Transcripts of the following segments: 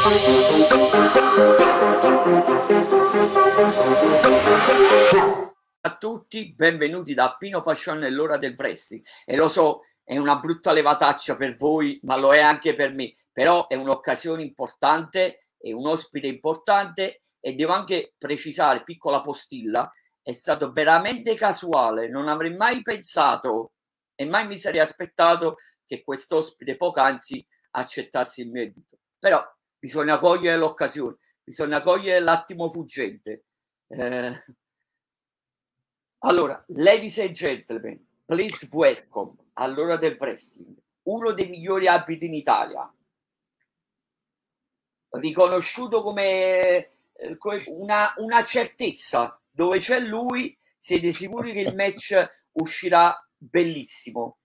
A tutti, benvenuti da Pino Fascione nell'ora del wrestling. E lo so, è una brutta levataccia per voi, ma lo è anche per me. Però è un'occasione importante, è un ospite importante e devo anche precisare, piccola postilla, è stato veramente casuale. Non avrei mai pensato e mai mi sarei aspettato che quest'ospite poc'anzi accettasse il mio invito. Però bisogna cogliere l'occasione, bisogna cogliere l'attimo fuggente. Allora, ladies and gentlemen, please welcome all'ora del wrestling uno dei migliori arbitri in Italia, riconosciuto come una certezza. Dove c'è lui, siete sicuri che il match uscirà bellissimo.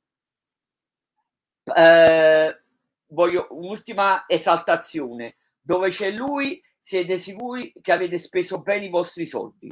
Voglio un'ultima esaltazione. Dove c'è lui, siete sicuri che avete speso bene i vostri soldi.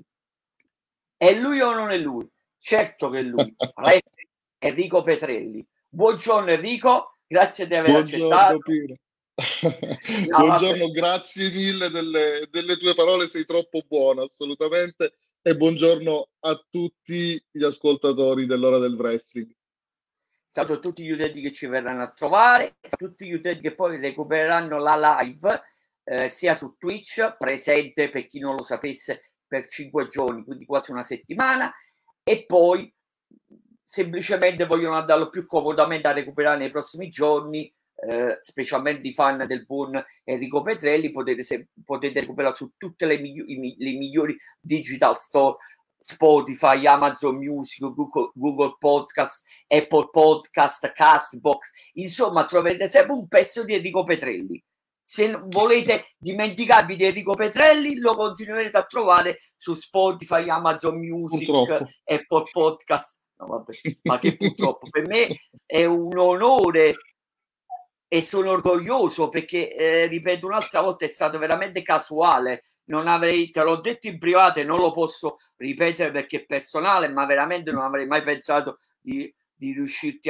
È lui o non è lui? Certo che è lui. Enrico Petrelli. Buongiorno Enrico, grazie di aver accettato. Pino. No, Buongiorno, vabbè. grazie mille delle tue parole, sei troppo buono, assolutamente. E buongiorno a tutti gli ascoltatori dell'ora del wrestling. Saluto a tutti gli utenti che ci verranno a trovare, a tutti gli utenti che poi recupereranno la live sia su Twitch, presente per chi non lo sapesse per 5 giorni, quindi quasi una settimana, e poi semplicemente vogliono andarlo più comodamente a recuperare nei prossimi giorni, specialmente i fan del buon Enrico Petrelli. Potete recuperare su tutte le migliori digital store, Spotify, Amazon Music, Google Podcast, Apple Podcast, Castbox, insomma troverete sempre un pezzo di Enrico Petrelli. Se volete dimenticarvi di Enrico Petrelli, lo continuerete a trovare su Spotify, Amazon Music, Purtroppo. Apple Podcast. No, vabbè, ma che purtroppo per me è un onore e sono orgoglioso perché, ripeto un'altra volta, è stato veramente casuale. Non avrei, te l'ho detto in privato e non lo posso ripetere perché è personale, ma veramente non avrei mai pensato di riuscirti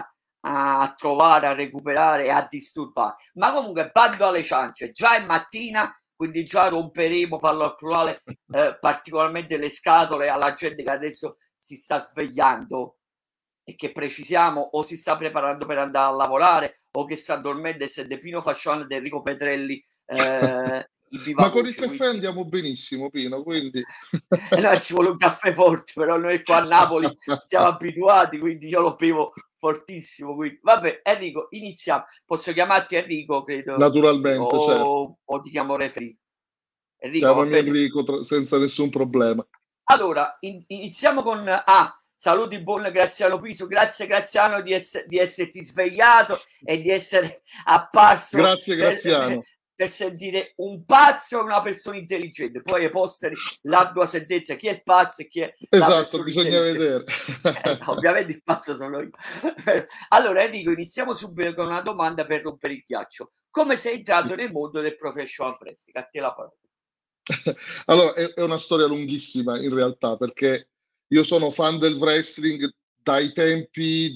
a trovare, a recuperare e a disturbare. Ma comunque, bando alle ciance, già è mattina, quindi già romperemo, parlo al plurale, particolarmente le scatole alla gente che adesso si sta svegliando e che precisiamo o si sta preparando per andare a lavorare o che sta dormendo e sente Pino Fascione ed Enrico Petrelli in viva Ma con il voce. caffè Quindi andiamo benissimo, Pino, quindi... no, ci vuole un caffè forte, però noi qua a Napoli siamo abituati, quindi io lo bevo fortissimo. Quindi vabbè, Enrico, iniziamo. Posso chiamarti Enrico, credo, Naturalmente, certo. o ti chiamo Refri? Enrico, va Chiamami bene? Enrico senza nessun problema. Allora, iniziamo con saluti buon Graziano Piso, grazie Graziano di esserti svegliato e di essere apparso Grazie, Graziano. per sentire un pazzo e una persona intelligente. Poi ai posteri l'ardua sentenza, chi è il pazzo e chi è la Esatto, persona bisogna intelligente. vedere. Ovviamente il pazzo sono io. Allora Enrico, iniziamo subito con una domanda per rompere il ghiaccio. Come sei entrato nel mondo del professional wrestling? A te la parola. Allora, è una storia lunghissima in realtà, perché io sono fan del wrestling dai tempi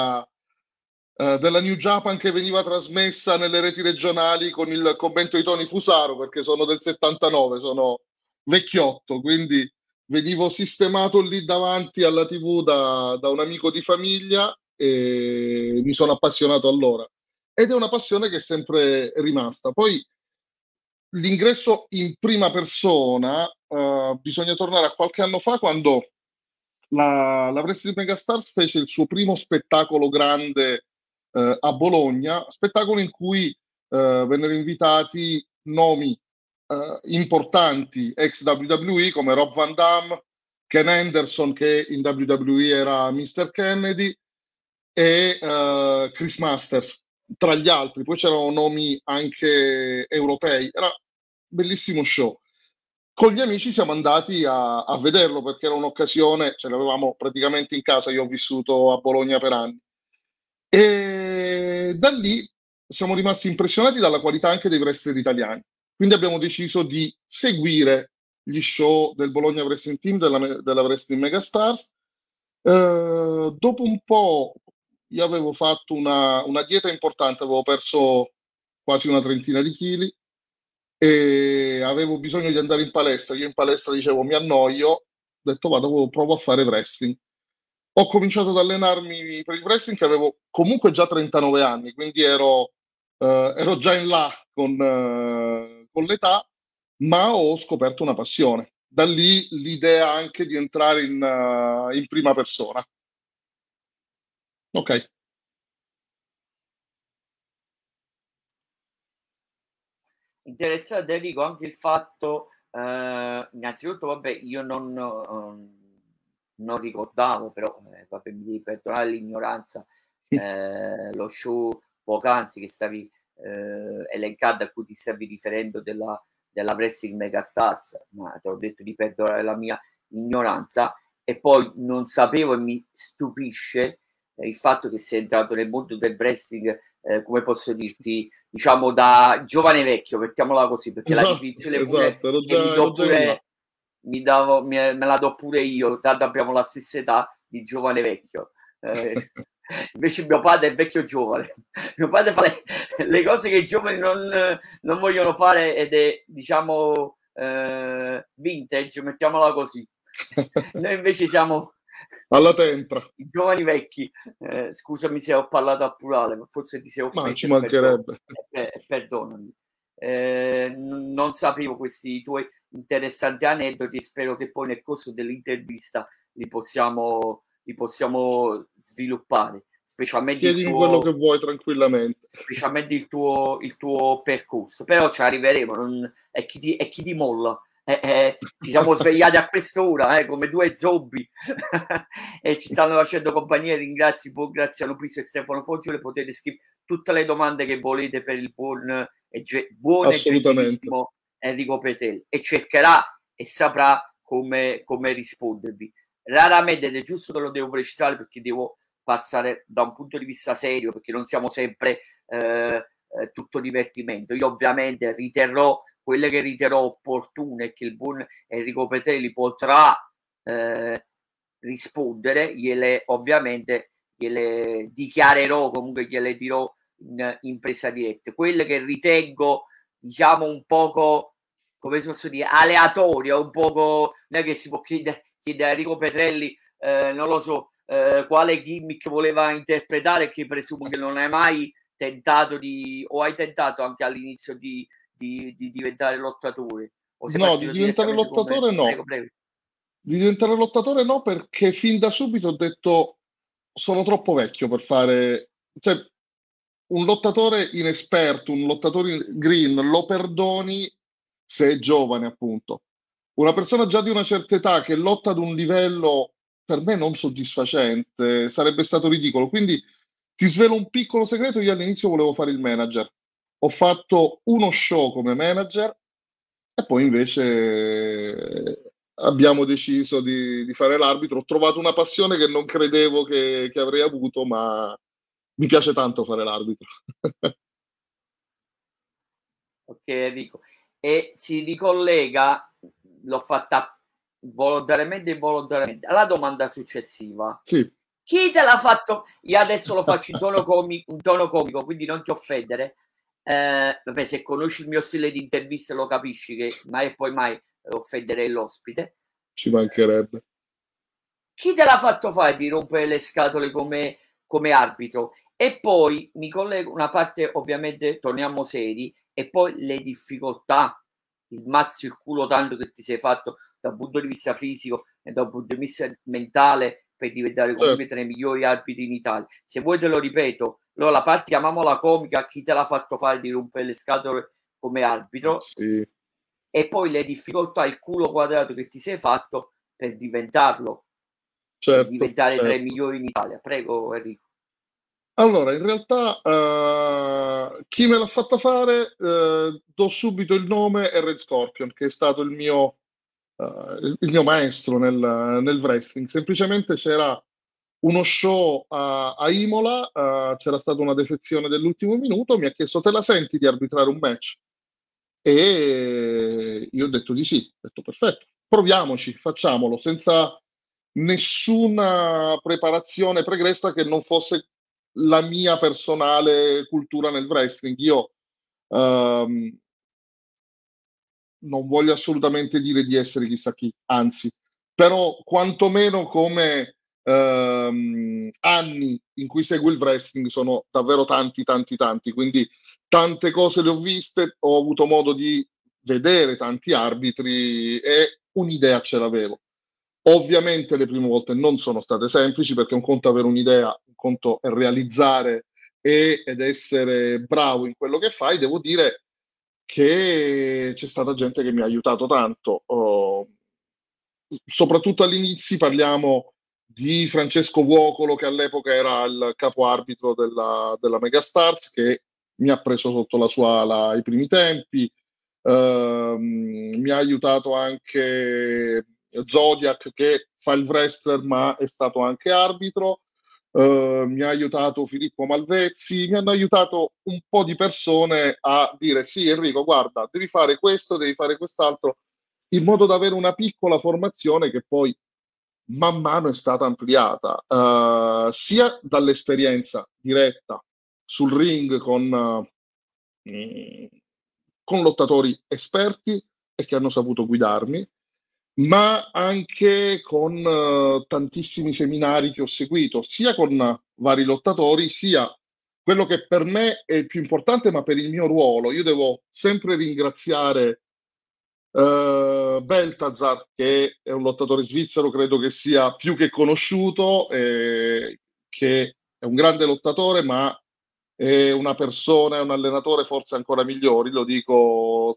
della New Japan che veniva trasmessa nelle reti regionali con il commento di Tony Fusaro, perché sono del 79, sono vecchiotto, quindi venivo sistemato lì davanti alla TV da un amico di famiglia e mi sono appassionato allora. Ed è una passione che è sempre rimasta. Poi l'ingresso in prima persona, bisogna tornare a qualche anno fa quando la Wrestling Megastars fece il suo primo spettacolo grande a Bologna, spettacolo in cui vennero invitati nomi importanti ex WWE come Rob Van Dam, Ken Henderson che in WWE era Mr. Kennedy e Chris Masters tra gli altri. Poi c'erano nomi anche europei. Era un bellissimo show. Con gli amici siamo andati a vederlo perché era un'occasione, ce l'avevamo praticamente in casa, io ho vissuto a Bologna per anni. E da lì siamo rimasti impressionati dalla qualità anche dei wrestler italiani. Quindi abbiamo deciso di seguire gli show del Bologna Wrestling Team, della Wrestling Megastars. Dopo un po' io avevo fatto una dieta importante, avevo perso quasi una trentina di chili e avevo bisogno di andare in palestra. Io in palestra dicevo mi annoio, ho detto vado, provo a fare wrestling. Ho cominciato ad allenarmi per il wrestling che avevo comunque già 39 anni, quindi ero già in là con l'età, ma ho scoperto una passione. Da lì l'idea anche di entrare in prima persona. Ok, Interessante Enrico anche il fatto, innanzitutto vabbè io non ricordavo però, vabbè mi devi perdonare l'ignoranza, lo show poc'anzi che stavi, elencando a cui ti stavi riferendo della Wrestling Megastars, ma te l'ho detto di perdonare la mia ignoranza e poi non sapevo e mi stupisce, il fatto che sei entrato nel mondo del wrestling, come posso dirti, diciamo da giovane vecchio, mettiamola così, perché la esatto, definizione pure esatto, che mi ero do già in là. pure me la do pure io, tanto abbiamo la stessa età di giovane vecchio. Eh, invece mio padre è vecchio giovane. Mio padre fa le cose che i giovani non vogliono fare ed è, diciamo, vintage, mettiamola così. Noi invece siamo Alla tempra, i giovani vecchi. Scusami se ho parlato a plurale, ma forse ti sei ma offeso ci mancherebbe. e perdonami. Non sapevo questi tuoi interessanti aneddoti e spero che poi nel corso dell'intervista li possiamo sviluppare, Chiedimi quello che vuoi tranquillamente. specialmente il tuo percorso. Però ci arriveremo, è chi ti molla. Ci siamo svegliati a quest'ora, come due zombie e ci stanno facendo compagnia. Ringrazio Graziano Piso e Stefano Foggiole. Potete scrivere tutte le domande che volete per il buon e Assolutamente. gentilissimo Enrico Petel e cercherà e saprà come rispondervi. Raramente, ed è giusto che lo devo precisare perché devo passare da un punto di vista serio, perché non siamo sempre tutto divertimento. Io ovviamente riterrò quelle che riterrò opportune e che il buon Enrico Petrelli potrà eh, rispondere, ovviamente gliele dichiarerò, comunque gliele dirò in presa diretta. Quelle che ritengo, diciamo, un poco, come si posso dire, aleatoria, un poco, non è che si può chiedere a Enrico Petrelli, non lo so, quale gimmick voleva interpretare, che presumo che non hai mai tentato o hai tentato anche all'inizio di diventare lottatore, o sei No, di partito diventare direttamente come... lottatore Prego, no. prego. Di diventare lottatore no, perché fin da subito ho detto sono troppo vecchio per fare... Cioè, un lottatore inesperto, un lottatore green, lo perdoni se è giovane, appunto. Una persona già di una certa età che lotta ad un livello per me non soddisfacente sarebbe stato ridicolo. Quindi ti svelo un piccolo segreto, io all'inizio volevo fare il manager. Ho fatto uno show come manager e poi invece abbiamo deciso di fare l'arbitro. Ho trovato una passione che non credevo che avrei avuto, ma mi piace tanto fare l'arbitro. Ok Enrico. E si ricollega, l'ho fatta volontariamente e involontariamente, alla domanda successiva. Sì, Chi te l'ha fatto? Io adesso lo faccio in tono comico, quindi non ti offendere. Vabbè, se conosci il mio stile di intervista lo capisci che mai e poi mai offenderei l'ospite. ci mancherebbe. Chi te l'ha fatto fare di rompere le scatole come arbitro? E poi mi collego una parte, ovviamente torniamo seri, e poi le difficoltà, il mazzo, il culo tanto che ti sei fatto dal punto di vista fisico e dal punto di vista mentale per diventare comunque Certo, tra i migliori arbitri in Italia. Se vuoi te lo ripeto, allora la parte chiamiamola comica, chi te l'ha fatto fare di rompere le scatole come arbitro, sì, e poi le difficoltà, il culo quadrato che ti sei fatto per diventarlo e certo, diventare tra i certo. migliori in Italia. Prego Enrico. Allora, in realtà, chi me l'ha fatta fare, do subito il nome, è Red Scorpion, che è stato il mio maestro nel wrestling. Semplicemente c'era uno show a Imola, c'era stata una defezione dell'ultimo minuto, mi ha chiesto, te la senti di arbitrare un match? E io ho detto di sì, ho detto perfetto, proviamoci, facciamolo, senza nessuna preparazione pregressa che non fosse la mia personale cultura nel wrestling. Io ehm, non voglio assolutamente dire di essere chissà chi, anzi, però quantomeno come anni in cui seguo il wrestling sono davvero tanti, tanti, tanti, quindi tante cose le ho viste, ho avuto modo di vedere tanti arbitri e un'idea ce l'avevo. Ovviamente le prime volte non sono state semplici perché un conto è avere un'idea, un conto è realizzare ed essere bravo in quello che fai. Devo dire che c'è stata gente che mi ha aiutato tanto. Soprattutto all'inizio parliamo di Francesco Vuocolo, che all'epoca era il capo arbitro della Megastars, che mi ha preso sotto la sua ala ai primi tempi. Mi ha aiutato anche Zodiac, che fa il wrestler ma è stato anche arbitro. Mi ha aiutato Filippo Malvezzi, mi hanno aiutato un po' di persone a dire sì, Enrico, guarda, devi fare questo, devi fare quest'altro, in modo da avere una piccola formazione che poi man mano è stata ampliata, sia dall'esperienza diretta sul ring con lottatori esperti e che hanno saputo guidarmi, ma anche con tantissimi seminari che ho seguito, sia con vari lottatori, sia quello che per me è il più importante, ma per il mio ruolo. Io devo sempre ringraziare Beltazar, che è un lottatore svizzero, credo che sia più che conosciuto, che è un grande lottatore, ma è una persona, è un allenatore forse ancora migliori, lo dico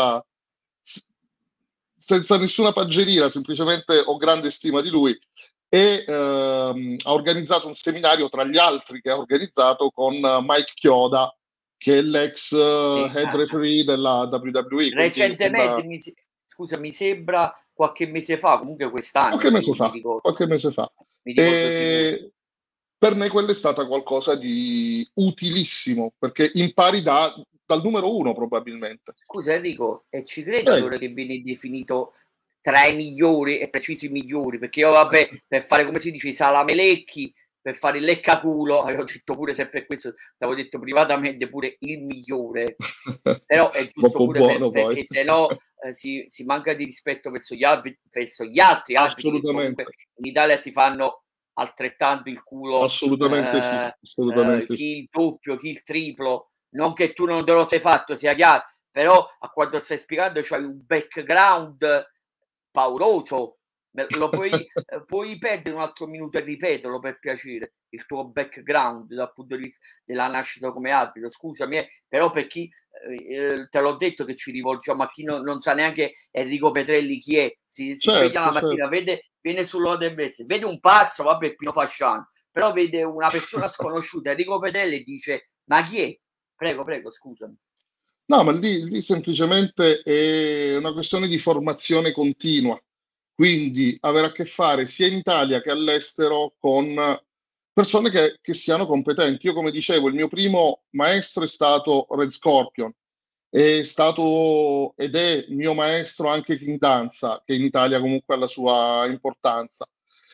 senza nessuna paggerina, semplicemente ho grande stima di lui e ha organizzato un seminario tra gli altri che ha organizzato con Mike Chioda, che è l'ex Sì. head referee della WWE, quindi Recentemente, scusa, mi sembra qualche mese fa, comunque quest'anno, qualche se mese non mi fa, ricordo, qualche mese fa. mi ricordo sicuro. E per me quello è stato qualcosa di utilissimo, perché impari dal numero uno probabilmente. Scusa Enrico, e ci credi Prego. allora che viene definito tra i migliori e precisi migliori? Perché io, vabbè, per fare come si dice i salamelecchi, per fare il leccaculo, avevo detto pure se per questo, l'avevo detto privatamente pure il migliore, però è giusto Troppo pure buono poi. perché se no si manca di rispetto verso gli altri arbitri che comunque Assolutamente, in Italia si fanno altrettanto il culo, assolutamente sì, assolutamente sì. chi il doppio, chi il triplo, non che tu non te lo sei fatto, sia chiaro, però a quanto stai spiegando c'hai un background pauroso. Lo puoi perdere un altro minuto e ripeterlo per piacere, il tuo background dal punto di vista della nascita come arbitro. Scusami, però per chi te l'ho detto che ci rivolgiamo a chi non sa neanche Enrico Petrelli chi è, si sveglia Certo, la certo. mattina, viene sull'ora del mese, vede un pazzo, vabbè, Pino Fasciano, però vede una persona sconosciuta, Enrico Petrelli, e dice: ma chi è? Prego, prego, scusami. No, ma lì semplicemente è una questione di formazione continua. Quindi avere a che fare sia in Italia che all'estero con persone che siano competenti. Io, come dicevo, il mio primo maestro è stato Red Scorpion, è stato ed è mio maestro anche King Danza, che in Italia comunque ha la sua importanza.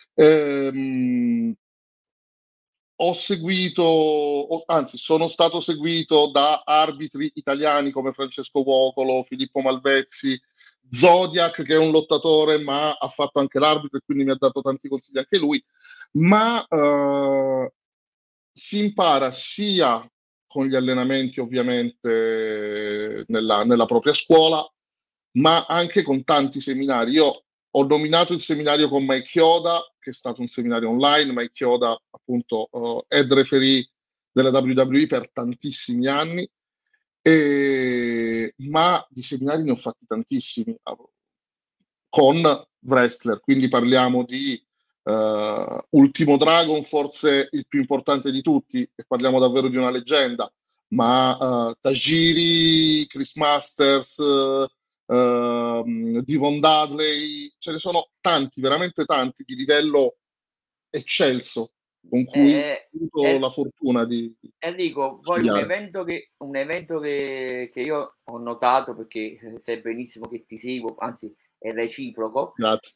Ehm, Ho seguito, anzi, sono stato seguito da arbitri italiani come Francesco Vuocolo, Filippo Malvezzi, Zodiac, che è un lottatore, ma ha fatto anche l'arbitro e quindi mi ha dato tanti consigli anche lui. Ma si impara sia con gli allenamenti, ovviamente, nella propria scuola, ma anche con tanti seminari. Io ho nominato il seminario con Mike Chioda, che è stato un seminario online. Mike Chioda, appunto, head referee della WWE per tantissimi anni, ma di seminari ne ho fatti tantissimi con wrestler, quindi parliamo di Ultimo Dragon, forse il più importante di tutti, e parliamo davvero di una leggenda, ma Tajiri, Chris Masters, Devon Dudley, ce ne sono tanti, veramente tanti, di livello eccelso, con cui ho avuto Eh, la fortuna di Enrico, poi studiare. un evento che io ho notato, perché sai benissimo che ti seguo, anzi è reciproco, Grazie.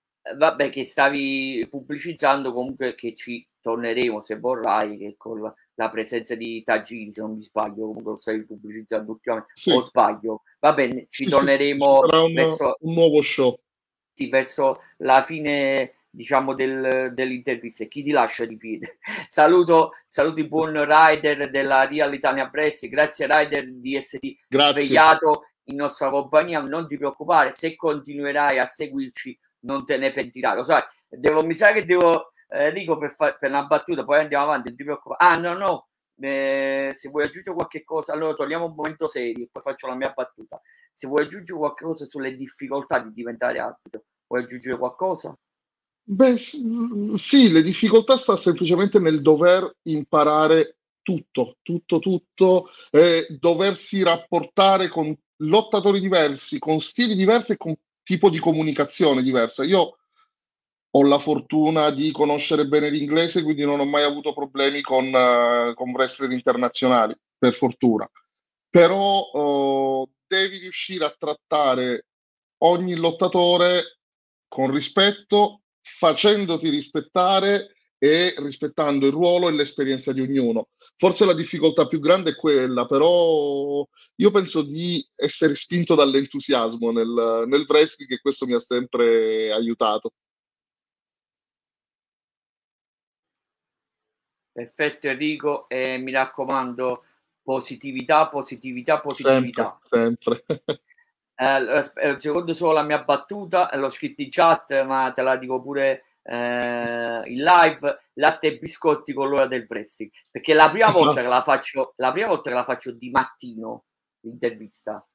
vabbè, che stavi pubblicizzando, comunque che ci torneremo se vorrai, che la presenza di Tagiri, se non mi sbaglio, comunque lo stai pubblicizzando ultimamente, o Sì, sbaglio? Va bene, ci sì, sì, sì, sì, ci torneremo sarà verso, un nuovo show. sì, verso la fine, diciamo, dell'intervista. E chi ti lascia di piede? Saluto il buon Ryder della Real Italia Press. Grazie Ryder di esserti Grazie, svegliato in nostra compagnia. Non ti preoccupare, se continuerai a seguirci non te ne pentirai. Lo sai, mi sa che devo, dico per una battuta, poi andiamo avanti, non ti preoccupare. Ah, no, no. Se vuoi aggiungere qualche cosa, allora togliamo un momento serio e poi faccio la mia battuta. Se vuoi aggiungere qualcosa sulle difficoltà di diventare arbitro, vuoi aggiungere qualcosa? Beh, sì, le difficoltà sta semplicemente nel dover imparare tutto, tutto, tutto, doversi rapportare con lottatori diversi, con stili diversi e con tipo di comunicazione diversa. Io ho la fortuna di conoscere bene l'inglese, quindi non ho mai avuto problemi con wrestler internazionali, per fortuna. Però devi riuscire a trattare ogni lottatore con rispetto, facendoti rispettare e rispettando il ruolo e l'esperienza di ognuno. Forse la difficoltà più grande è quella, però io penso di essere spinto dall'entusiasmo nel wrestling e questo mi ha sempre aiutato. Perfetto Enrico, e mi raccomando, positività, positività, Sempre, positività. sempre. Secondo solo la mia battuta, l'ho scritto in chat, ma te la dico pure in live, latte e biscotti con l'ora del wrestling, perché la prima volta che Esatto. la faccio, di mattino, l'intervista,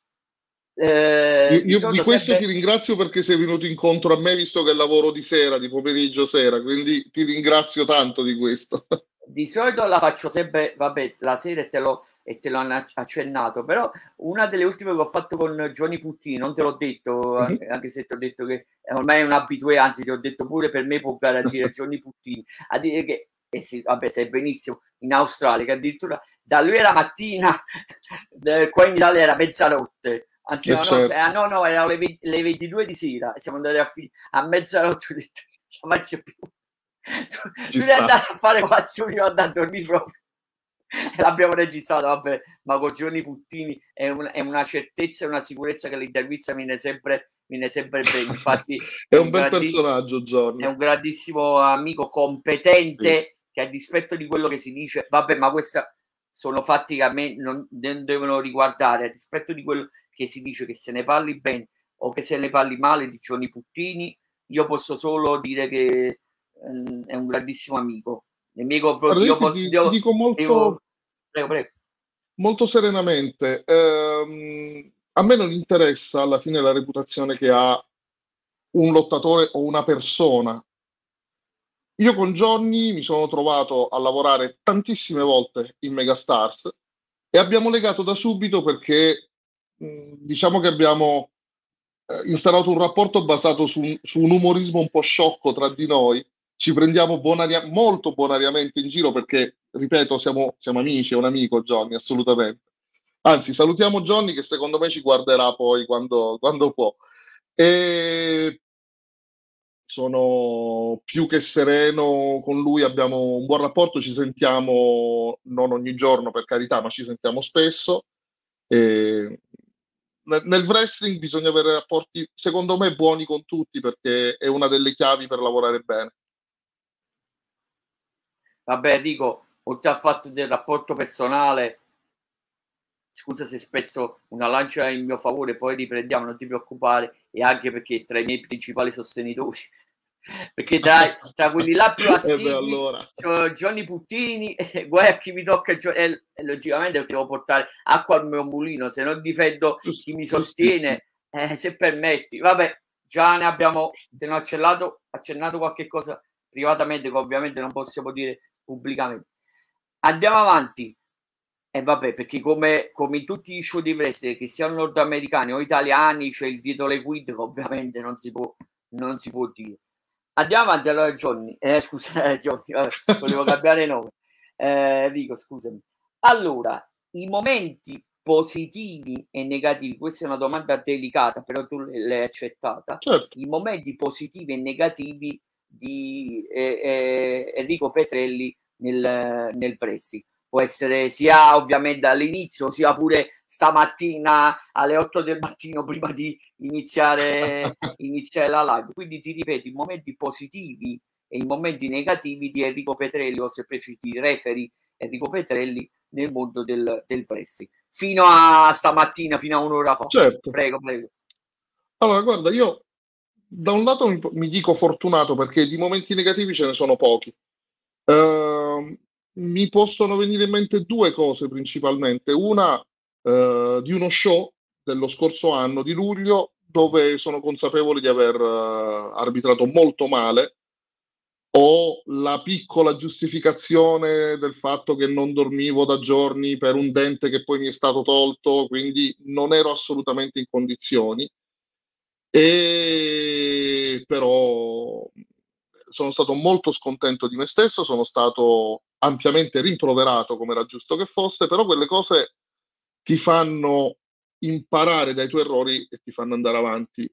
di Io di solito questo ti sempre. ringrazio perché sei venuto incontro a me, visto che lavoro di sera, di pomeriggio sera, quindi ti ringrazio tanto di questo. Di solito la faccio sempre, vabbè, la sera e te l'ho accennato, però una delle ultime che ho fatto con Johnny Puttini, non te l'ho detto, Mhm. anche se ti ho detto che ormai è un abitué, anzi ti ho detto pure per me può garantire Johnny Puttini, a dire che, sì, vabbè, sai benissimo, in Australia, che addirittura da lui era mattina, qua in Italia era mezzanotte, anzi no, no, Certo, no, no, erano le 22 di sera, siamo andati a mezzanotte, ho detto, non ce la faccio più. ci Tu devi sta. andare a fare colazione, io andare a dormire proprio. E l'abbiamo registrato, vabbè, ma con Giorni Puttini è una certezza e una sicurezza che l'intervista viene sempre bene. Infatti È un bel personaggio, è John. un grandissimo amico Sì. competente che a dispetto di quello che si dice, vabbè, ma questi sono fatti che a me non devono riguardare, a dispetto di quello che si dice, che se ne parli bene o che se ne parli male di Giorni Puttini, io posso solo dire che è un grandissimo amico. Nei miei confronti, Guarda, io ti dico molto, prego, prego. molto serenamente, a me non interessa alla fine la reputazione che ha un lottatore o una persona. Io con Johnny mi sono trovato a lavorare tantissime volte in Megastars e abbiamo legato da subito perché diciamo che abbiamo instaurato un rapporto basato su un umorismo un po' sciocco tra di noi. Ci prendiamo molto bonariamente in giro perché, ripeto, siamo amici, è un amico Johnny, assolutamente. Anzi, salutiamo Johnny che secondo me ci guarderà poi quando può. E sono più che sereno con lui, abbiamo un buon rapporto, ci sentiamo non ogni giorno per carità, ma ci sentiamo spesso. E nel wrestling bisogna avere rapporti, secondo me, buoni con tutti perché è una delle chiavi per lavorare bene. Vabbè, dico, oltre al fatto del rapporto personale, scusa se spezzo una lancia in mio favore, poi riprendiamo, non ti preoccupare, e anche perché tra i miei principali sostenitori, perché tra quelli là più E beh, assidui allora, c'ho Johnny Puttini, e guai a chi mi tocca, e logicamente devo portare acqua al mio mulino, se non difendo chi mi giustissimo. sostiene, se permetti. Vabbè, già ne abbiamo, te ne ho accennato qualche cosa privatamente, che ovviamente non possiamo dire pubblicamente. Andiamo avanti. E vabbè, perché come in tutti gli show di wrestling, che siano nordamericani o italiani, c'è il dietro le quinte che ovviamente non si può dire. Andiamo avanti allora Johnny, scusa Johnny, vabbè, volevo cambiare nome. Dico scusami. Allora, i momenti positivi e negativi, questa è una domanda delicata, però tu l'hai accettata. Certo. I momenti positivi e negativi di Enrico Petrelli nel wrestling. può essere sia ovviamente all'inizio, sia pure stamattina alle 8 del mattino prima di iniziare la live. Quindi ti ripeto, i momenti positivi e i momenti negativi di Enrico Petrelli, o se preferiti referee Enrico Petrelli nel mondo del wrestling. Fino a stamattina, fino a un'ora fa. Certo. Prego, prego. Allora, guarda, io da un lato mi dico fortunato perché di momenti negativi ce ne sono pochi. Mi possono venire in mente due cose principalmente. Una, di uno show dello scorso anno, di luglio, dove sono consapevole di aver arbitrato molto male. Ho la piccola giustificazione del fatto che non dormivo da giorni per un dente che poi mi è stato tolto, quindi non ero assolutamente in condizioni. E però sono stato molto scontento di me stesso, sono stato ampiamente rimproverato come era giusto che fosse, però quelle cose ti fanno imparare dai tuoi errori e ti fanno andare avanti.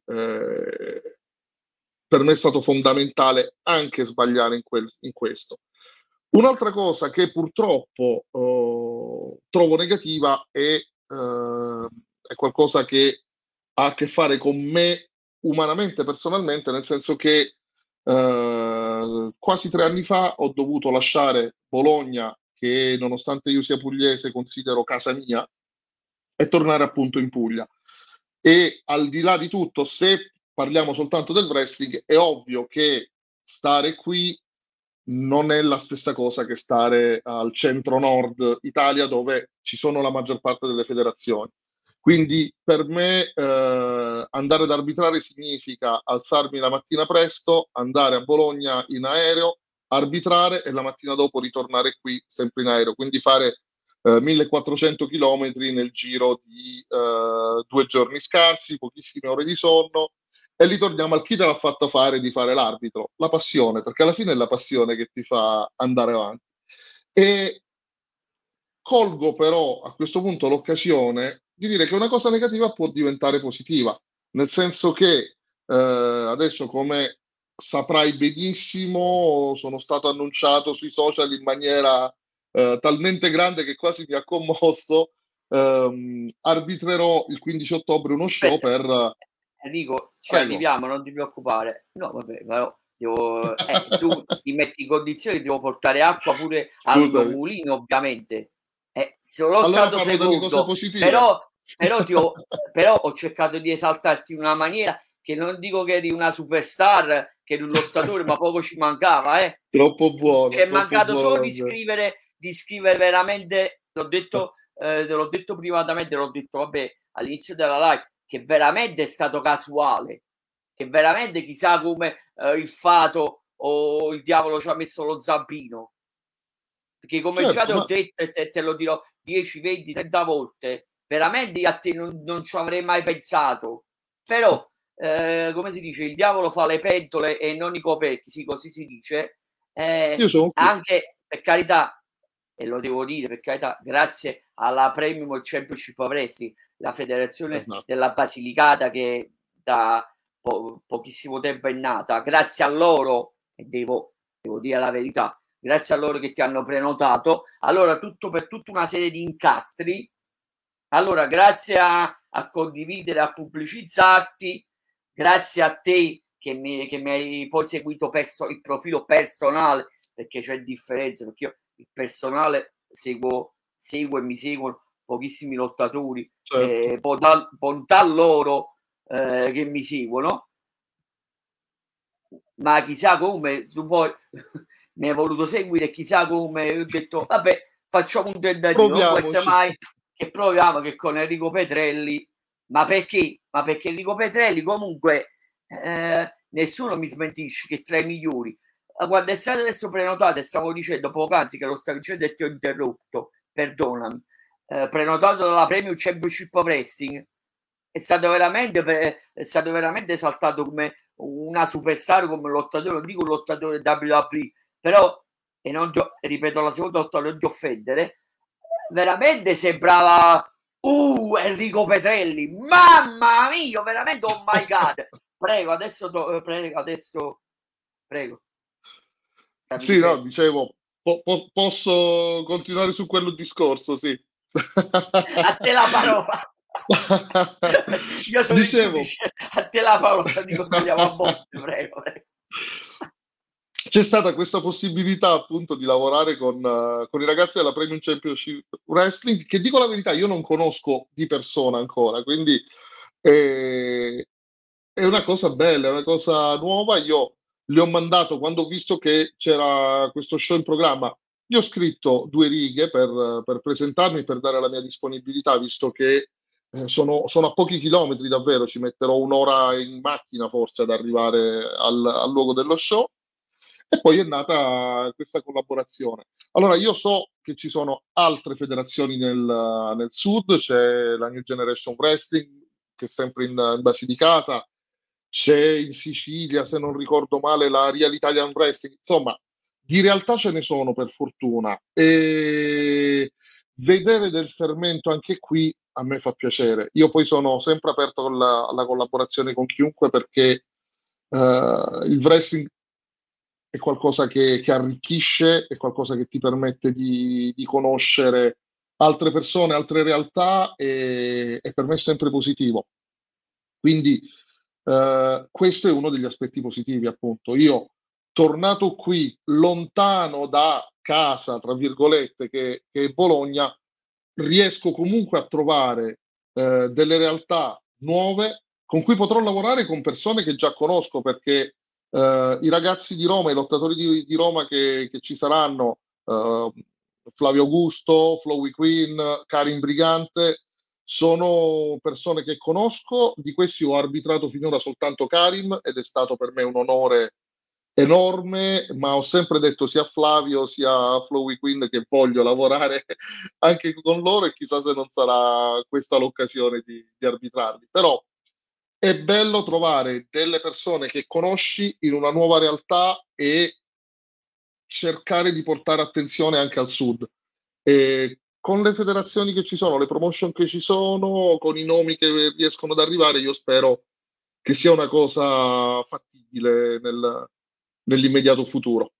Per me è stato fondamentale anche sbagliare in questo. Un'altra cosa che purtroppo trovo negativa è qualcosa che ha a che fare con me umanamente, personalmente, nel senso che quasi 3 anni fa ho dovuto lasciare Bologna, che nonostante io sia pugliese considero casa mia, e tornare appunto in Puglia. E al di là di tutto, se parliamo soltanto del wrestling, è ovvio che stare qui non è la stessa cosa che stare al centro-nord Italia, dove ci sono la maggior parte delle federazioni. Quindi per me andare ad arbitrare significa alzarmi la mattina presto, andare a Bologna in aereo, arbitrare e la mattina dopo ritornare qui sempre in aereo. Quindi fare 1400 chilometri nel giro di 2 giorni scarsi, pochissime ore di sonno, e ritorniamo al chi te l'ha fatto fare di fare l'arbitro, la passione, perché alla fine è la passione che ti fa andare avanti. E colgo però a questo punto l'occasione di dire che una cosa negativa può diventare positiva, nel senso che adesso, come saprai benissimo, sono stato annunciato sui social in maniera talmente grande che quasi mi ha commosso. Arbitrerò il 15 ottobre uno show Aspetta, per... Enrico, ci Prego. arriviamo, non ti preoccupare. No, vabbè, però tu ti metti in condizione, devo portare acqua pure al mio Scusami. mulino, ovviamente. Sono Allora stato parlo delle cose secondo, positive. però ho cercato di esaltarti in una maniera che non dico che eri una superstar, che eri un lottatore, ma poco ci mancava, eh. Troppo C'è buono, troppo mancato solo buono davvero. di scrivere veramente, te l'ho detto privatamente, l'ho detto vabbè all'inizio della live, che veramente è stato casuale, che veramente chissà come il fato o il diavolo ci ha messo lo zampino, perché come già Certo, ti ho ma detto e te lo dirò 10, 20, 30 volte, veramente a te non ci avrei mai pensato, però come si dice, il diavolo fa le pentole e non i coperchi, sì, così si dice, io sono qui. anche per carità, e lo devo dire, per carità, grazie alla Premium World Championship of Wrestling, la federazione Esatto. della Basilicata che da pochissimo tempo è nata, grazie a loro, e devo dire la verità, grazie a loro che ti hanno prenotato, allora tutto per tutta una serie di incastri, allora grazie a condividere, a pubblicizzarti, grazie a te che mi hai poi seguito il profilo personale, perché c'è differenza, perché io il personale seguo e mi seguono pochissimi lottatori, Certo. bontà loro che mi seguono, ma chissà come tu poi mi hai voluto seguire, chissà come ho detto vabbè, facciamo un tentativo, non può essere Proviamoci. mai che proviamo che con Enrico Petrelli, ma perché? Ma perché Enrico Petrelli comunque nessuno mi smentisce che tra i migliori, quando è stato adesso prenotato, e stavo dicendo poc'anzi che lo stavi dicendo e ti ho interrotto, perdonami, prenotato dalla Premium Championship of Wrestling, è stato veramente esaltato come una superstar, come un lottatore, non dico un lottatore WWE, però, e non ti, ripeto la seconda volta, non ti offendere, veramente sembrava Enrico Petrelli, mamma mia, veramente oh my god. Prego, adesso prego, stavi Sì, no, dicendo. dicevo, posso continuare su quello discorso, sì. A te la parola. Io sono il Dicevo, giudice, a te la parola, ti continuiamo a botte, prego, prego. c'è stata questa possibilità appunto di lavorare con i ragazzi della Premium Championship Wrestling, che dico la verità, io non conosco di persona ancora, quindi eh, è una cosa bella, è una cosa nuova. Io gli ho mandato, quando ho visto che c'era questo show in programma, gli ho scritto due righe per presentarmi, per dare la mia disponibilità, visto che sono a pochi chilometri davvero, ci metterò un'ora in macchina forse ad arrivare al luogo dello show. E poi è nata questa collaborazione. Allora, io so che ci sono altre federazioni nel sud, c'è la New Generation Wrestling, che è sempre in Basilicata, c'è in Sicilia, se non ricordo male, la Real Italian Wrestling. Insomma, di realtà ce ne sono per fortuna. E vedere del fermento anche qui a me fa piacere. Io poi sono sempre aperto alla collaborazione con chiunque, perché il wrestling è qualcosa che arricchisce, è qualcosa che ti permette di conoscere altre persone, altre realtà, e per me è sempre positivo. Quindi questo è uno degli aspetti positivi, appunto. Io, tornato qui, lontano da casa, tra virgolette, che è Bologna, riesco comunque a trovare delle realtà nuove con cui potrò lavorare con persone che già conosco, perché i ragazzi di Roma, i lottatori di Roma che ci saranno, eh, Flavio Augusto, Flowey Queen, Karim Brigante, sono persone che conosco. Di questi ho arbitrato finora soltanto Karim ed è stato per me un onore enorme, ma ho sempre detto sia a Flavio sia a Flowey Queen che voglio lavorare anche con loro, e chissà se non sarà questa l'occasione di arbitrarli. Però è bello trovare delle persone che conosci in una nuova realtà e cercare di portare attenzione anche al sud. E con le federazioni che ci sono, le promotion che ci sono, con i nomi che riescono ad arrivare, io spero che sia una cosa fattibile nell'immediato futuro.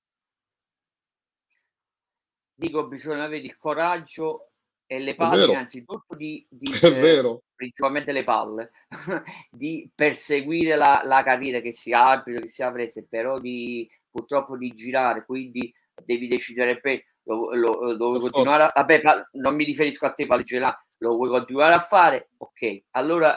Dico, bisogna avere il coraggio e le È palle, vero, innanzitutto è vero. principalmente le palle, di perseguire la carriera, che sia arbitro, che sia prese, però purtroppo di girare, quindi devi decidere per lo vuoi Per continuare forza. vabbè, non mi riferisco a te, Palgelà, lo vuoi continuare a fare? Ok, allora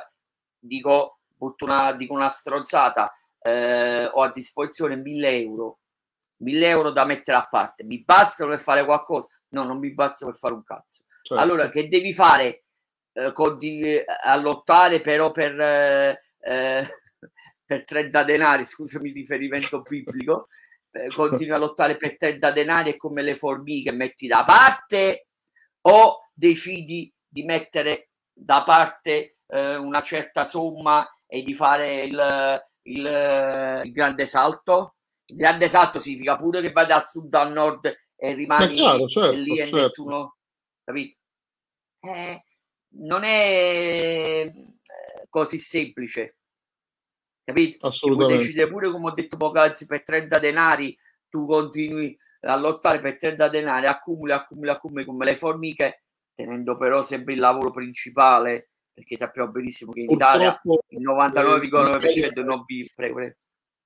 dico una stronzata, ho a disposizione 1.000 euro, 1.000 euro da mettere a parte, mi bastano per fare qualcosa? No, non mi bastano per fare un cazzo. Allora, Certo. che devi fare? A lottare però per 30 denari, scusami il riferimento biblico, continui a lottare per 30 denari e come le formiche metti da parte, o decidi di mettere da parte una certa somma e di fare il grande salto? Il grande salto significa pure che vai dal sud al nord e Ma chiaro, rimani lì certo, e certo, nessuno, capito? Non è così semplice, capito? Che puoi assolutamente. decidere pure, come ho detto poc'anzi, per 30 denari tu continui a lottare per 30 denari, accumuli, accumuli, accumuli come le formiche, tenendo però sempre il lavoro principale, perché sappiamo benissimo che in Italia Purtroppo il in Italia, 99,9% non vive. Prego, prego,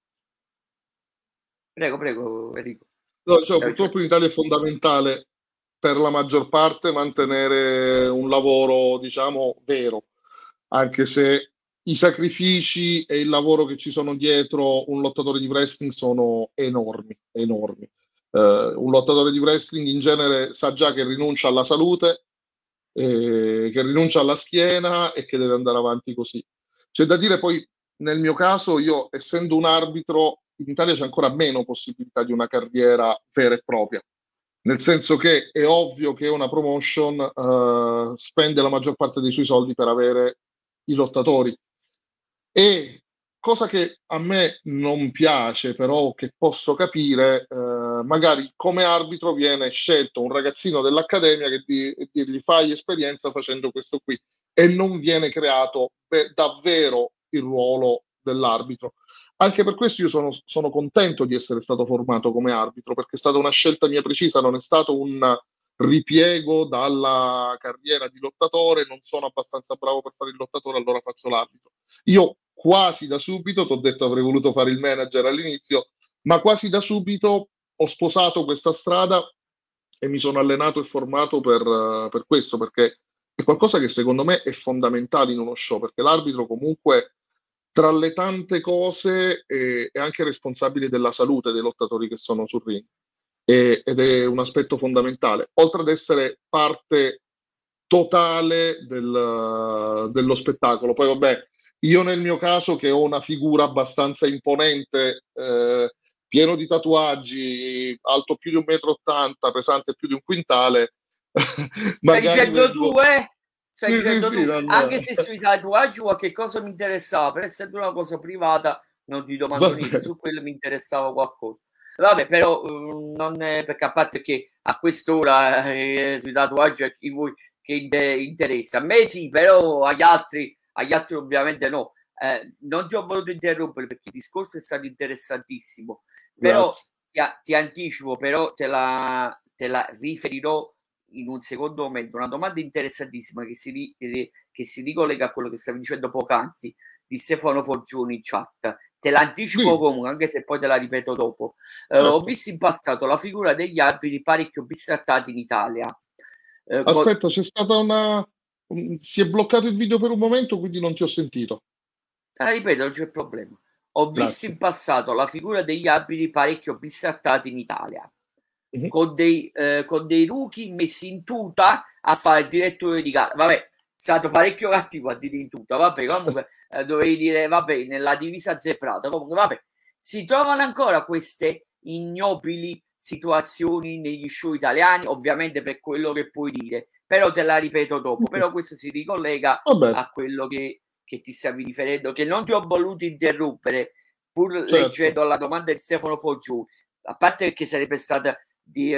prego, prego, Enrico. no, diciamo, Stavi dicendo? purtroppo in Italia è fondamentale per la maggior parte mantenere un lavoro, diciamo, vero, anche se i sacrifici e il lavoro che ci sono dietro un lottatore di wrestling sono enormi, enormi. Un lottatore di wrestling in genere sa già che rinuncia alla salute, che rinuncia alla schiena e che deve andare avanti così. C'è da dire poi, nel mio caso, io essendo un arbitro, in Italia c'è ancora meno possibilità di una carriera vera e propria, nel senso che è ovvio che una promotion spende la maggior parte dei suoi soldi per avere i lottatori. E cosa che a me non piace, però che posso capire, magari come arbitro viene scelto un ragazzino dell'accademia e dirgli fai esperienza facendo questo qui, e non viene creato davvero il ruolo dell'arbitro. Anche per questo io sono contento di essere stato formato come arbitro, perché è stata una scelta mia precisa, non è stato un ripiego dalla carriera di lottatore, non sono abbastanza bravo per fare il lottatore, allora faccio l'arbitro. Io quasi da subito, ti ho detto avrei voluto fare il manager all'inizio, ma quasi da subito ho sposato questa strada e mi sono allenato e formato per questo, perché è qualcosa che secondo me è fondamentale in uno show, perché l'arbitro comunque tra le tante cose è anche responsabile della salute dei lottatori che sono sul ring ed è un aspetto fondamentale, oltre ad essere parte totale dello spettacolo. Poi vabbè, io nel mio caso che ho una figura abbastanza imponente, pieno di tatuaggi, alto più di 1,80 m, pesante più di un quintale, Stai magari dicendo tu, vengo... eh? Stai Sì, sì, dicendo sì, tu, non... anche se sui tatuaggi qualche cosa mi interessava, per essere una cosa privata non ti Va domando niente, bene. su quello mi interessava qualcosa. Vabbè, però non è perché a parte che a quest'ora sui tatuaggi a chi vuoi che interessa. A me sì, però agli altri ovviamente no. Non ti ho voluto interrompere perché il discorso è stato interessantissimo, però Grazie. ti anticipo, però te la riferirò in un secondo momento. Una domanda interessantissima che si ricollega a quello che stavi dicendo poc'anzi di Stefano Forgioni in chat. Te l'anticipo Sì, comunque, anche se poi te la ripeto dopo. Ho certo. visto in passato la figura degli arbitri parecchio bistrattati in Italia. Aspetta, c'è stata una... Si è bloccato il video per un momento, quindi non ti ho sentito. Te la ripeto, non c'è problema. Ho visto in Grazie. passato la figura degli arbitri parecchio bistrattati in Italia, Mhm. con dei rookie messi in tuta a fare il direttore di gara. Vabbè, è stato parecchio cattivo a dire in tuta, vabbè, comunque dovevi dire, vabbè, nella divisa zebrata. Comunque, vabbè, si trovano ancora queste ignobili situazioni negli show italiani, ovviamente per quello che puoi dire, però te la ripeto dopo. Però questo si ricollega Vabbè, a quello che ti stavi riferendo, che non ti ho voluto interrompere, pur certo. leggendo la domanda di Stefano Foggiù, a parte perché sarebbe stata di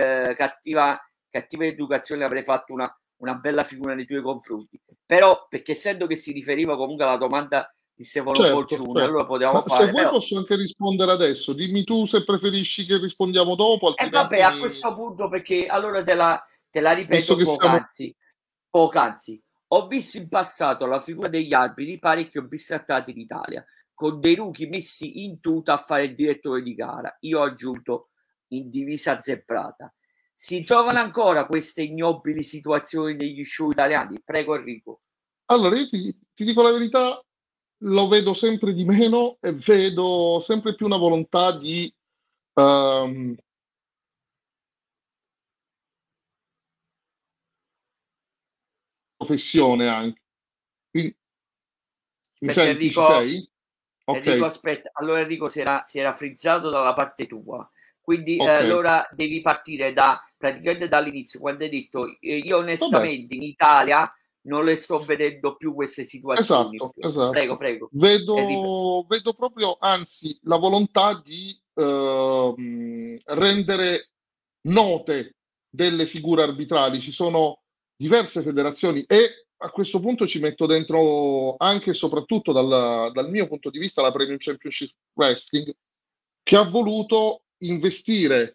cattiva educazione, avrei fatto una bella figura nei tuoi confronti, però perché essendo che si riferiva comunque alla domanda di Stefano Certo, Forgione, certo. allora potevamo Ma se fare, vuoi però posso anche rispondere adesso. Dimmi tu se preferisci che rispondiamo dopo, e vabbè, altrimenti a questo punto perché allora te la visto ripeto che siamo... poc'anzi. Ho visto in passato la figura degli arbitri parecchio bistrattati in Italia, con dei rookie messi in tuta a fare il direttore di gara. Io ho aggiunto in divisa zebrata. Si trovano ancora queste ignobili situazioni negli show italiani? Prego Enrico. Allora, io ti dico la verità, lo vedo sempre di meno e vedo sempre più una volontà di ehm, professione anche. Quindi, mi Aspetta senti? Ci Enrico, sei? Enrico, Ok, aspetta. Allora Enrico si era frizzato dalla parte tua. Quindi ok. allora devi partire praticamente dall'inizio, quando hai detto io Vabbè, onestamente in Italia non le sto vedendo più queste situazioni. esatto, Prego, esatto. prego. Vedo proprio, anzi, la volontà di rendere note delle figure arbitrali. Ci sono diverse federazioni e a questo punto ci metto dentro anche e soprattutto dal mio punto di vista la Premium Championship Wrestling, che ha voluto investire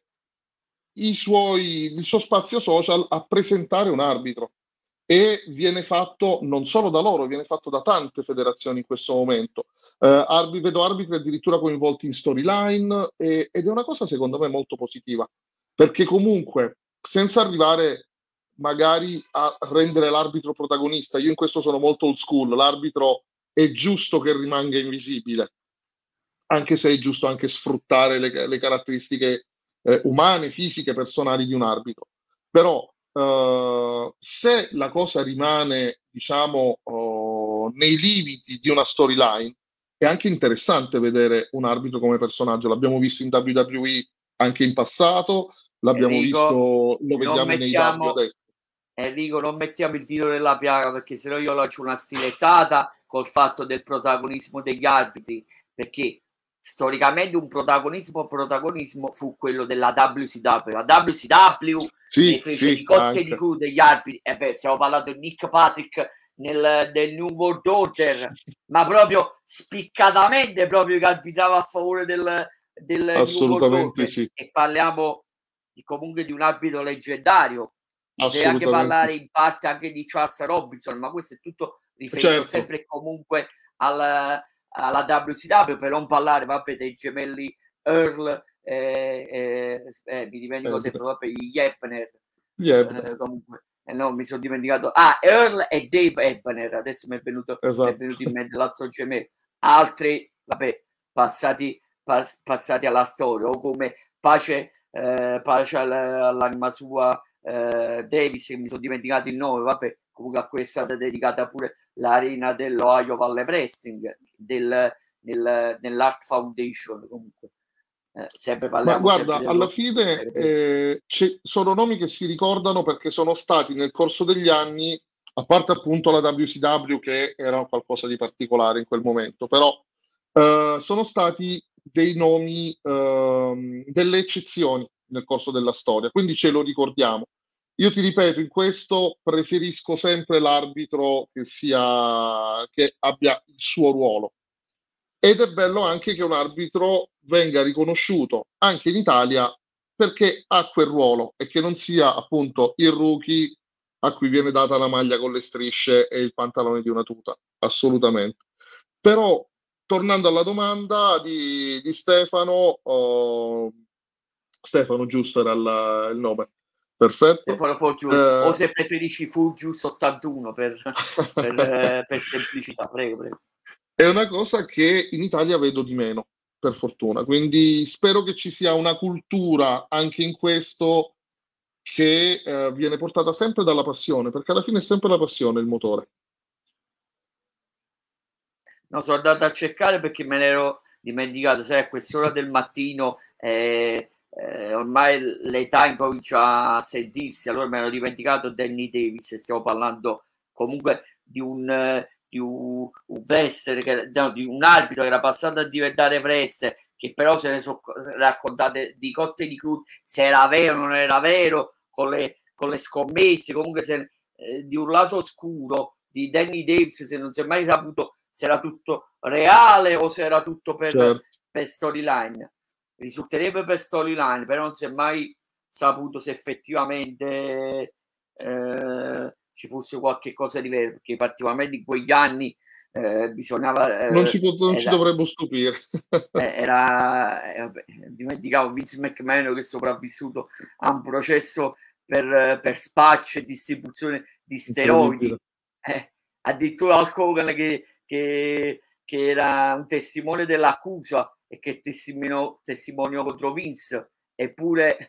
il suo spazio social a presentare un arbitro e viene fatto non solo da loro, viene fatto da tante federazioni in questo momento. Vedo arbitri addirittura coinvolti in storyline ed è una cosa secondo me molto positiva, perché comunque senza arrivare magari a rendere l'arbitro protagonista, io in questo sono molto old school, l'arbitro è giusto che rimanga invisibile, anche se è giusto anche sfruttare le caratteristiche umane, fisiche, personali di un arbitro. Però se la cosa rimane, diciamo, nei limiti di una storyline, è anche interessante vedere un arbitro come personaggio. L'abbiamo visto in WWE anche in passato, l'abbiamo Enrico, visto, lo non vediamo nei W mettiamo, adesso. Enrico, non mettiamo il dito nella piaga perché sennò io lancio una stilettata col fatto del protagonismo degli arbitri, perché storicamente un protagonismo fu quello della WCW. La WCW ne Sì, fece di sì, cotte e di anche. crude degli arbitri. E beh, stiamo parlando di Nick Patrick del New World Order, ma proprio spiccatamente, proprio che arbitrava a favore del New World Assolutamente Order. sì, E parliamo comunque di un arbitro leggendario. Potrei anche assolutamente parlare sì. in parte anche di Charles Robinson, ma questo è tutto riferito Certo, sempre e comunque alla WCW, per non parlare, vabbè, dei gemelli Earl, mi dimentico sempre, vabbè, gli Hebner, Ebner, comunque, no, mi sono dimenticato, Earl e Dave Hebner, adesso mi è venuto esatto. in mente l'altro gemello, altri, vabbè, passati alla storia, o come pace all'anima sua, Davis, che mi sono dimenticato il nome, vabbè, comunque a cui è stata dedicata pure l'arena dell'Ohio Valley Wrestling nell'Art Foundation, comunque. Sempre Ma parliamo sempre guarda, alla dello. fine sono nomi che si ricordano perché sono stati nel corso degli anni, a parte appunto la WCW che era qualcosa di particolare in quel momento, però sono stati dei nomi, delle eccezioni nel corso della storia, quindi ce lo ricordiamo. Io ti ripeto, in questo preferisco sempre l'arbitro che abbia il suo ruolo. Ed è bello anche che un arbitro venga riconosciuto anche in Italia perché ha quel ruolo e che non sia appunto il rookie a cui viene data la maglia con le strisce e il pantalone di una tuta. Assolutamente. Però, tornando alla domanda di Stefano, Stefano, giusto era il nome. Perfetto. Stefano Forgiuri, o Eh, se preferisci Furgius 81 per semplicità, prego, prego. È una cosa che in Italia vedo di meno, per fortuna. Quindi spero che ci sia una cultura anche in questo che viene portata sempre dalla passione, perché alla fine è sempre la passione il motore. No, sono andato a cercare perché me l'ero dimenticato, sai, a quest'ora del mattino ormai l'età incomincia a sentirsi, allora me l'ero dimenticato Danny Davis, stiamo parlando comunque di un wrestler, no, di un arbitro che era passato a diventare wrestler, che però se ne sono raccontate di cotte e di crude, se era vero o non era vero, con le scommesse, comunque di un lato oscuro di Danny Davis, se non si è mai saputo se era tutto reale o se era tutto Certo, per storyline. Risulterebbe per storyline, però non si è mai saputo se effettivamente ci fosse qualche cosa di vero, perché particolarmente in quegli anni bisognava non ci dovrebbe stupire. vabbè, dimenticavo Vince McMahon che è sopravvissuto a un processo per spaccio e distribuzione di Incredibile. steroidi, addirittura Hulk Hogan che era un testimone dell'accusa e che testimoniò contro Vince, eppure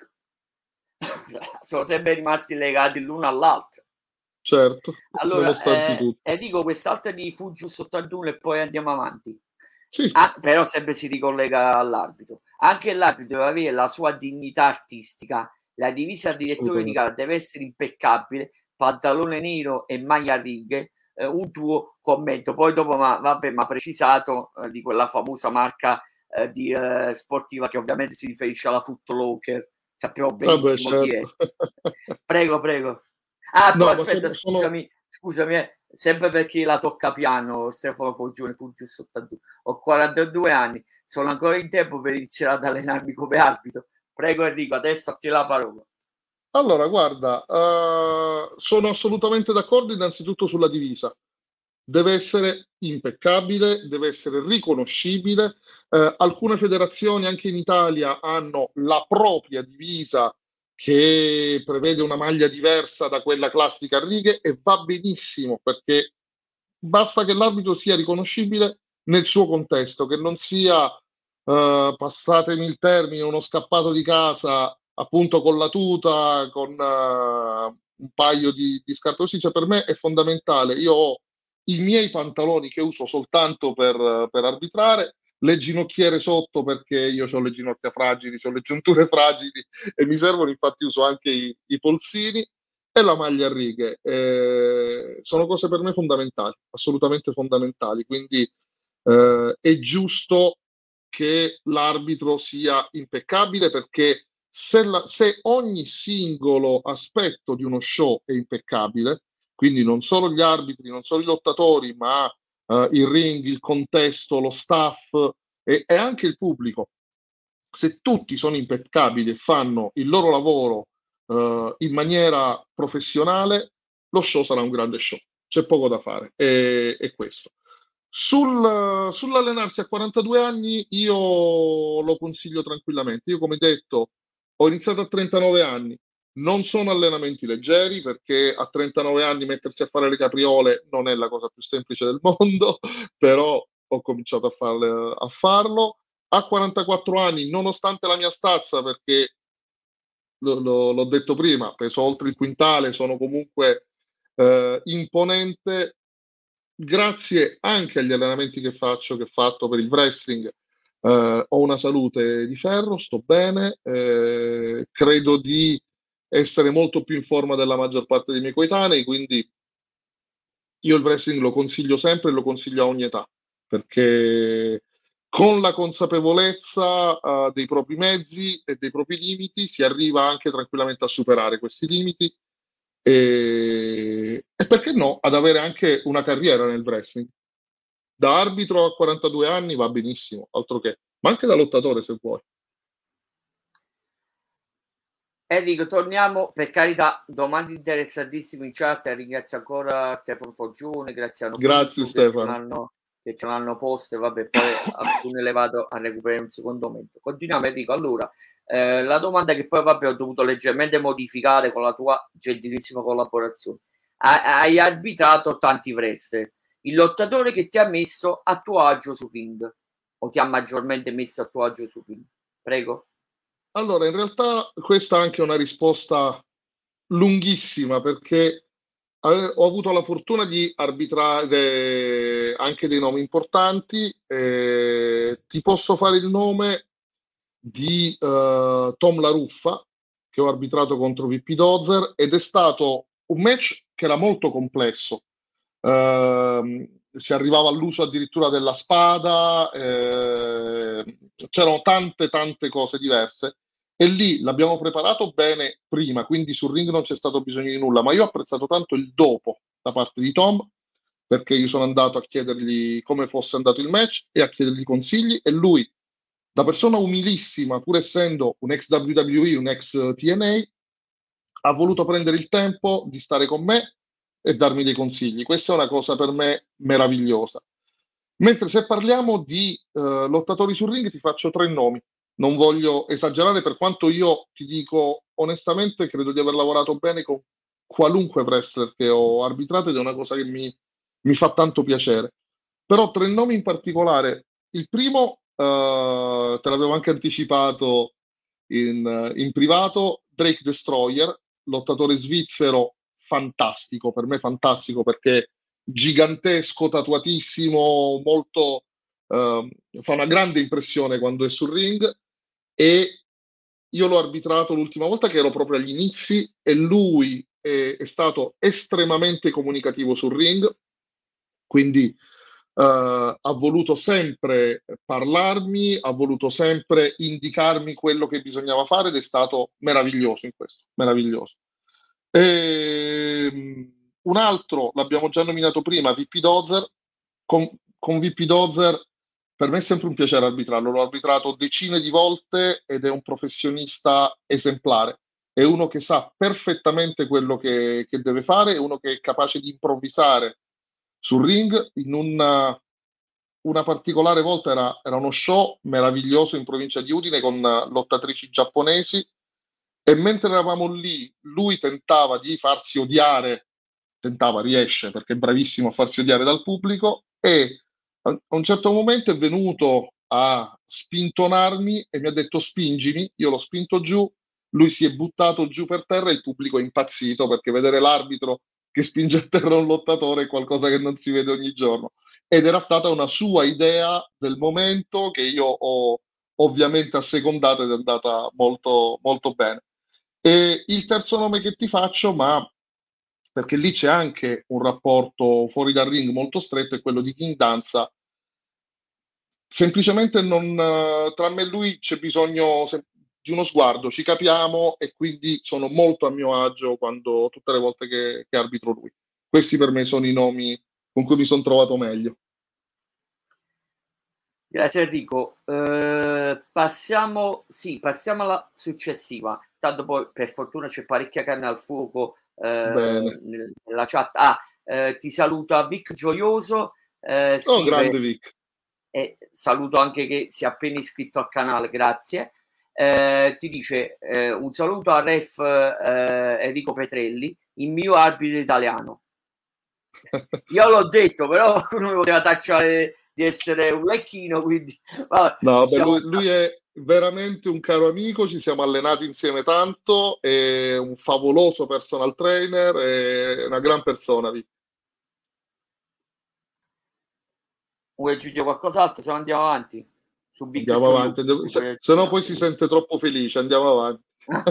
sono sempre rimasti legati l'uno all'altro. Certo, Allora, nonostante tutto. dico quest'altra di Fuggius 81 e poi andiamo avanti. Sì, Però sempre si ricollega all'arbitro. Anche l'arbitro deve avere la sua dignità artistica. La divisa al direttore di assolutamente. gara deve essere impeccabile, pantalone nero e maglia a righe. Un tuo commento, poi dopo vabbè, ma precisato di quella famosa marca sportiva che ovviamente si riferisce alla Foot Locker. Sappiamo Vabbè, benissimo chi è. certo. Prego, prego. Poi No, ma aspetta, sono scusami, sempre perché la tocca piano, Stefano Foggione, fu giusto 81. Ho 42 anni, sono ancora in tempo per iniziare ad allenarmi come arbitro. Prego Enrico, adesso a te la parola. Allora, guarda, sono assolutamente d'accordo innanzitutto sulla divisa. Deve essere impeccabile, deve essere riconoscibile. Alcune federazioni anche in Italia hanno la propria divisa che prevede una maglia diversa da quella classica a righe e va benissimo perché basta che l'arbitro sia riconoscibile nel suo contesto, che non sia, passatemi il termine, uno scappato di casa appunto con la tuta, con un paio di scarpe così. Cioè, per me è fondamentale. Io ho i miei pantaloni che uso soltanto per arbitrare, le ginocchiere sotto perché io ho le ginocchia fragili, ho le giunture fragili e mi servono, infatti uso anche i polsini e la maglia a righe. Sono cose per me fondamentali, assolutamente fondamentali. Quindi è giusto che l'arbitro sia impeccabile perché se ogni singolo aspetto di uno show è impeccabile, quindi non solo gli arbitri, non solo i lottatori, ma il ring, il contesto, lo staff e anche il pubblico. Se tutti sono impeccabili e fanno il loro lavoro in maniera professionale, lo show sarà un grande show. C'è poco da fare, è questo. Sull'allenarsi a 42 anni io lo consiglio tranquillamente. Io, come detto, ho iniziato a 39 anni. Non sono allenamenti leggeri perché a 39 anni mettersi a fare le capriole non è la cosa più semplice del mondo, però ho cominciato a farlo. A 44 anni, nonostante la mia stazza, perché l'ho detto prima, peso oltre il quintale, sono comunque imponente, grazie anche agli allenamenti che faccio, che ho fatto per il wrestling, ho una salute di ferro, sto bene, credo di essere molto più in forma della maggior parte dei miei coetanei, quindi io il wrestling lo consiglio sempre e lo consiglio a ogni età, perché con la consapevolezza dei propri mezzi e dei propri limiti si arriva anche tranquillamente a superare questi limiti e perché no, ad avere anche una carriera nel wrestling. Da arbitro a 42 anni va benissimo, altro che, ma anche da lottatore se vuoi. Enrico, torniamo, per carità, domande interessantissime in chat, ringrazio ancora Stefano Foggione, Graziano Grazie Piso Stefano. che ce l'hanno poste, vabbè, poi alcune le vado a recuperare in un secondo momento. Continuiamo Enrico, allora, la domanda che poi vabbè ho dovuto leggermente modificare con la tua gentilissima collaborazione. Hai arbitrato tanti wrestler, il lottatore che ti ha messo a tuo agio su ring, o ti ha maggiormente messo a tuo agio su ring? Prego. Allora, in realtà questa è anche una risposta lunghissima perché ho avuto la fortuna di arbitrare anche dei nomi importanti. Ti posso fare il nome di Tom La Ruffa, che ho arbitrato contro VP Dozer, ed è stato un match che era molto complesso. Si arrivava all'uso addirittura della spada, c'erano tante cose diverse e lì l'abbiamo preparato bene prima, quindi sul ring non c'è stato bisogno di nulla, ma io ho apprezzato tanto il dopo da parte di Tom, perché io sono andato a chiedergli come fosse andato il match e a chiedergli consigli e lui, da persona umilissima, pur essendo un ex WWE, un ex TNA, ha voluto prendere il tempo di stare con me e darmi dei consigli. Questa è una cosa per me meravigliosa. Mentre se parliamo di lottatori sul ring, ti faccio tre nomi. Non voglio esagerare, per quanto io ti dico onestamente, credo di aver lavorato bene con qualunque wrestler che ho arbitrato ed è una cosa che mi fa tanto piacere. Però tre nomi in particolare. Il primo, te l'avevo anche anticipato in privato, Drake Destroyer, lottatore svizzero fantastico, per me fantastico perché gigantesco, tatuatissimo, molto, fa una grande impressione quando è sul ring e io l'ho arbitrato l'ultima volta che ero proprio agli inizi e lui è stato estremamente comunicativo sul ring, quindi ha voluto sempre parlarmi, ha voluto sempre indicarmi quello che bisognava fare ed è stato meraviglioso in questo, meraviglioso. Un altro, l'abbiamo già nominato prima, VP Dozer. Con VP Dozer per me è sempre un piacere arbitrarlo, l'ho arbitrato decine di volte ed è un professionista esemplare. È uno che sa perfettamente quello che deve fare, è uno che è capace di improvvisare sul ring. Una particolare volta era uno show meraviglioso in provincia di Udine con lottatrici giapponesi e mentre eravamo lì, lui tentava di farsi odiare, riesce perché è bravissimo a farsi odiare dal pubblico e a un certo momento è venuto a spintonarmi e mi ha detto spingimi, io l'ho spinto giù, lui si è buttato giù per terra e il pubblico è impazzito perché vedere l'arbitro che spinge a terra un lottatore è qualcosa che non si vede ogni giorno. Ed era stata una sua idea del momento che io ho ovviamente assecondato ed è andata molto bene. E il terzo nome che ti faccio, ma perché lì c'è anche un rapporto fuori dal ring molto stretto, è quello di King Danza. Semplicemente tra me e lui c'è bisogno di uno sguardo, ci capiamo e quindi sono molto a mio agio tutte le volte che arbitro lui. Questi per me sono i nomi con cui mi sono trovato meglio. Grazie Enrico. Passiamo alla successiva. Tanto poi per fortuna c'è parecchia carne al fuoco Bene. nella chat. Ti saluta Vic Gioioso, Oh, scrive, grande Vic. e saluto anche che si è appena iscritto al canale, grazie. Ti dice un saluto a Ref Enrico Petrelli, il mio arbitro italiano. Io l'ho detto, però qualcuno mi poteva tacciare di essere un lecchino, quindi vabbè, No, vabbè, siamo... lui è veramente un caro amico, ci siamo allenati insieme tanto, è un favoloso personal trainer, è una gran persona. Vic. Vuoi aggiungere qualcos'altro? Se no andiamo avanti su Vic Andiamo avanti, Gioioso. se no poi si sente troppo felice, andiamo avanti.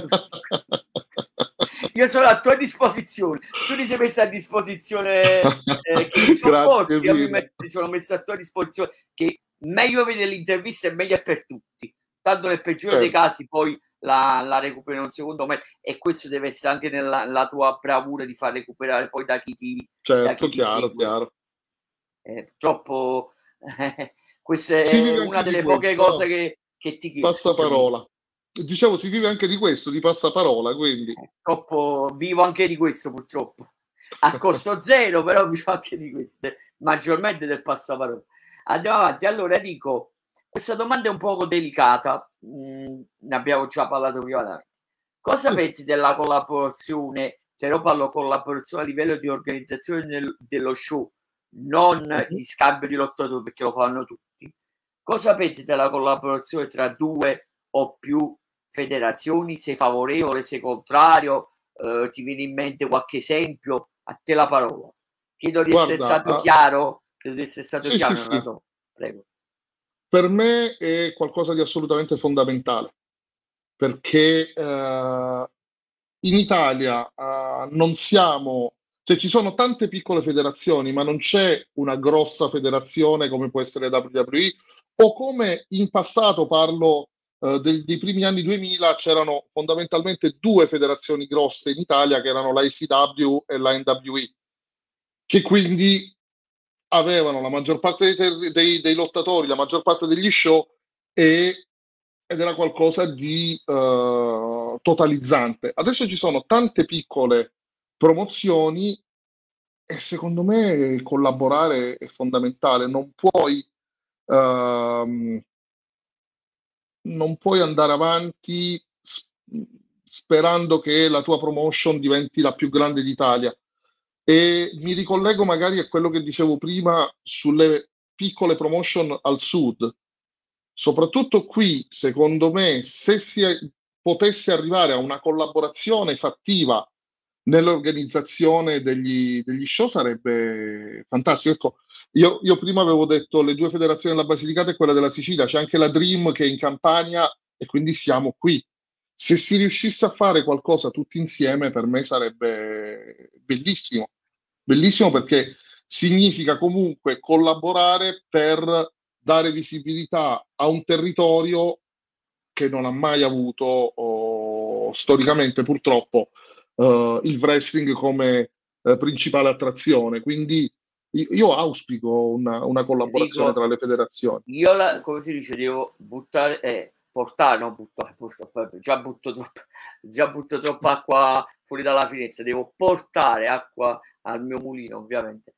Io sono a tua disposizione, tu ti sei messo a disposizione che mi Grazie sopporti, io mille. mi sono messo a tua disposizione che meglio vedere l'intervista e meglio è per tutti, tanto nel peggiore dei Certo, casi poi la recuperi in un secondo momento, e questo deve essere anche nella tua bravura di far recuperare poi da chi certo, ti chiaro, segue. chiaro. Purtroppo questa Si è vive una anche di delle poche cose questo, che ti chiedo. Scusami, passaparola. Dicevo, si vive anche di questo, di passaparola, quindi. purtroppo vivo anche di questo, purtroppo. A costo zero, però vivo anche di questo, maggiormente del passaparola. Andiamo avanti. Allora dico, questa domanda è un poco delicata, ne abbiamo già parlato prima. Cosa Sì. pensi della collaborazione, però parlo collaborazione a livello di organizzazione dello show, non Mhm. di scambio di lottatori, perché lo fanno tutti? Cosa pensi della collaborazione tra due o più federazioni? Sei favorevole, sei contrario? Ti viene in mente qualche esempio? A te la parola. Credo di essere Guarda, stato chiaro. Credo di essere stato sì, sì, chiaro nella sì, tua. Prego. per me è qualcosa di assolutamente fondamentale, perché in Italia non siamo, cioè ci sono tante piccole federazioni, ma non c'è una grossa federazione come può essere WWE, o come in passato, parlo dei primi anni 2000, c'erano fondamentalmente due federazioni grosse in Italia, che erano la ECW e la NWE, che quindi avevano la maggior parte dei lottatori, la maggior parte degli show, ed era qualcosa di totalizzante. Adesso ci sono tante piccole promozioni e secondo me collaborare è fondamentale. Ehm, non puoi andare avanti sperando che la tua promotion diventi la più grande d'Italia. E mi ricollego magari a quello che dicevo prima sulle piccole promotion al sud. Soprattutto qui, secondo me, se si potesse arrivare a una collaborazione fattiva nell'organizzazione degli show sarebbe fantastico. Ecco, io prima avevo detto le due federazioni della Basilicata e quella della Sicilia, c'è anche la Dream che è in Campania e quindi siamo qui. Se si riuscisse a fare qualcosa tutti insieme, per me sarebbe bellissimo. Bellissimo perché significa comunque collaborare per dare visibilità a un territorio che non ha mai avuto, storicamente purtroppo, il wrestling come principale attrazione. Quindi io auspico una collaborazione Dico, tra le federazioni. io come si dice, devo buttare, portare, no, già butto troppa acqua fuori dalla finestra, devo portare acqua al mio mulino, ovviamente.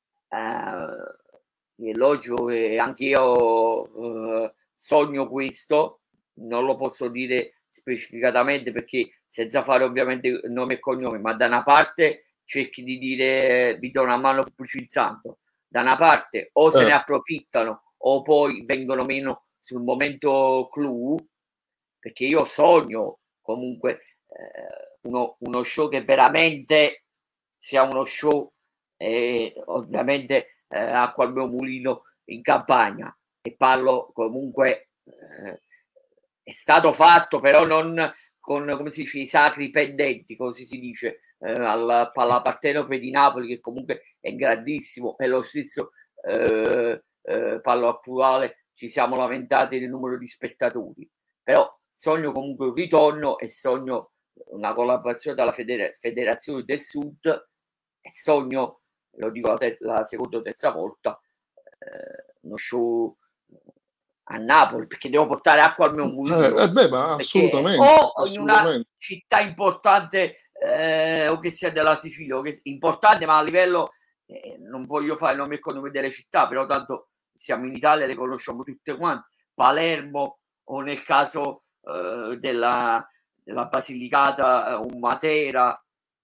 È logico che anche io sogno questo, non lo posso dire specificatamente perché senza fare ovviamente nome e cognome, ma da una parte cerchi di dire vi do una mano pubblicizzando, da una parte o se ne Certo, approfittano o poi vengono meno sul momento clou, perché io sogno comunque uno show che veramente sia uno show, ovviamente acqua al mio mulino in campagna, e parlo comunque è stato fatto però non con, come si dice, i sacri pendenti, così si dice, alla Partenope di Napoli, che comunque è grandissimo, e lo stesso Pallo attuale ci siamo lamentati del numero di spettatori, però sogno comunque un ritorno e sogno una collaborazione dalla Federazione del Sud sogno, lo dico la seconda o terza volta, uno show a Napoli, perché devo portare acqua al mio mulino, beh, ma perché assolutamente, o in una assolutamente. città importante, o che sia della Sicilia, o che importante, ma a livello non voglio fare nomi e cognomi delle città, però tanto siamo in Italia, le conosciamo tutte quante, Palermo, o nel caso della Basilicata, un Matera,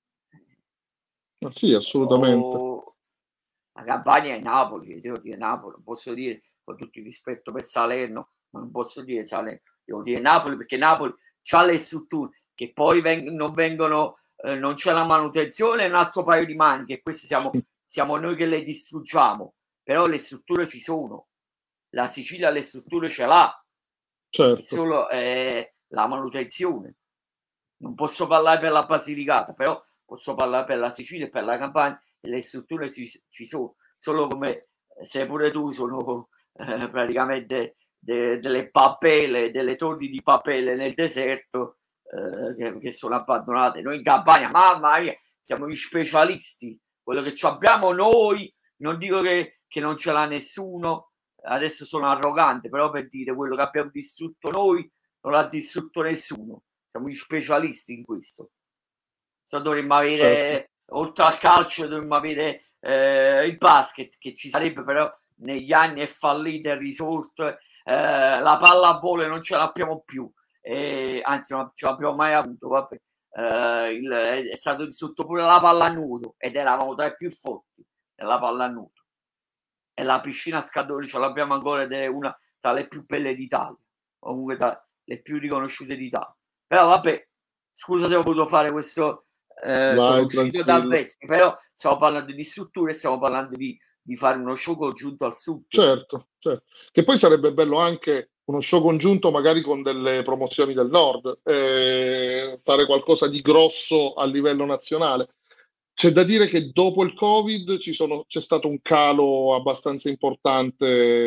Ma sì, assolutamente. o la Campania è Napoli, devo dire Napoli, non posso dire con tutto il rispetto per Salerno, ma non posso dire Salerno, devo dire Napoli, perché Napoli c'ha le strutture che poi non vengono, non c'è la manutenzione, è un altro paio di maniche, e questi siamo noi che le distruggiamo, però le strutture ci sono. La Sicilia le strutture ce l'ha, è Certo, solo la manutenzione. Non posso parlare per la Basilicata, però posso parlare per la Sicilia e per la Campania, e le strutture ci sono, solo come sai pure tu, sono praticamente delle papele, delle torri di papele nel deserto, che sono abbandonate. Noi in Campania, mamma mia, siamo gli specialisti, quello che abbiamo noi, non dico che non ce l'ha nessuno, adesso sono arrogante, però per dire quello che abbiamo distrutto noi non l'ha distrutto nessuno, siamo gli specialisti in questo. Dovremmo certo. avere, oltre al calcio, dovremmo avere il basket, che ci sarebbe, però negli anni è fallito, è risorto, la pallavolo non ce l'abbiamo più, anzi non ce l'abbiamo mai avuto, vabbè. È stato distrutto pure la pallanuoto, ed eravamo tra i più forti nella pallanuoto, e la piscina a Scadori ce l'abbiamo ancora, ed è una tra le più belle d'Italia, comunque tra le più riconosciute d'Italia. Però vabbè, scusa se ho voluto fare questo, sono Vai, uscito da tranquillo. vesti, però stiamo parlando di strutture, stiamo parlando di fare uno show congiunto al sud. Certo, certo. Che poi sarebbe bello anche uno show congiunto magari con delle promozioni del Nord, fare qualcosa di grosso a livello nazionale. C'è da dire che dopo il Covid c'è stato un calo abbastanza importante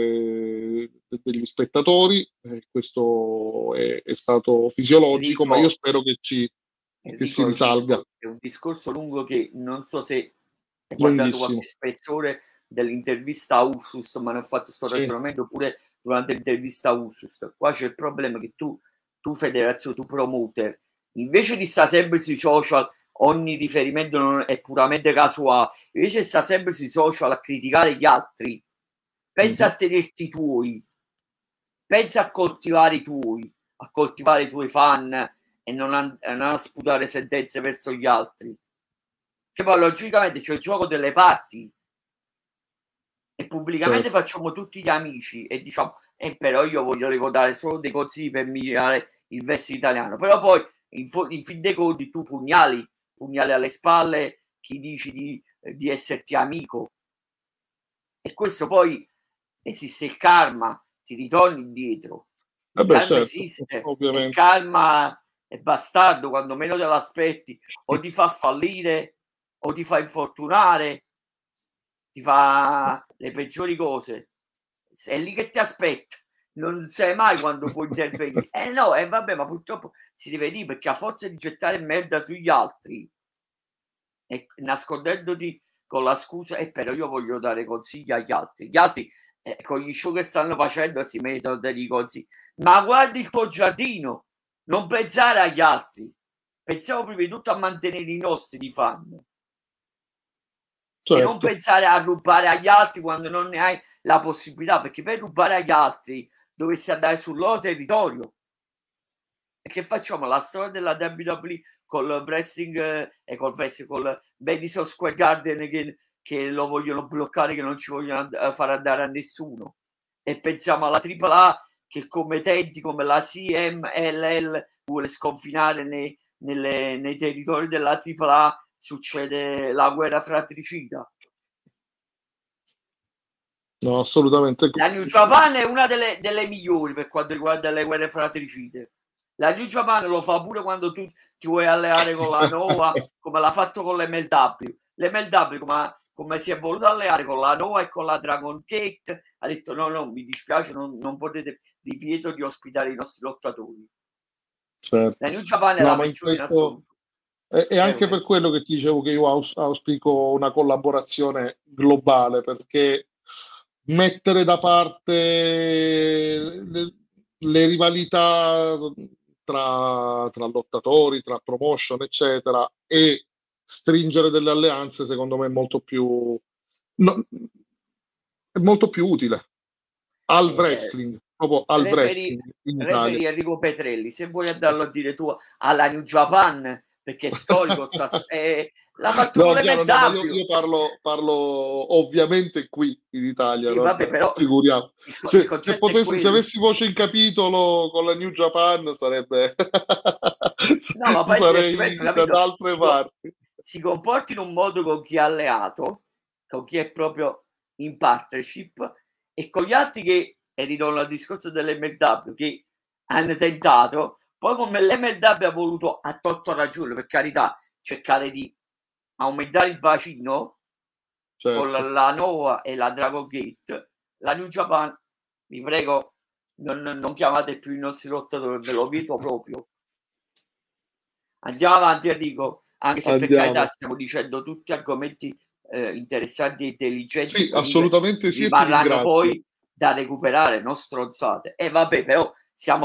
degli spettatori, questo è stato fisiologico, ma io Enrico, spero che si risalga. è un discorso lungo, che non so se hai guardato qualche Lunghissimo. spezzone dell'intervista a Ursus, ma ne ho fatto sto Sì, ragionamento pure durante l'intervista a Ursus. Qua c'è il problema che tu federazione, tu promoter, invece di stare sempre sui social, ogni riferimento non è puramente casuale, invece sta sempre sui social a criticare gli altri, pensa mhm, a tenerti i tuoi, pensa a coltivare i tuoi, a coltivare i tuoi fan, e non a sputare sentenze verso gli altri. Che poi logicamente c'è il gioco delle parti, e pubblicamente certo. facciamo tutti gli amici e diciamo però io voglio ricordare solo dei consigli per migliorare il wrestling italiano, però poi in fin dei conti tu pugnali alle spalle chi dici di esserti amico, e questo poi esiste il karma, ti ritorni indietro. Il Beh, karma certo, esiste, e il ovviamente. karma è bastardo, quando meno te l'aspetti o ti fa fallire, o ti fa infortunare, ti fa le peggiori cose. È lì che ti aspetta, non sai mai quando puoi intervenire. No, e vabbè, ma purtroppo si deve dire, perché a forza di gettare merda sugli altri e nascondendoti con la scusa, però io voglio dare consigli agli altri. Gli altri, con gli show che stanno facendo, si mettono dei consigli. Ma guardi il tuo giardino, non pensare agli altri. Pensiamo prima di tutto a mantenere i nostri di fan, e non Certo. pensare a rubare agli altri quando non ne hai la possibilità, perché per rubare agli altri dovresti andare sul loro territorio. E che facciamo? La storia della WWE col wrestling, e col wrestling, col Madison Square Garden, che lo vogliono bloccare, che non ci vogliono far andare a nessuno. E pensiamo alla AAA, che come tenti, come la CMLL, vuole sconfinare nei territori della AAA, succede la guerra fratricida. No, assolutamente. La New Japan è una delle migliori per quanto riguarda le guerre fratricide. La New Japan lo fa pure quando tu ti vuoi alleare con la Nova, come l'ha fatto con l'MLW. L'MLW, come si è voluto alleare con la Nova e con la Dragon Gate, ha detto no, no, mi dispiace, non potete, vi vieto di ospitare i nostri lottatori. La Certo. New Japan è No, la ma in peggiore in questo, assoluto. E anche per quello che ti dicevo che io auspico una collaborazione globale, perché mettere da parte le rivalità tra lottatori, tra promotion, eccetera, e stringere delle alleanze, secondo me è molto più utile al wrestling, proprio al referi, wrestling in Italia. referi Enrico Petrelli, se vuoi andarlo a dire tu alla New Japan, perché è storico, l'ha fatto con No, chiaro, no, ma io, l'MW. io parlo ovviamente qui in Italia, Sì, non vabbè, però figuriamo. il Se concetto è se quello. avessi voce in capitolo con la New Japan sarebbe No, ma poi il divertimento, sarei da capito? altre parti. Si comporti in un modo con chi è alleato, con chi è proprio in partnership, e con gli altri che, e ritorno al discorso dell'MLW, che hanno tentato, poi come l'MLW ha voluto, a torto ragione, per carità, cercare di aumentare il bacino con Certo, la Noah e la Dragon Gate, la New Japan, vi prego, non chiamate più i nostri lottatori, ve lo vieto proprio. Andiamo avanti, Enrico, anche se per carità andiamo. stiamo dicendo tutti argomenti interessanti e intelligenti, Sì, comunque assolutamente sì, e ti rimarranno ringrazio. poi da recuperare, non stronzate. E vabbè, però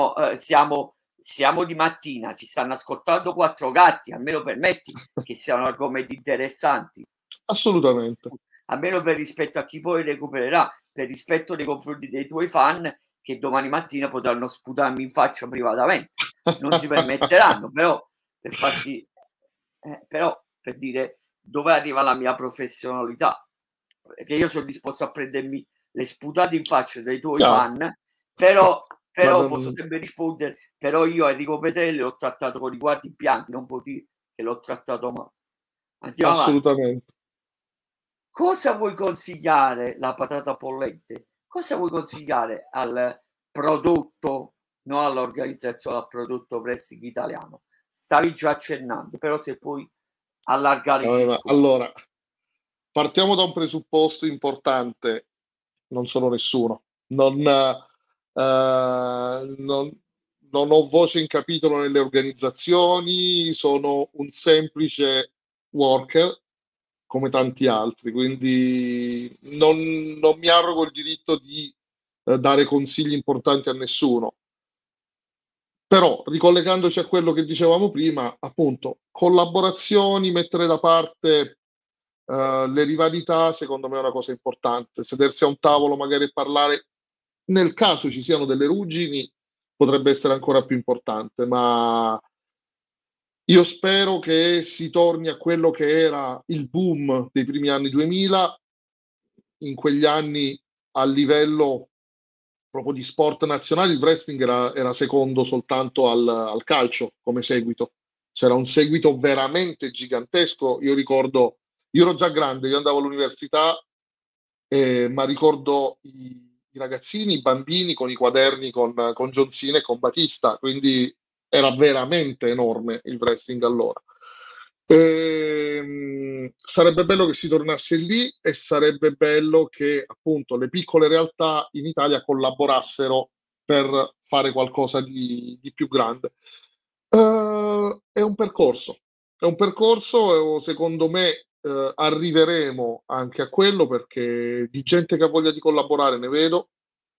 siamo di mattina, ci stanno ascoltando quattro gatti, almeno permetti che siano argomenti interessanti. Assolutamente. Almeno per rispetto a chi poi recupererà, per rispetto nei confronti dei tuoi fan che domani mattina potranno sputarmi in faccia privatamente. Non si permetteranno, però per farti però per dire dove arriva la mia professionalità, perché io sono disposto a prendermi le sputate in faccia dei tuoi Chiaro. fan, però, Ma però posso sempre rispondere, però io Enrico Petelli l'ho trattato con i guanti bianchi, non può dire che l'ho trattato male. Andiamo avanti. assolutamente. Cosa vuoi consigliare la patata pollente? Cosa vuoi consigliare al prodotto, non all'organizzazione, al prodotto wrestling italiano? Stavi già accennando, però se puoi allargare il Ma discorso. allora, partiamo da un presupposto importante: non sono nessuno, non ho voce in capitolo nelle organizzazioni, sono un semplice worker come tanti altri, quindi non mi arrogo il diritto di dare consigli importanti a nessuno. Però, ricollegandoci a quello che dicevamo prima, appunto, collaborazioni, mettere da parte le rivalità, secondo me è una cosa importante. Sedersi a un tavolo magari e parlare, nel caso ci siano delle ruggini, potrebbe essere ancora più importante, ma io spero che si torni a quello che era il boom dei primi anni 2000. In quegli anni, a livello proprio di sport nazionali, il wrestling era secondo soltanto al calcio come seguito. C'era un seguito veramente gigantesco. Io ricordo, io ero già grande, io andavo all'università, ma ricordo i ragazzini, i bambini con i quaderni con John Cena e con Batista, quindi era veramente enorme il wrestling allora. Sarebbe bello che si tornasse lì e sarebbe bello che appunto le piccole realtà in Italia collaborassero per fare qualcosa di più grande. È un percorso, secondo me arriveremo anche a quello perché di gente che ha voglia di collaborare ne vedo.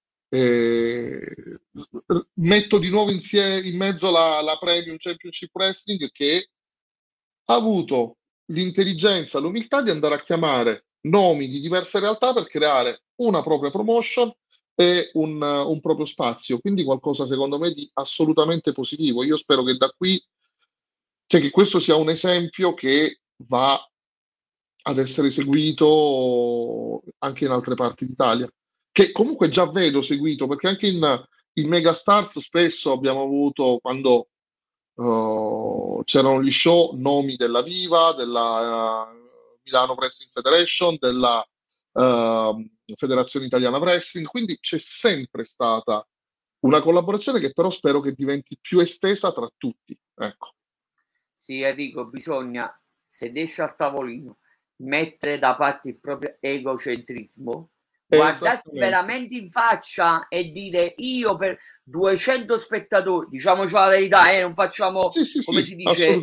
Eh, Metto di nuovo in mezzo la Premium Championship Wrestling che ha avuto l'intelligenza, l'umiltà di andare a chiamare nomi di diverse realtà per creare una propria promotion e un proprio spazio, quindi qualcosa secondo me di assolutamente positivo. Io spero che da qui, cioè che questo sia un esempio che va ad essere seguito anche in altre parti d'Italia, che comunque già vedo seguito, perché anche in Megastars spesso abbiamo avuto, quando c'erano gli show, nomi della Viva, della Milano Wrestling Federation, della Federazione Italiana Wrestling, quindi c'è sempre stata una collaborazione che però spero che diventi più estesa tra tutti. Ecco. Sì, Enrico, bisogna sedersi al tavolino, mettere da parte il proprio egocentrismo, guardarsi veramente in faccia e dire: io per 200 spettatori, diciamoci la verità, non facciamo, come si dice,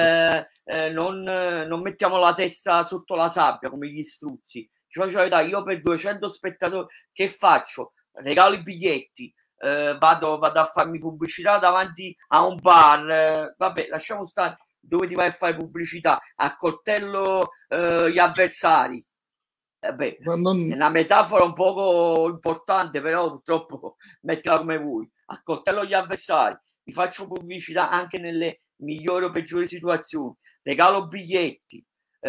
non mettiamo la testa sotto la sabbia come gli struzzi. Diciamoci la verità, io per 200 spettatori che faccio? Regalo i biglietti, vado a farmi pubblicità davanti a un bar, vabbè, lasciamo stare dove ti vai a fare pubblicità, accoltello gli avversari. Beh, è una metafora un poco importante, però purtroppo mettila come vuoi. Accoltello gli avversari, vi faccio pubblicità anche nelle migliori o peggiori situazioni, regalo biglietti,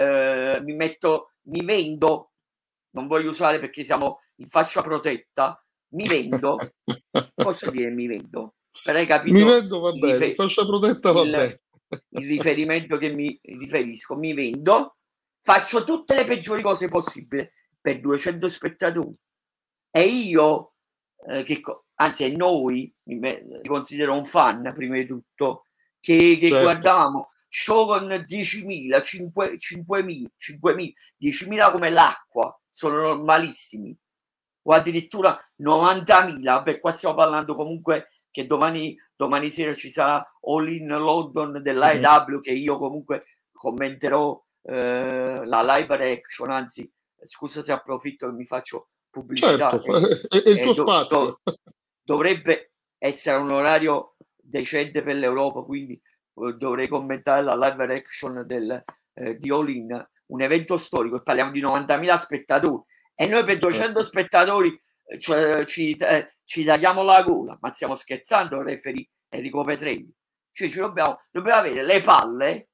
mi vendo, non voglio usare perché siamo in fascia protetta, mi vendo, posso dire mi vendo? Però hai capito, mi vendo, va bene, fascia protetta va bene. Il riferimento che mi riferisco, mi vendo, faccio tutte le peggiori cose possibili per 200 spettatori e io anzi noi, mi considero un fan prima di tutto, che certo, guardavamo show con 10.000, 5.000, 10.000 come l'acqua, sono normalissimi, o addirittura 90.000. Beh, qua stiamo parlando comunque che domani sera ci sarà All in London dell'AEW, che io comunque commenterò la live reaction, anzi scusa se approfitto che mi faccio pubblicità, certo, è il tuo spazio. Dovrebbe essere un orario decente per l'Europa, quindi dovrei commentare la live reaction di All In, un evento storico, e parliamo di 90.000 spettatori e noi per 200 spettatori ci tagliamo la gola. Ma stiamo scherzando, referee Enrico Petrelli? Cioè dobbiamo avere le palle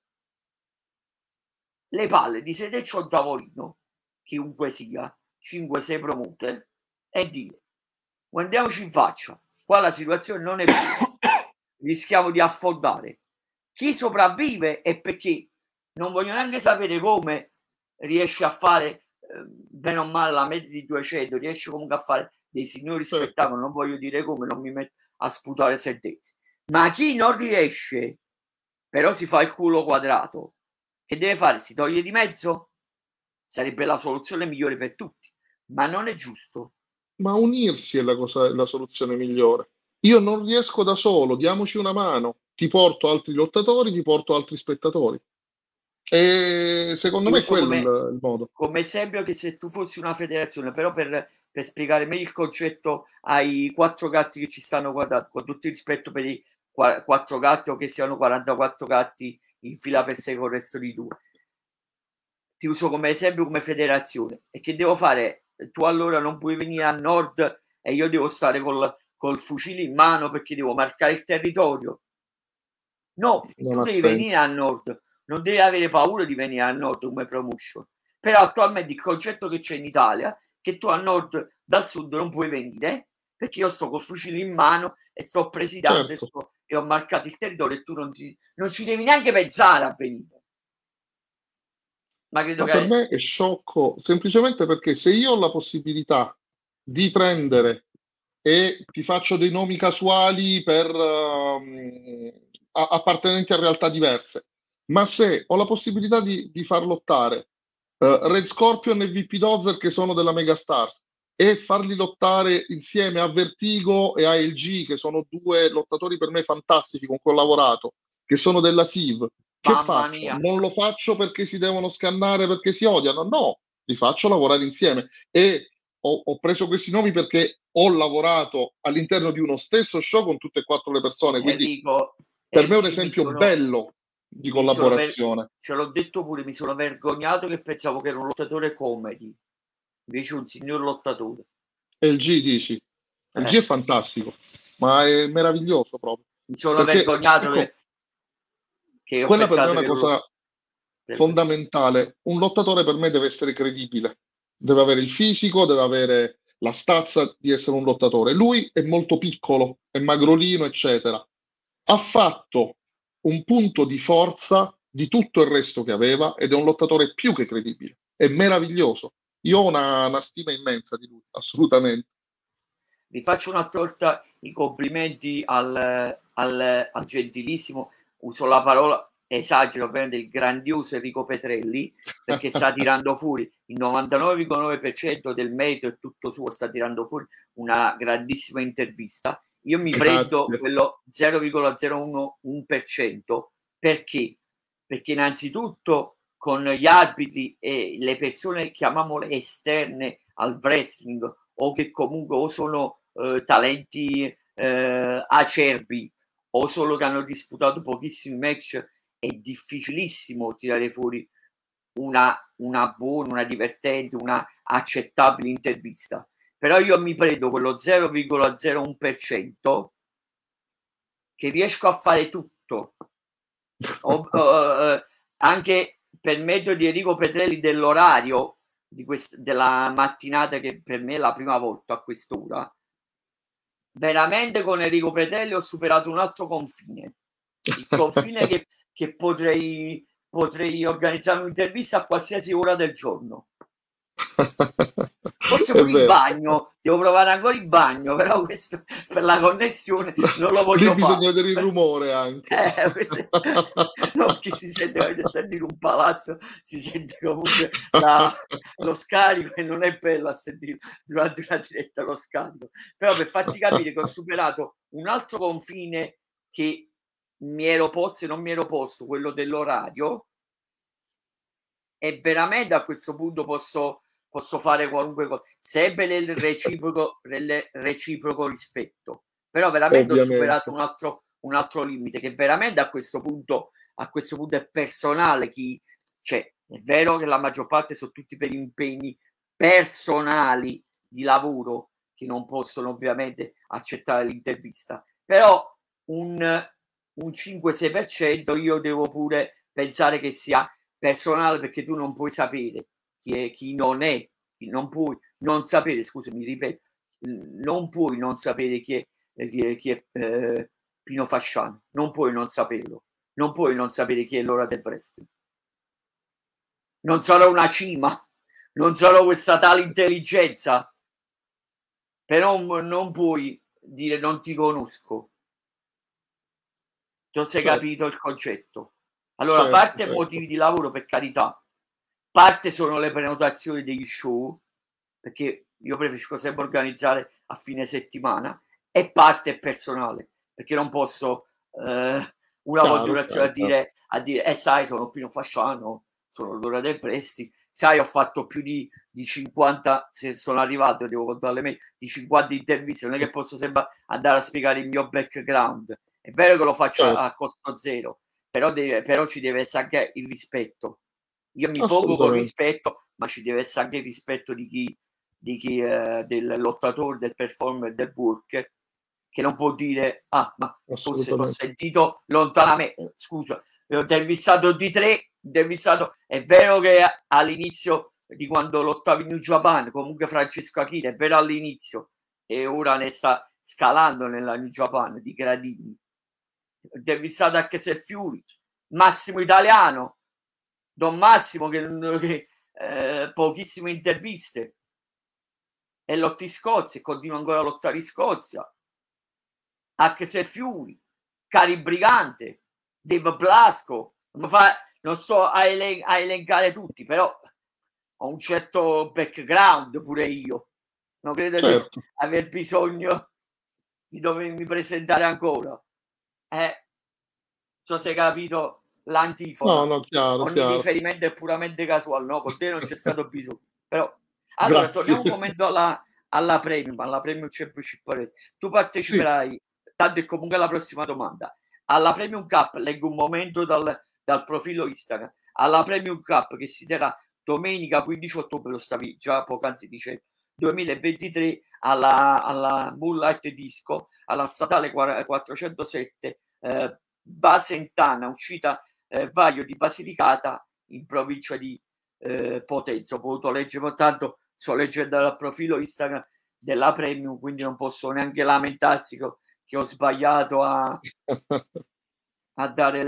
di sederci a un tavolino, chiunque sia, 5-6 promoter, e dire: guardiamoci in faccia, qua la situazione non è buona, rischiamo di affondare. Chi sopravvive è perché non voglio neanche sapere come riesce a fare bene o male la media di 200, riesce comunque a fare dei signori spettacoli, non voglio dire come, non mi metto a sputare sentenze, ma chi non riesce però si fa il culo quadrato, che deve fare? Si toglie di mezzo? Sarebbe la soluzione migliore per tutti, ma non è giusto. Ma unirsi è la soluzione migliore. Io non riesco da solo, diamoci una mano, ti porto altri lottatori, ti porto altri spettatori. E secondo me è quello il modo. Come esempio, che se tu fossi una federazione, però per spiegare meglio il concetto ai 4 gatti che ci stanno guardando, con tutto il rispetto per i 4 gatti o che siano 44 gatti in fila per 6 con il resto di 2, ti uso come esempio come federazione. E che devo fare? Tu allora non puoi venire a nord e io devo stare col fucile in mano perché devo marcare il territorio? No, tu devi venire a nord, non devi avere paura di venire a nord come promotion. Però attualmente il concetto che c'è in Italia è che tu a nord dal sud non puoi venire perché io sto col fucile in mano e sto presidente, certo, e ho marcato il territorio e tu non ci devi neanche pensare a venire. Ma credo che per me è sciocco, semplicemente perché se io ho la possibilità di prendere e ti faccio dei nomi casuali per appartenenti a realtà diverse, ma se ho la possibilità di far lottare Red Scorpion e VP Dozer, che sono della Megastars, e farli lottare insieme a Vertigo e a LG, che sono 2 lottatori per me fantastici con cui ho lavorato, che sono della SIV, che faccio? Mia. Non lo faccio perché si devono scannare, perché si odiano, no, li faccio lavorare insieme. E ho preso questi nomi perché ho lavorato all'interno di uno stesso show con tutte e 4 le persone, quindi Enrico, per me è un esempio bello di collaborazione. Ce l'ho detto pure, mi sono vergognato che pensavo che era un lottatore comedy, invece un signor lottatore. LG dici? LG è fantastico, ma è meraviglioso proprio. Mi sono vergognato che quella per me è una cosa fondamentale. Un lottatore per me deve essere credibile, deve avere il fisico, deve avere la stazza di essere un lottatore. Lui è molto piccolo, è magrolino, eccetera. Ha fatto un punto di forza di tutto il resto che aveva ed è un lottatore più che credibile. È meraviglioso. Io ho una stima immensa di lui, assolutamente. Vi faccio una volta i complimenti al gentilissimo, uso la parola esagero ovviamente, il grandioso Enrico Petrelli, perché sta tirando fuori il 99,9% del merito è tutto suo, sta tirando fuori una grandissima intervista. Io mi prendo Grazie. quello 0,01% perché? Perché innanzitutto con gli arbitri e le persone, chiamiamole esterne al wrestling, o che comunque o sono talenti acerbi o solo che hanno disputato pochissimi match, è difficilissimo tirare fuori una buona, una divertente, una accettabile intervista. Però io mi prendo quello 0,01% che riesco a fare tutto. Anche per mezzo di Enrico Petrelli dell'orario della mattinata, che per me è la prima volta a quest'ora. Veramente con Enrico Petrelli ho superato un altro confine. Il confine che potrei organizzare un'intervista a qualsiasi ora del giorno. Forse È pure in vero. bagno, devo provare ancora in bagno, però questo per la connessione non lo voglio Lì fare. bisogna vedere il rumore anche. No, che si sente, avete sentito un palazzo, si sente comunque lo scarico e non è bello a sentire durante una diretta lo scarico. Però per farti capire che ho superato un altro confine che mi ero posto e non mi ero posto, quello dell'orario, e veramente a questo punto posso fare qualunque cosa, sempre nel reciproco rispetto. Però veramente ho superato Ovviamente. un altro limite, che veramente a questo punto è personale. Cioè, è vero che la maggior parte sono tutti per impegni personali di lavoro che non possono ovviamente accettare l'intervista, però un 5-6% io devo pure pensare che sia personale, perché tu non puoi sapere chi non è, non puoi non sapere, scusami, ripeto, non puoi non sapere chi è Pino Fasciano, non puoi non saperlo, non puoi non sapere chi è l'ora del wrestling. Non sarò una cima, non sarò questa tale intelligenza, però non puoi dire non ti conosco. Non sei Certo, capito il concetto. Allora, certo, parte certo. motivi di lavoro, per carità, parte sono le prenotazioni degli show, perché io preferisco sempre organizzare a fine settimana, e parte è personale, perché non posso una Chiaro, continuazione chiaro, chiaro. a dire sai, sono Pino Fasciano, sono l'ora del wrestling, sai, ho fatto più di 50, se sono arrivato, devo contarle me, di 50 interviste, non è che posso sempre andare a spiegare il mio background. È vero che lo faccio Certo, a costo zero, però ci deve essere anche il rispetto. Io mi pongo con assolutamente, rispetto, ma ci deve essere anche il rispetto del lottatore, del performer, del worker, che non può dire ah, ma forse t'ho assolutamente. sentito lontanamente, scusa, ho intervistato di 3, intervistato. È vero che all'inizio di quando lottavi in New Japan, comunque Francesco Akira, è vero all'inizio, e ora ne sta scalando nella New Japan di gradini. Ho intervistato anche Seth Fury, Massimo Italiano, Don Massimo, che pochissime interviste, e lotta in Scozia e continua ancora a lottare in Scozia. Anche se Fury, Cari Brigante, Dave Blasco, non sto a elencare tutti, però ho un certo background pure io. Non credo di Certo. aver bisogno di dovermi presentare ancora. So se hai capito No, l'antifona. no, chiaro, Ogni chiaro. riferimento è puramente casuale, no? Con te non c'è stato bisogno. Però, allora, Grazie. torniamo un momento alla Premium Championship Race. Tu Sì, parteciperai, tanto è comunque la prossima domanda. Alla Premium Cup, leggo un momento dal profilo Instagram, alla Premium Cup che si terrà domenica 15 ottobre, lo stavi già poc'anzi dicendo, 2023, alla Moonlight Disco, alla statale 407, Basentana, uscita Vaio di Basilicata, in provincia di Potenza. Ho potuto leggere, ma tanto sto leggendo dal profilo Instagram della Premium, quindi non posso neanche lamentarsi che ho sbagliato a dare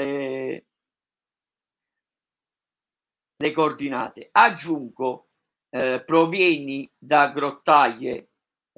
le coordinate. Aggiungo, provieni da Grottaglie,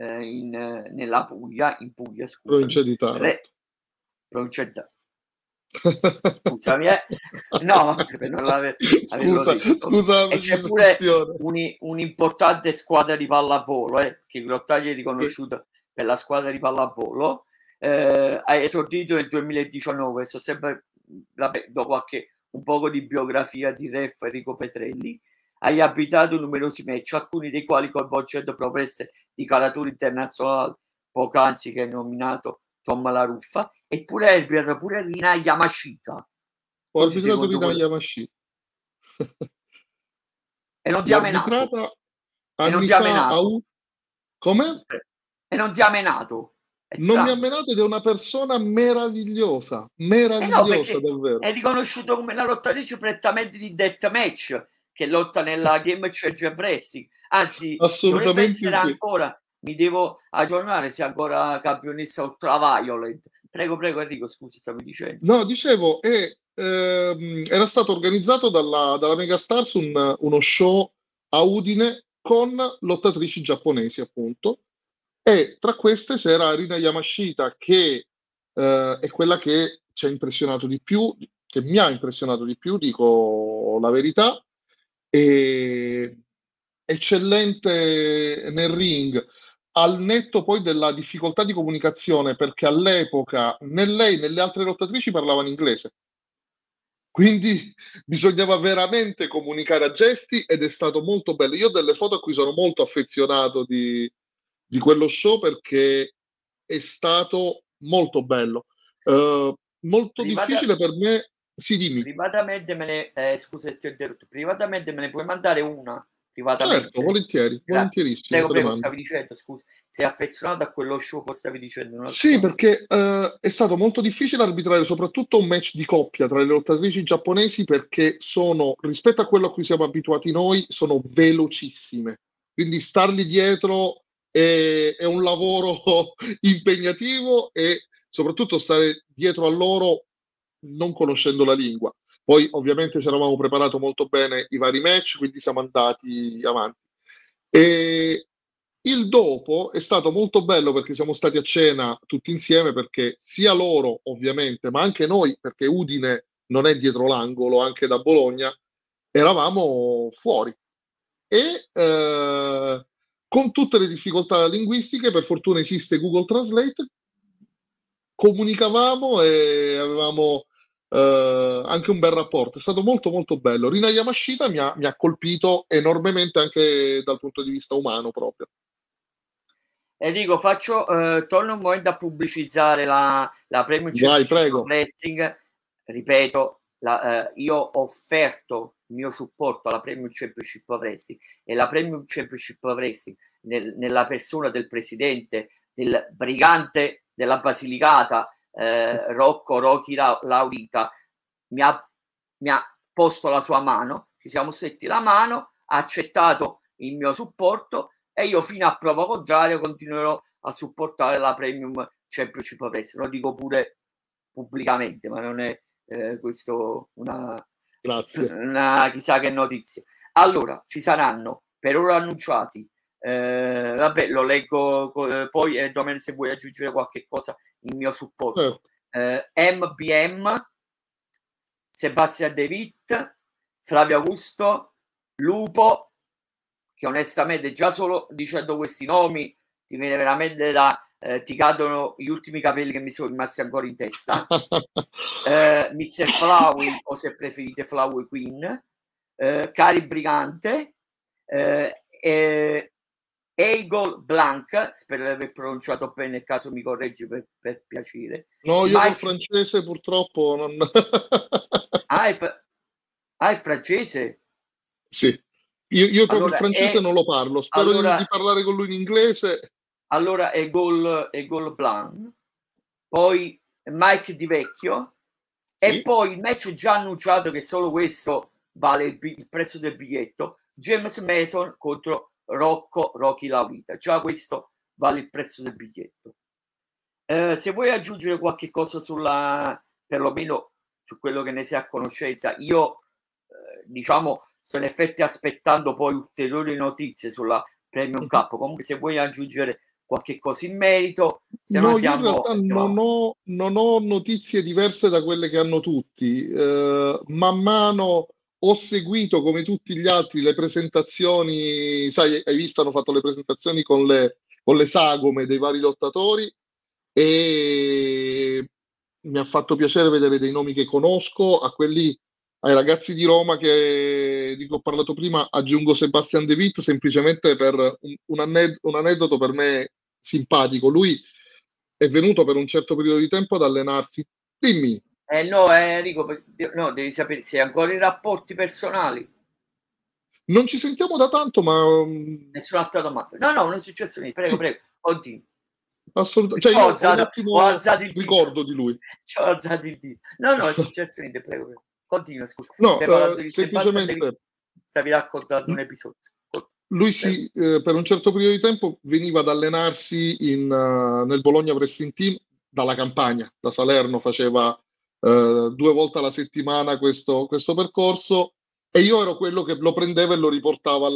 nella Puglia, in Puglia, scusami, provincia di Taranto. provincia di Taranto. Scusami, no, per non averlo detto. Scusa E la c'è pure precisazione. un'importante squadra di pallavolo, che Grottaglie è Sì. riconosciuta per la squadra di pallavolo. Ha esordito nel 2019, so sempre, vabbè, dopo anche un poco di biografia di Ref Enrico Petrelli. Hai abitato numerosi match, alcuni dei quali coinvolgendo promesse di caratura internazionali, poc'anzi che hai nominato Tom La Ruffa, eppure hai arbitrato pure Rina Yamashita. Ho Così arbitrato secondo Rina quello. Yamashi. E non ti L'ho ha menato. arbitrata E non anni ti ha fa a menato. U come? E non ti ha menato. È Non mi ha strano. menato ed è una persona meravigliosa, Eh no, meravigliosa perché davvero. è riconosciuto come una lottatrice prettamente di deathmatch, che lotta nella Game Changer Wrestling. Anzi, dovrebbe Assolutamente essere sì. ancora, mi devo aggiornare se è ancora campionessa Ultraviolent. Prego, prego Enrico, scusi, stavi dicendo. No, dicevo, era stato organizzato dalla Megastars uno show a Udine con lottatrici giapponesi, appunto, e tra queste c'era Rina Yamashita, che è quella che ci ha impressionato di più, che mi ha impressionato di più, dico la verità, e eccellente nel ring, al netto poi della difficoltà di comunicazione, perché all'epoca né lei né le altre lottatrici parlavano inglese. Quindi bisognava veramente comunicare a gesti ed è stato molto bello. Io ho delle foto a cui sono molto affezionato di quello show perché è stato molto bello. Molto Privata, difficile per me. Sì, dimmi. privatamente scusa se ti ho interrotto, privatamente me ne puoi mandare una? Certo, Privatamente? volentieri, Grazie. volentierissimo, Prego, te le prego, mando. stavi dicendo, scusa. Sei affezionato a quello show, poi stavi dicendo Sì, un'altra. perché è stato molto difficile arbitrare soprattutto un match di coppia tra le lottatrici giapponesi perché sono, rispetto a quello a cui siamo abituati noi, sono velocissime. Quindi stargli dietro è un lavoro impegnativo e soprattutto stare dietro a loro non conoscendo la lingua. Poi ovviamente ci eravamo preparato molto bene i vari match, quindi siamo andati avanti. E il dopo è stato molto bello perché siamo stati a cena tutti insieme perché sia loro ovviamente, ma anche noi, perché Udine non è dietro l'angolo, anche da Bologna, eravamo fuori. E con tutte le difficoltà linguistiche, per fortuna esiste Google Translate, comunicavamo e avevamo anche un bel rapporto. È stato molto molto bello. Rina Yamashita mi ha colpito enormemente anche dal punto di vista umano proprio. Enrico, torno un momento a pubblicizzare la Premium Vai, Championship of prego. Wrestling. Ripeto, io ho offerto il mio supporto alla Premium Championship of Wrestling e la Premium Championship of Wrestling nella persona del presidente, del brigante della Basilicata, Rocco Rocky Laurita, mi ha posto la sua mano, ci siamo stretti la mano, ha accettato il mio supporto e io fino a prova contraria continuerò a supportare la Premium Championship of Wrestling. Lo dico pure pubblicamente, ma non è questo Grazie. una chissà che notizia. Allora, ci saranno per ora annunciati, vabbè, lo leggo poi e domani se vuoi aggiungere qualche cosa in mio supporto. Certo. MBM, Sebastian De Witt, Flavio Augusto, Lupo, che onestamente già solo dicendo questi nomi ti viene veramente ti cadono gli ultimi capelli che mi sono rimasti ancora in testa. Mr. Flowey, o se preferite Flowey Queen, Cari Brigante, Eagle Blanc, spero di aver pronunciato bene, nel caso mi correggi per piacere. No, io col Mike, francese purtroppo non. ah, è francese? Sì, io proprio il Allora francese non lo parlo, spero allora, di parlare con lui in inglese. allora è Gol Blanc, poi Mike Di Vecchio, e Sì. poi il match già annunciato, che solo questo vale il prezzo del biglietto, James Mason contro Rocco Rocky Laurita, già questo vale il prezzo del biglietto. Se vuoi aggiungere qualche cosa perlomeno su quello che ne sei a conoscenza, io diciamo sto in effetti aspettando poi ulteriori notizie sulla Premium Mhm. Cup. Comunque se vuoi aggiungere qualche cosa in merito, Se no No, io in realtà andiamo avanti. non ho notizie diverse da quelle che hanno tutti. Man mano ho seguito, come tutti gli altri, le presentazioni. Sai, hai visto, hanno fatto le presentazioni con le sagome dei vari lottatori e mi ha fatto piacere vedere dei nomi che conosco, a quelli, ai ragazzi di Roma di cui ho parlato prima, aggiungo Sebastian De Witt semplicemente per un aneddoto per me simpatico. Lui è venuto per un certo periodo di tempo ad allenarsi. Dimmi, No, Enrico, no, devi sapere, sei ancora in rapporti personali? non ci sentiamo da tanto, ma Nessun'altra domanda. No, no, non è successo niente. Prego, sì, prego, continui. assolutamente. Cioè, Ci io ho un ho ottimo alzato il dito. ricordo di lui. Ci ho alzato il dito. No, no, è successo niente, prego, prego. Continua, scusa. No, Stai parlando di Sebastian David, semplicemente stavi raccontando un episodio. lui Prego. per un certo periodo di tempo veniva ad allenarsi nel Bologna Wrestling Team dalla Campania, da Salerno, faceva 2 volte alla settimana questo percorso e io ero quello che lo prendeva e lo riportava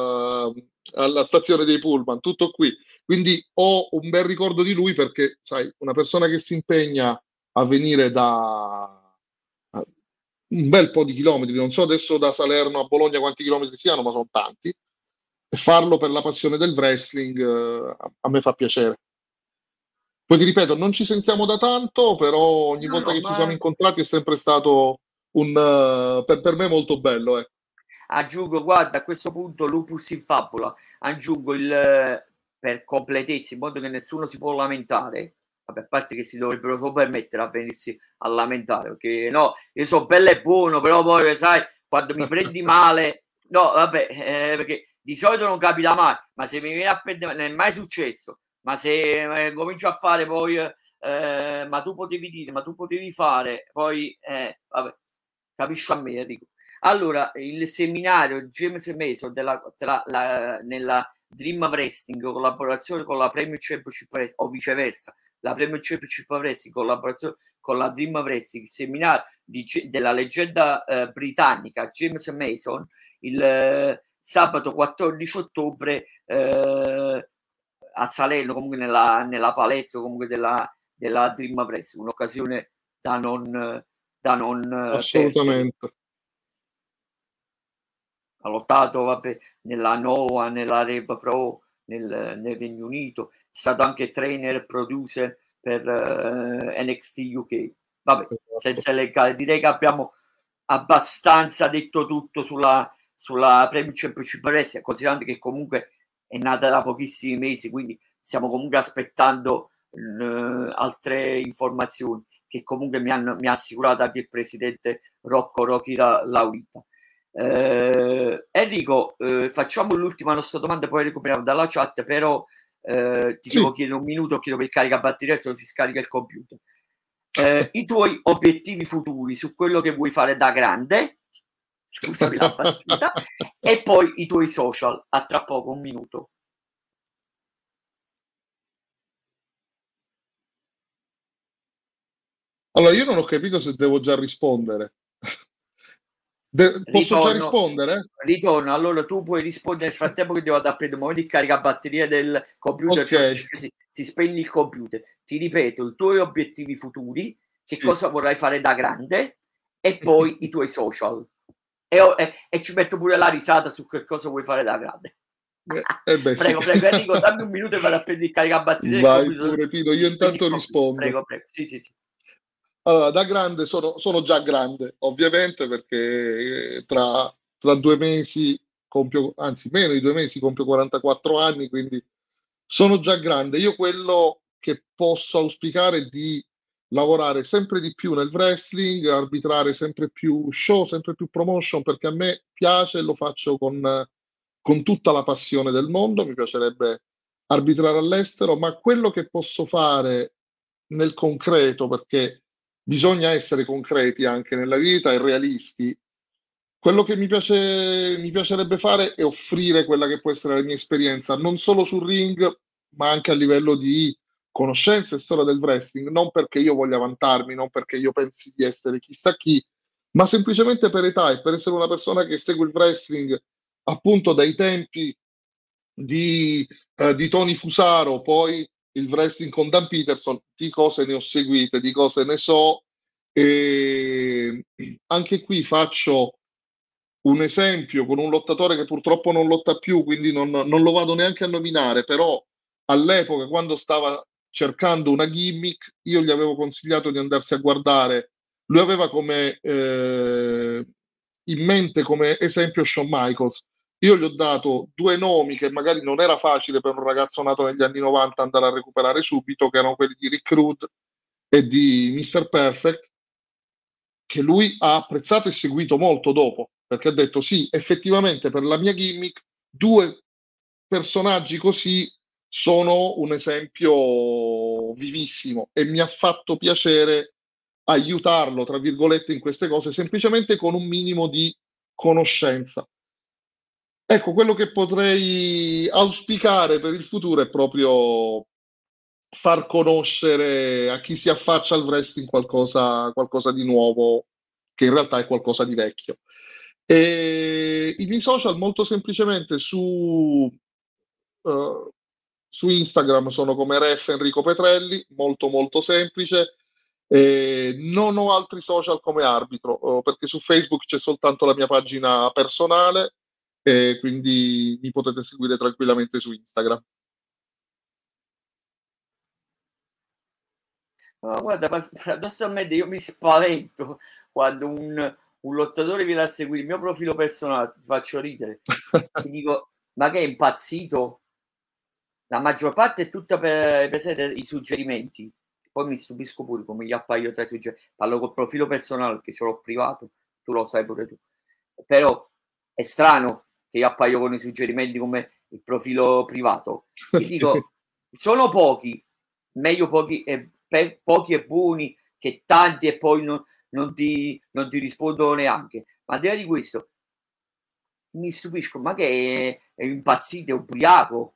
alla stazione dei Pullman, tutto qui. Quindi ho un bel ricordo di lui perché, sai, una persona che si impegna a venire da un bel po' di chilometri, non so adesso da Salerno a Bologna quanti chilometri siano, ma sono tanti, e farlo per la passione del wrestling, a me fa piacere. Poi ti ripeto, non ci sentiamo da tanto, però ogni No, volta no, che ci ma siamo incontrati è sempre stato per me molto bello. aggiungo, guarda, a questo punto lupus in fabula, aggiungo per completezza, in modo che nessuno si può lamentare, vabbè, a parte che si dovrebbero solo permettere a venirsi a lamentare, perché no, io so bello e buono, però poi, sai, quando mi prendi male, no, vabbè, perché di solito non capita mai, ma se mi viene a prendere, non è mai successo, ma se comincio a fare poi, ma tu potevi dire, ma tu potevi fare, poi, vabbè, capisci a me, dico. Allora, il seminario James Mason nella Dream Wrestling in collaborazione con la Premier Championship Wrestling o viceversa, la Premier Championship Wrestling in collaborazione con la Dream Wrestling, il seminario della leggenda britannica James Mason, il sabato 14 ottobre a Salerno, comunque nella palestra comunque della Dream Wrestling, un'occasione da non perdere. Assolutamente. Ha lottato, vabbè, nella NOAH, nella Rev Pro, nel Regno Unito, è stato anche trainer e producer per NXT UK. Vabbè, Esatto. senza elencare, direi che abbiamo abbastanza detto tutto sulla Premier Championship Wrestling, considerando che comunque è nata da pochissimi mesi, quindi stiamo comunque aspettando altre informazioni che comunque mi ha assicurato anche il presidente Rocco Rocky Laurita. Enrico, facciamo l'ultima nostra domanda, poi recuperiamo dalla chat, però ti devo Sì. chiedere un minuto, chiedo per il caricabatteria, se no si scarica il computer. I tuoi obiettivi futuri su quello che vuoi fare da grande, scusami la battuta, e poi i tuoi social, a tra poco, un minuto. Allora, io non ho capito se devo già rispondere. Posso già Ritorno, rispondere? ritorno, allora tu puoi rispondere nel frattempo che devo andare a prendere un momento di caricabatteria del computer, Ok, se no si spegne il computer. Ti ripeto, i tuoi obiettivi futuri, che sì. cosa vorrai fare da grande, e poi i tuoi social. E ci metto pure la risata su che cosa vuoi fare da grande. Beh, sì. Prego, prego, Enrico, dammi un minuto e vado a prendere il caricabatteria del Vai computer, pure, Pino, si io spegne il intanto computer. rispondo. Prego, prego. Sì, sì, sì. Allora, da grande sono già grande, ovviamente, perché tra 2 mesi compio, anzi meno di 2 mesi compio 44 anni, quindi sono già grande. Io quello che posso auspicare è di lavorare sempre di più nel wrestling, arbitrare sempre più show, sempre più promotion, perché a me piace e lo faccio con tutta la passione del mondo. Mi piacerebbe arbitrare all'estero, ma quello che posso fare nel concreto, perché bisogna essere concreti anche nella vita e realisti. Quello che mi piacerebbe fare è offrire quella che può essere la mia esperienza, non solo sul ring, ma anche a livello di conoscenza e storia del wrestling, non perché io voglia vantarmi, non perché io pensi di essere chissà chi, ma semplicemente per età e per essere una persona che segue il wrestling appunto dai tempi di Tony Fusaro, poi il wrestling con Dan Peterson, di cose ne ho seguite, di cose ne so, e anche qui faccio un esempio con un lottatore che purtroppo non lotta più, quindi non lo vado neanche a nominare, però all'epoca, quando stava cercando una gimmick, io gli avevo consigliato di andarsi a guardare. Lui aveva come in mente come esempio Shawn Michaels. Io gli ho dato due nomi che magari non era facile per un ragazzo nato negli anni 90 andare a recuperare subito, che erano quelli di Rick Rude e di Mr. Perfect, che lui ha apprezzato e seguito molto dopo, perché ha detto sì, effettivamente per la mia gimmick due personaggi così sono un esempio vivissimo e mi ha fatto piacere aiutarlo, tra virgolette, in queste cose, semplicemente con un minimo di conoscenza. Ecco, quello che potrei auspicare per il futuro è proprio far conoscere a chi si affaccia al wrestling qualcosa di nuovo, che in realtà è qualcosa di vecchio. E i miei social molto semplicemente eh, su Instagram sono come Ref Enrico Petrelli, molto molto semplice. Non ho altri social come arbitro, perché su Facebook c'è soltanto la mia pagina personale e quindi mi potete seguire tranquillamente su Instagram. No, guarda, paradossalmente io mi spavento quando un lottatore viene a seguire il mio profilo personale, ti faccio ridere. Ti dico, ma che è impazzito? La maggior parte è tutta per presente i suggerimenti. Poi mi stupisco pure come gli appaio tra i suggerimenti. Parlo col profilo personale perché ce l'ho privato, tu lo sai pure tu. Però è strano che io appaio con i suggerimenti come il profilo privato. Ti Sì. dico, sono pochi, meglio pochi e buoni che tanti e poi non ti rispondono neanche. Ma al di là di questo, mi stupisco, ma che è impazzito, è ubriaco?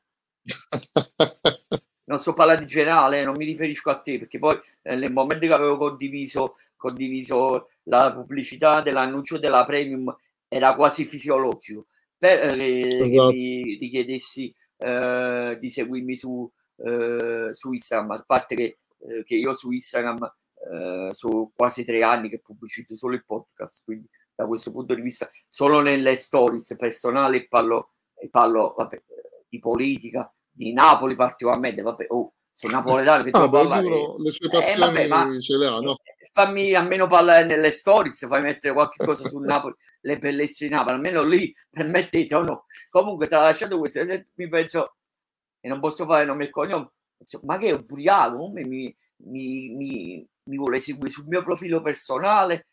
Non sto parlando in generale, non mi riferisco a te, perché poi nel momento che avevo condiviso la pubblicità dell'annuncio della Premium era quasi fisiologico che Esatto. mi richiedessi di seguirmi su Instagram, a parte che io su Instagram sono quasi 3 anni che pubblicizzo solo il podcast, quindi da questo punto di vista solo nelle stories personali parlo vabbè, di politica, di Napoli particolarmente, vabbè, oh, sono napoletano che Ah, devo beh, parlare. ognuno le sue Vabbè, ma passioni ce le ha, no? fammi almeno parlare nelle stories, fai mettere qualche cosa su Napoli, le bellezze di Napoli, almeno lì permettete o no. Comunque, tralasciato questo, mi penso, e non posso fare nome e cognome, penso, ma che è ubriaco, come mi vuole seguire sul mio profilo personale,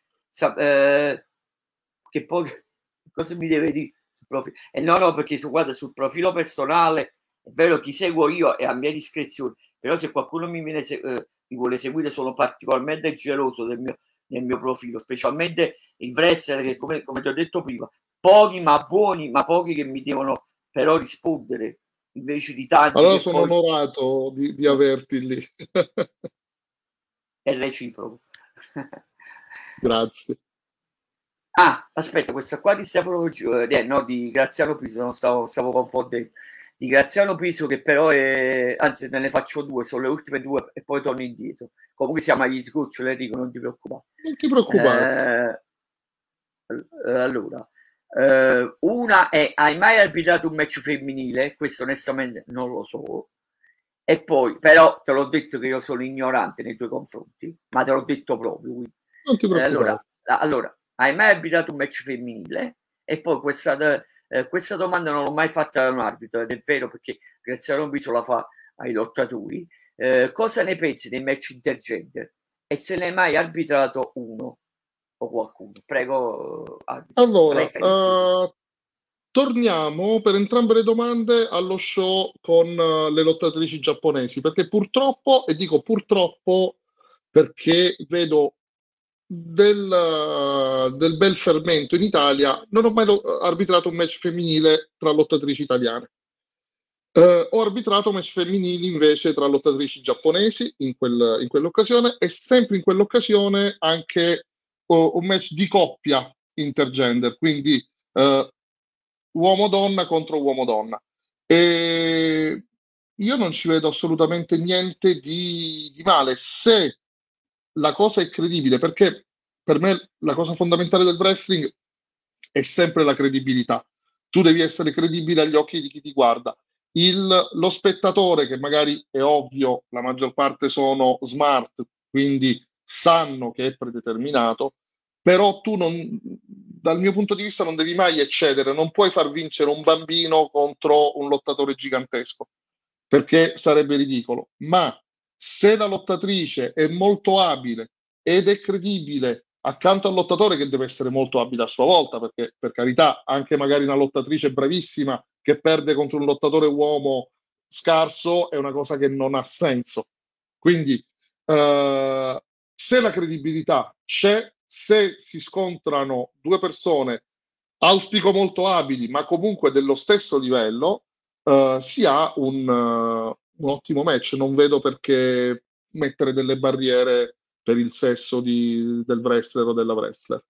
che poi cosa mi deve dire sul profilo? No, no, perché guarda, sul profilo personale è vero, chi seguo io è a mia discrezione, però se qualcuno mi vuole seguire sono particolarmente geloso del mio profilo, specialmente il wrestler che come ti ho detto prima, pochi ma buoni, ma pochi che mi devono però rispondere, invece di tanti Allora che sono poi onorato di averti lì. è reciproco. Grazie. Ah, aspetta, questa qua di Stefano no, di Graziano Piso, non stavo confondendo. Di Graziano Piso che però è, anzi ne faccio due, sono le ultime due e poi torno indietro. Comunque siamo agli sgoccioli, Enrico, non ti preoccupare. Non ti preoccupare. Eh, allora, una è: hai mai arbitrato un match femminile? Questo onestamente non lo so. E poi, però, te l'ho detto che io sono ignorante nei tuoi confronti, ma te l'ho detto proprio. Quindi. Non ti preoccupare. Allora, hai mai arbitrato un match femminile? E poi questa domanda non l'ho mai fatta da un arbitro, ed è vero perché Graziano Biso la fa ai lottatori. Cosa ne pensi dei match intergender? E se ne hai mai arbitrato uno o qualcuno? Prego, arbitro. Allora, Referee, scusi. torniamo per entrambe le domande allo show con le lottatrici giapponesi, perché purtroppo, e dico purtroppo perché vedo del bel fermento in Italia, non ho mai arbitrato un match femminile tra lottatrici italiane. Ho arbitrato match femminili invece tra lottatrici giapponesi in quell'occasione e sempre in quell'occasione anche un match di coppia intergender, quindi uomo-donna contro uomo-donna. E io non ci vedo assolutamente niente di male se la cosa è credibile, perché per me la cosa fondamentale del wrestling è sempre la credibilità. Tu devi essere credibile agli occhi di chi ti guarda. Lo spettatore, che magari è ovvio, la maggior parte sono smart, quindi sanno che è predeterminato, però tu non, dal mio punto di vista non devi mai eccedere, non puoi far vincere un bambino contro un lottatore gigantesco, perché sarebbe ridicolo. Ma se la lottatrice è molto abile ed è credibile accanto al lottatore che deve essere molto abile a sua volta, perché per carità, anche magari una lottatrice bravissima che perde contro un lottatore uomo scarso è una cosa che non ha senso. Quindi, se la credibilità c'è, se si scontrano due persone, auspico molto abili, ma comunque dello stesso livello, si ha un ottimo match. Non vedo perché mettere delle barriere per il sesso del wrestler o della wrestler.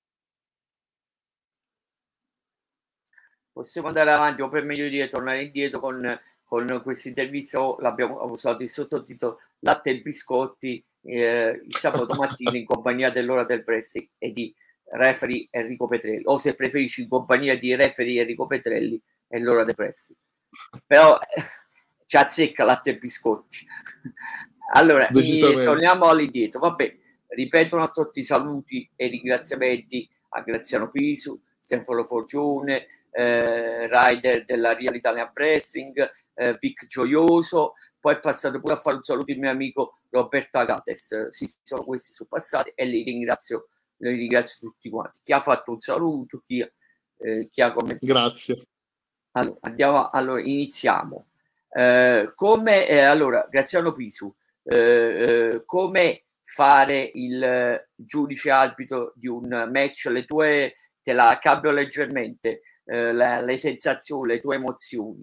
Possiamo andare avanti, o per meglio dire, tornare indietro con questa intervista. L'abbiamo usato il sottotitolo Latte e biscotti il sabato mattina in compagnia dell'ora del wrestling e di referee Enrico Petrelli, o se preferisci in compagnia di referee Enrico Petrelli e l'ora del wrestling. Però ci azzecca Latte e biscotti. Allora, Decisamente. torniamo all'indietro. Vabbè, ripetono a tutti i saluti e ringraziamenti a Graziano Pisu, Stefano Forgione, rider della Real Italian Wrestling, Vic Gioioso, poi è passato pure a fare un saluto il mio amico Roberto Agates. Sì, questi sono passati e li ringrazio tutti quanti. Chi ha fatto un saluto, chi ha commentato. Grazie. Allora, iniziamo. Allora, Graziano Pisu, come fare il giudice arbitro di un match? Te la cambio leggermente, le sensazioni, le tue emozioni.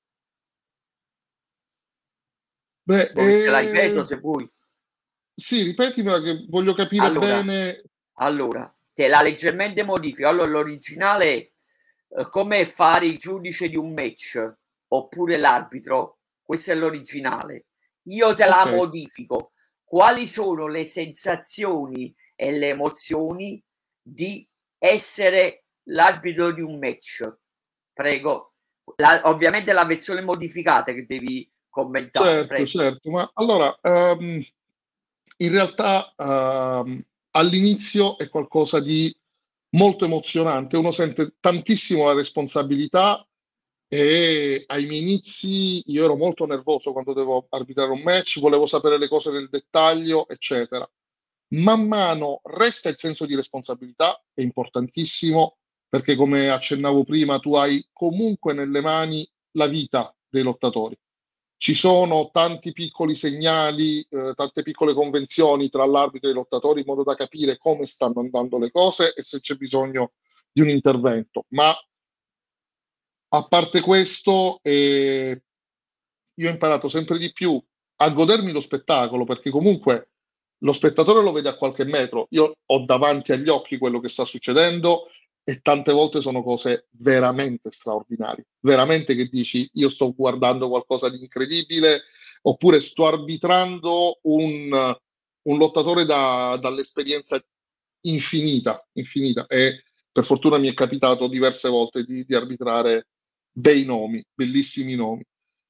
Beh, Te la ripeto se vuoi. sì, ripetimela che voglio capire Allora, bene. te la leggermente modifico. Allora, l'originale è come fare il giudice di un match oppure l'arbitro. Questo è l'originale. Io te la Ok, modifico. Quali sono le sensazioni e le emozioni di essere l'arbitro di un match? Prego. Ovviamente la versione modificata che devi commentare. certo, Prego. certo, ma allora, in realtà all'inizio è qualcosa di molto emozionante, uno sente tantissimo la responsabilità e ai miei inizi io ero molto nervoso quando dovevo arbitrare un match, volevo sapere le cose nel dettaglio, eccetera. Man mano resta il senso di responsabilità, è importantissimo, perché come accennavo prima, tu hai comunque nelle mani la vita dei lottatori. Ci sono tanti piccoli segnali, tante piccole convenzioni tra l'arbitro e i lottatori in modo da capire come stanno andando le cose e se c'è bisogno di un intervento. Ma a parte questo, io ho imparato sempre di più a godermi lo spettacolo, perché comunque lo spettatore lo vede a qualche metro, io ho davanti agli occhi quello che sta succedendo e tante volte sono cose veramente straordinarie, veramente che dici io sto guardando qualcosa di incredibile oppure sto arbitrando un lottatore dall'esperienza infinita, infinita e per fortuna mi è capitato diverse volte di arbitrare bei nomi, bellissimi nomi.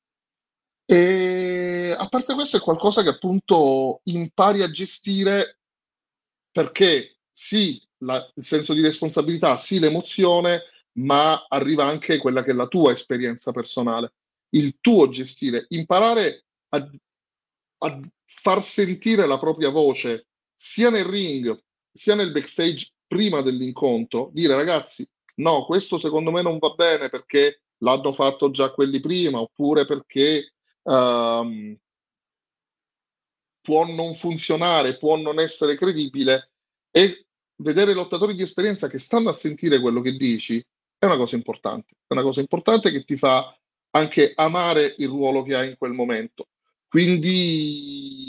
E a parte questo è qualcosa che appunto impari a gestire perché sì, il senso di responsabilità, sì, l'emozione, ma arriva anche quella che è la tua esperienza personale, il tuo gestire, imparare a far sentire la propria voce sia nel ring sia nel backstage prima dell'incontro, dire ragazzi, no, questo secondo me non va bene perché l'hanno fatto già quelli prima, oppure perché può non funzionare, può non essere credibile e vedere lottatori di esperienza che stanno a sentire quello che dici è una cosa importante, è una cosa importante che ti fa anche amare il ruolo che hai in quel momento. Quindi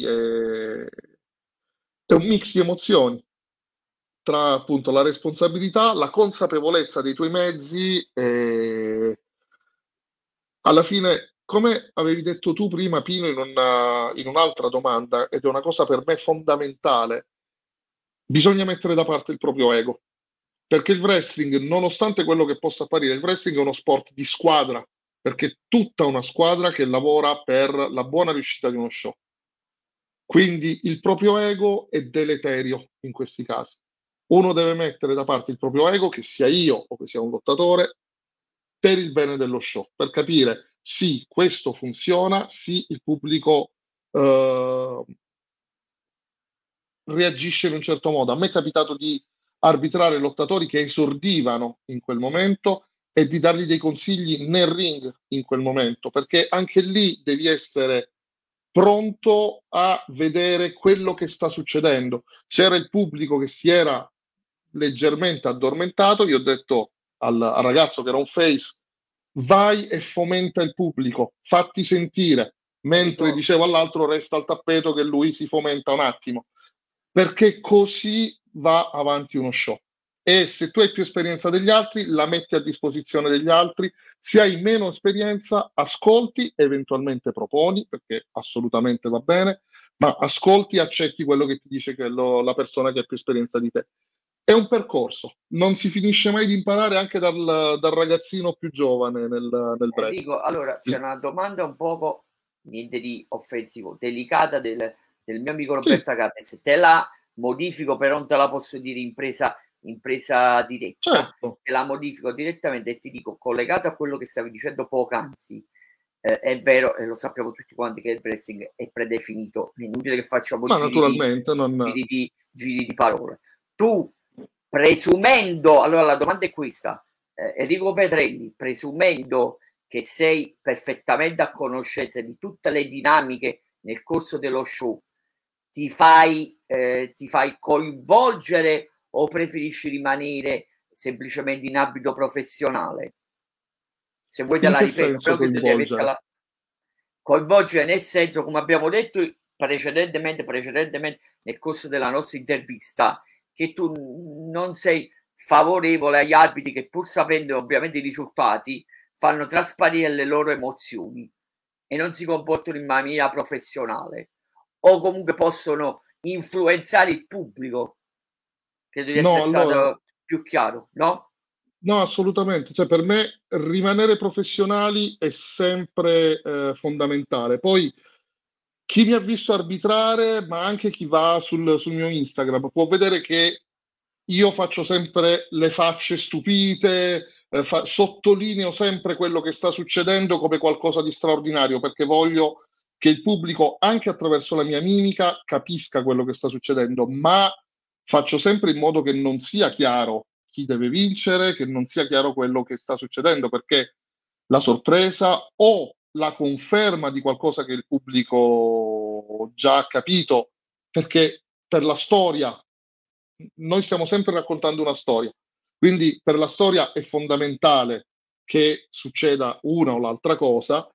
è un mix di emozioni tra appunto la responsabilità, la consapevolezza dei tuoi mezzi e alla fine come avevi detto tu prima, Pino, in un'altra domanda, ed è una cosa per me fondamentale, bisogna mettere da parte il proprio ego. Perché il wrestling, nonostante quello che possa apparire, il wrestling è uno sport di squadra, perché è tutta una squadra che lavora per la buona riuscita di uno show. Quindi il proprio ego è deleterio in questi casi. Uno deve mettere da parte il proprio ego, che sia io o che sia un lottatore, per il bene dello show, per capire sì, questo funziona, sì, il pubblico eh, reagisce in un certo modo. A me è capitato di arbitrare lottatori che esordivano in quel momento e di dargli dei consigli nel ring in quel momento, perché anche lì devi essere pronto a vedere quello che sta succedendo. C'era il pubblico che si era leggermente addormentato, io ho detto al ragazzo che era un face, vai e fomenta il pubblico, fatti sentire, mentre Enrico, dicevo all'altro resta al tappeto che lui si fomenta un attimo, perché così va avanti uno show. E se tu hai più esperienza degli altri, la metti a disposizione degli altri. Se hai meno esperienza, ascolti, eventualmente proponi, perché assolutamente va bene, ma ascolti e accetti quello che ti dice la persona che ha più esperienza di te. È un percorso, non si finisce mai di imparare anche dal ragazzino più giovane nel Enrico, wrestling. allora c'è una domanda un poco, niente di offensivo, delicata del mio amico Sì, Roberto Carnes. Te la modifico, però non te la posso dire in presa diretta, certo. te la modifico direttamente e ti dico, collegato a quello che stavi dicendo poc'anzi, è vero, e lo sappiamo tutti quanti che il wrestling è predefinito, è inutile che facciamo Ma naturalmente non... giri di parole. Tu, presumendo, allora la domanda è questa, Enrico Petrelli, presumendo che sei perfettamente a conoscenza di tutte le dinamiche nel corso dello show, ti fai coinvolgere o preferisci rimanere semplicemente in abito professionale? Se vuoi te In la che ripeto, senso però tu devi coinvolgere? avertela coinvolgere nel senso, come abbiamo detto precedentemente nel corso della nostra intervista, che tu non sei favorevole agli arbitri che, pur sapendo ovviamente i risultati, fanno trasparire le loro emozioni e non si comportano in maniera professionale o comunque possono influenzare il pubblico. Credo di No, essere allora, stato più chiaro, no? no, assolutamente. Cioè, per me rimanere professionali è sempre fondamentale. Poi chi mi ha visto arbitrare, ma anche chi va sul mio Instagram, può vedere che io faccio sempre le facce stupite, sottolineo sempre quello che sta succedendo come qualcosa di straordinario, perché voglio che il pubblico, anche attraverso la mia mimica, capisca quello che sta succedendo, ma faccio sempre in modo che non sia chiaro chi deve vincere, che non sia chiaro quello che sta succedendo, perché la sorpresa o la conferma di qualcosa che il pubblico già ha capito, perché per la storia noi stiamo sempre raccontando una storia, quindi per la storia è fondamentale che succeda una o l'altra cosa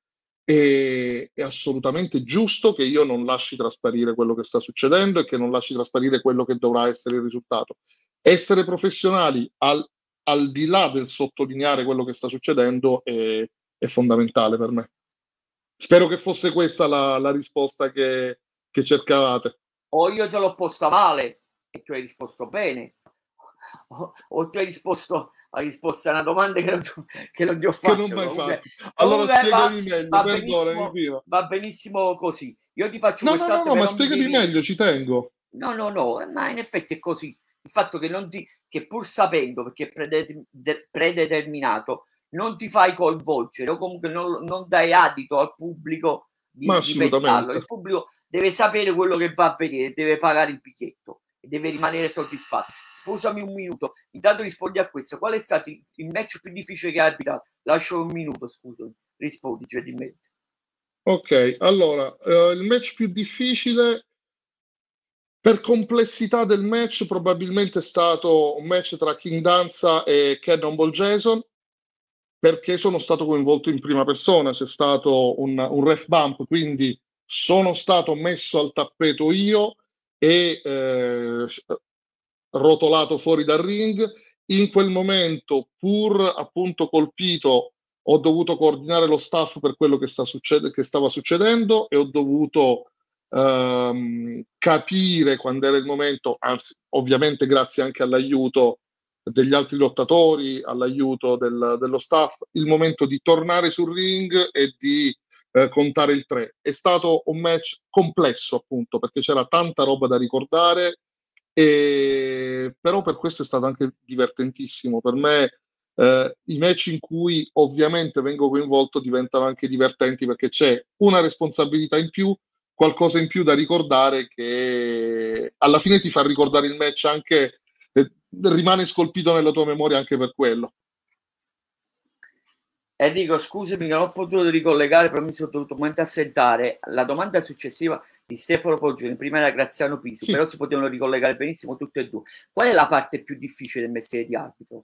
e è assolutamente giusto che io non lasci trasparire quello che sta succedendo e che non lasci trasparire quello che dovrà essere il risultato. Essere professionali al di là del sottolineare quello che sta succedendo è fondamentale per me. Spero che fosse questa la risposta che cercavate. O io te l'ho posta male e tu hai risposto bene, o tu hai risposto a una domanda che non ti ho Che non fatto. mi hai Comunque, fatto. Allora spiegami meglio, perdonami, Pino. va benissimo così. Io ti faccio No, no, no, quest'altro, no, ma però mi spiegami devi. meglio, ci tengo. No, no, no, ma in effetti è così. Il fatto che non ti che pur sapendo, perché è predeterminato, non ti fai coinvolgere o comunque non dai adito al pubblico Ma di pensarlo. assolutamente. Il pubblico deve sapere quello che va a vedere, deve pagare il biglietto e deve rimanere soddisfatto. Scusami un minuto, intanto rispondi a questo. Qual è stato il match più difficile che hai arbitrato? Lascio un minuto, scusami. Rispondi gentilmente. Ok, allora, il match più difficile per complessità del match probabilmente è stato un match tra King Danza e Cannonball Jason, perché sono stato coinvolto in prima persona, c'è stato un ref bump, quindi sono stato messo al tappeto io e rotolato fuori dal ring. In quel momento, pur appunto colpito, ho dovuto coordinare lo staff per quello che stava succedendo, e ho dovuto capire quando era il momento, anzi, ovviamente grazie anche all'aiuto degli altri lottatori, all'aiuto dello staff, il momento di tornare sul ring e di contare il 3. È stato un match complesso, appunto, perché c'era tanta roba da ricordare, però per questo è stato anche divertentissimo. Per me i match in cui ovviamente vengo coinvolto diventano anche divertenti, perché c'è una responsabilità in più, qualcosa in più da ricordare, che alla fine ti fa ricordare il match anche, rimane scolpito nella tua memoria anche per quello. Enrico, scusami che non ho potuto ricollegare, però mi sono dovuto un momento assentare. La domanda successiva di Stefano Foggioni, prima era Graziano Pisu, Sì. però si potevano ricollegare benissimo tutte e due. Qual è la parte più difficile del mestiere di arbitro?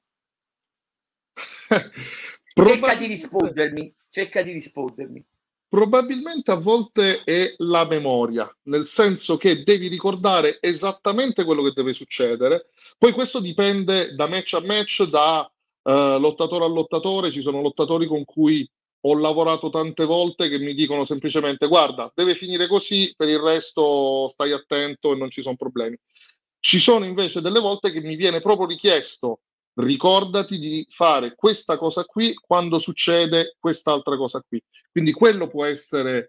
Cerca di rispondermi. Probabilmente a volte è la memoria, nel senso che devi ricordare esattamente quello che deve succedere. Poi questo dipende da match a match, da lottatore a lottatore. Ci sono lottatori con cui ho lavorato tante volte che mi dicono semplicemente: guarda, deve finire così, per il resto stai attento e non ci sono problemi. Ci sono invece delle volte che mi viene proprio richiesto: ricordati di fare questa cosa qui quando succede quest'altra cosa qui. Quindi quello può essere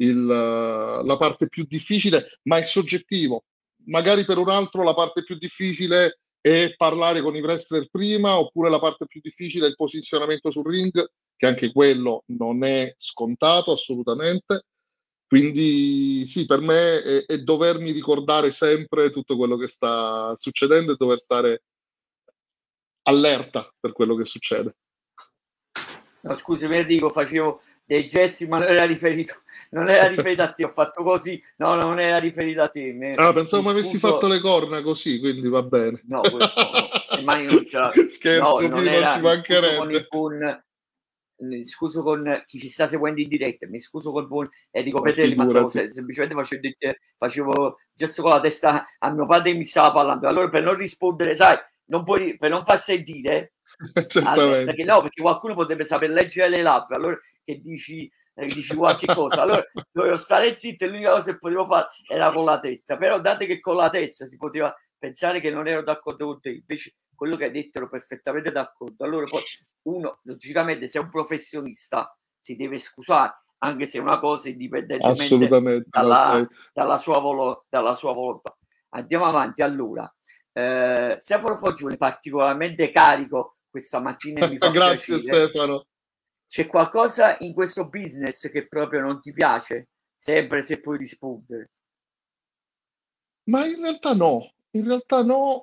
la parte più difficile, ma è soggettivo. Magari per un altro la parte più difficile è parlare con i wrestler prima, oppure la parte più difficile è il posizionamento sul ring, che anche quello non è scontato assolutamente. Quindi sì, per me è dovermi ricordare sempre tutto quello che sta succedendo e dover stare allerta per quello che succede. No, scusi, me dico, facevo dei gesti, ma non era riferito a te, ho fatto così, no, non era riferito a te. Pensavo mi avessi fatto le corna così, quindi va bene. No, le mani non ce l'ha. No, Scherzo, non Pino, era, ci mancherebbe. Mi scuso con chi ci sta seguendo in diretta, mi scuso col buon Enrico Ma Petelli, ma stavo figurati. semplicemente facevo gesto con la testa a mio padre che mi stava parlando. Allora, per non rispondere, sai, per non far sentire, Certamente. perché qualcuno potrebbe saper leggere le labbra, allora che dici qualche cosa, allora dovevo stare zitto e l'unica cosa che potevo fare era con la testa. Però dato che con la testa si poteva pensare che non ero d'accordo con te, invece quello che hai detto ero perfettamente d'accordo. Allora poi uno, logicamente, se è un professionista si deve scusare, anche se è una cosa indipendentemente Assolutamente. No, dalla sua volontà. Andiamo avanti. Allora, Stefano Foggioni particolarmente carico questa mattina e mi fa grazie piacere. Stefano. C'è qualcosa in questo business che proprio non ti piace? Sempre se puoi rispondere. Ma in realtà no,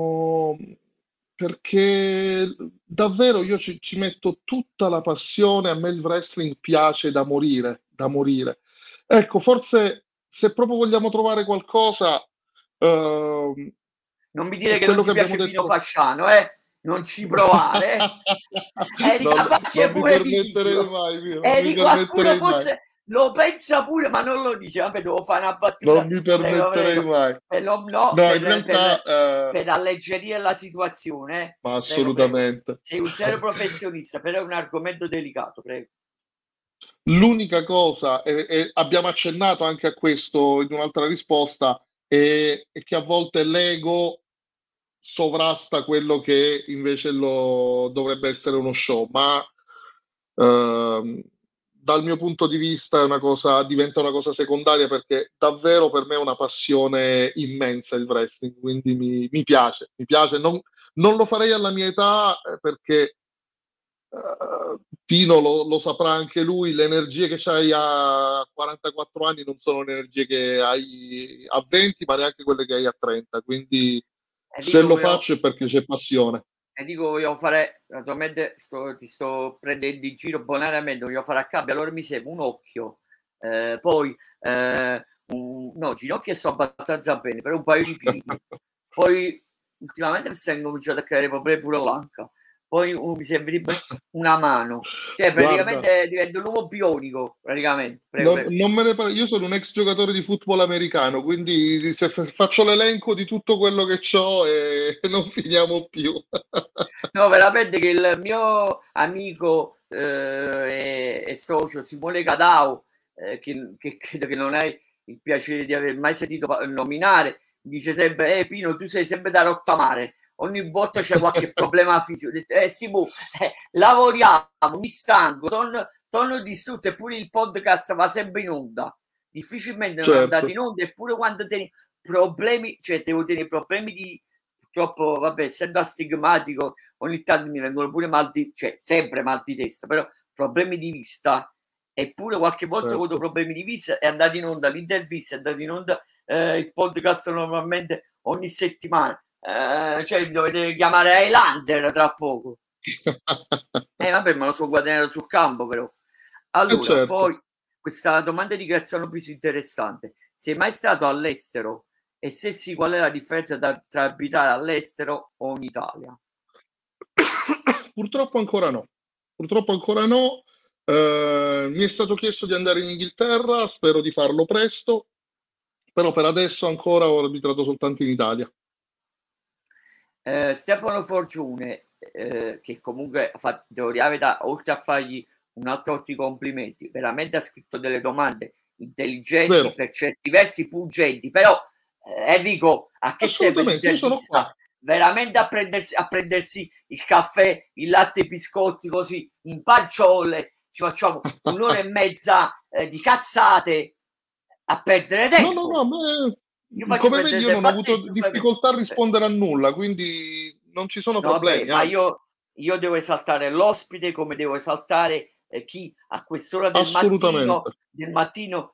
perché davvero io ci metto tutta la passione. A me il wrestling piace da morire, da morire. Ecco, forse se proprio vogliamo trovare qualcosa, Non mi dire è che non quello ti che abbiamo piace Pino detto. Fasciano, non ci provare. Eri capace Non mi pure di permetterei dirlo. mai, Pino, non mi Eri qualcuno permetterei mai. forse lo pensa pure, ma non lo dice. Vabbè, devo fare una Non battuta. mi Prego, permetterei prego. mai. No, No, in realtà, per alleggerire la situazione. ma Prego, prego. assolutamente. Sei un serio professionista, però è un argomento delicato, prego. L'unica cosa, e abbiamo accennato anche a questo in un'altra risposta, è che a volte l'ego sovrasta quello che invece dovrebbe essere uno show, ma ehm, dal mio punto di vista diventa una cosa secondaria, perché davvero per me è una passione immensa il wrestling, quindi mi piace. Non lo farei alla mia età, perché Pino lo saprà anche lui: le energie che hai a 44 anni non sono le energie che hai a 20, ma neanche quelle che hai a 30. Quindi se Dico, lo faccio è perché c'è passione. voglio fare, naturalmente ti sto prendendo in giro bonariamente, voglio fare a cambio, allora mi serve un occhio, poi no, ginocchia sto abbastanza bene, però un paio di piedi, poi ultimamente mi sta cominciato a creare problemi pure l'anca, poi mi servirebbe una mano, cioè Guarda, praticamente divento un uomo bionico, praticamente, prego, prego. non me ne io sono un ex giocatore di football americano, quindi se faccio l'elenco di tutto quello che ho, e non finiamo più. No, veramente che il mio amico e socio Simone Cadao, che credo che non hai il piacere di aver mai sentito nominare, dice sempre: Pino, tu sei sempre da rottamare, ogni volta c'è qualche problema fisico. Simo, lavoriamo, mi stanco, torno distrutto, eppure il podcast va sempre in onda, difficilmente non è andato in onda, eppure quando tieni problemi, cioè devo tenere problemi di, purtroppo, vabbè, essendo astigmatico, ogni tanto mi vengono pure cioè sempre mal di testa, però problemi di vista, eppure qualche volta ho avuto problemi di vista, è andato in onda l'intervista, è andato in onda il podcast normalmente ogni settimana, cioè dovete chiamare Highlander tra poco. Vabbè, me lo so guadagnare sul campo, però. Allora, poi questa domanda di creazione più interessante: sei mai stato all'estero? E se sì, qual è la differenza tra abitare all'estero o in Italia? Purtroppo ancora no. Purtroppo ancora no. Mi è stato chiesto di andare in Inghilterra, spero di farlo presto, però per adesso ancora ho arbitrato soltanto in Italia. Stefano Forgione, che comunque devo dire la verità, oltre a fargli un altro di complimenti, veramente ha scritto delle domande intelligenti, Vero. per certi versi pungenti, però Enrico, a che serve l'intervista? Veramente a prendersi il caffè, il latte e biscotti così in panciole, ci facciamo un'ora e mezza di cazzate a perdere tempo. No, come vedi io non ho avuto difficoltà a rispondere a nulla, quindi non ci sono problemi. Ma io devo esaltare l'ospite come devo esaltare chi a quest'ora del mattino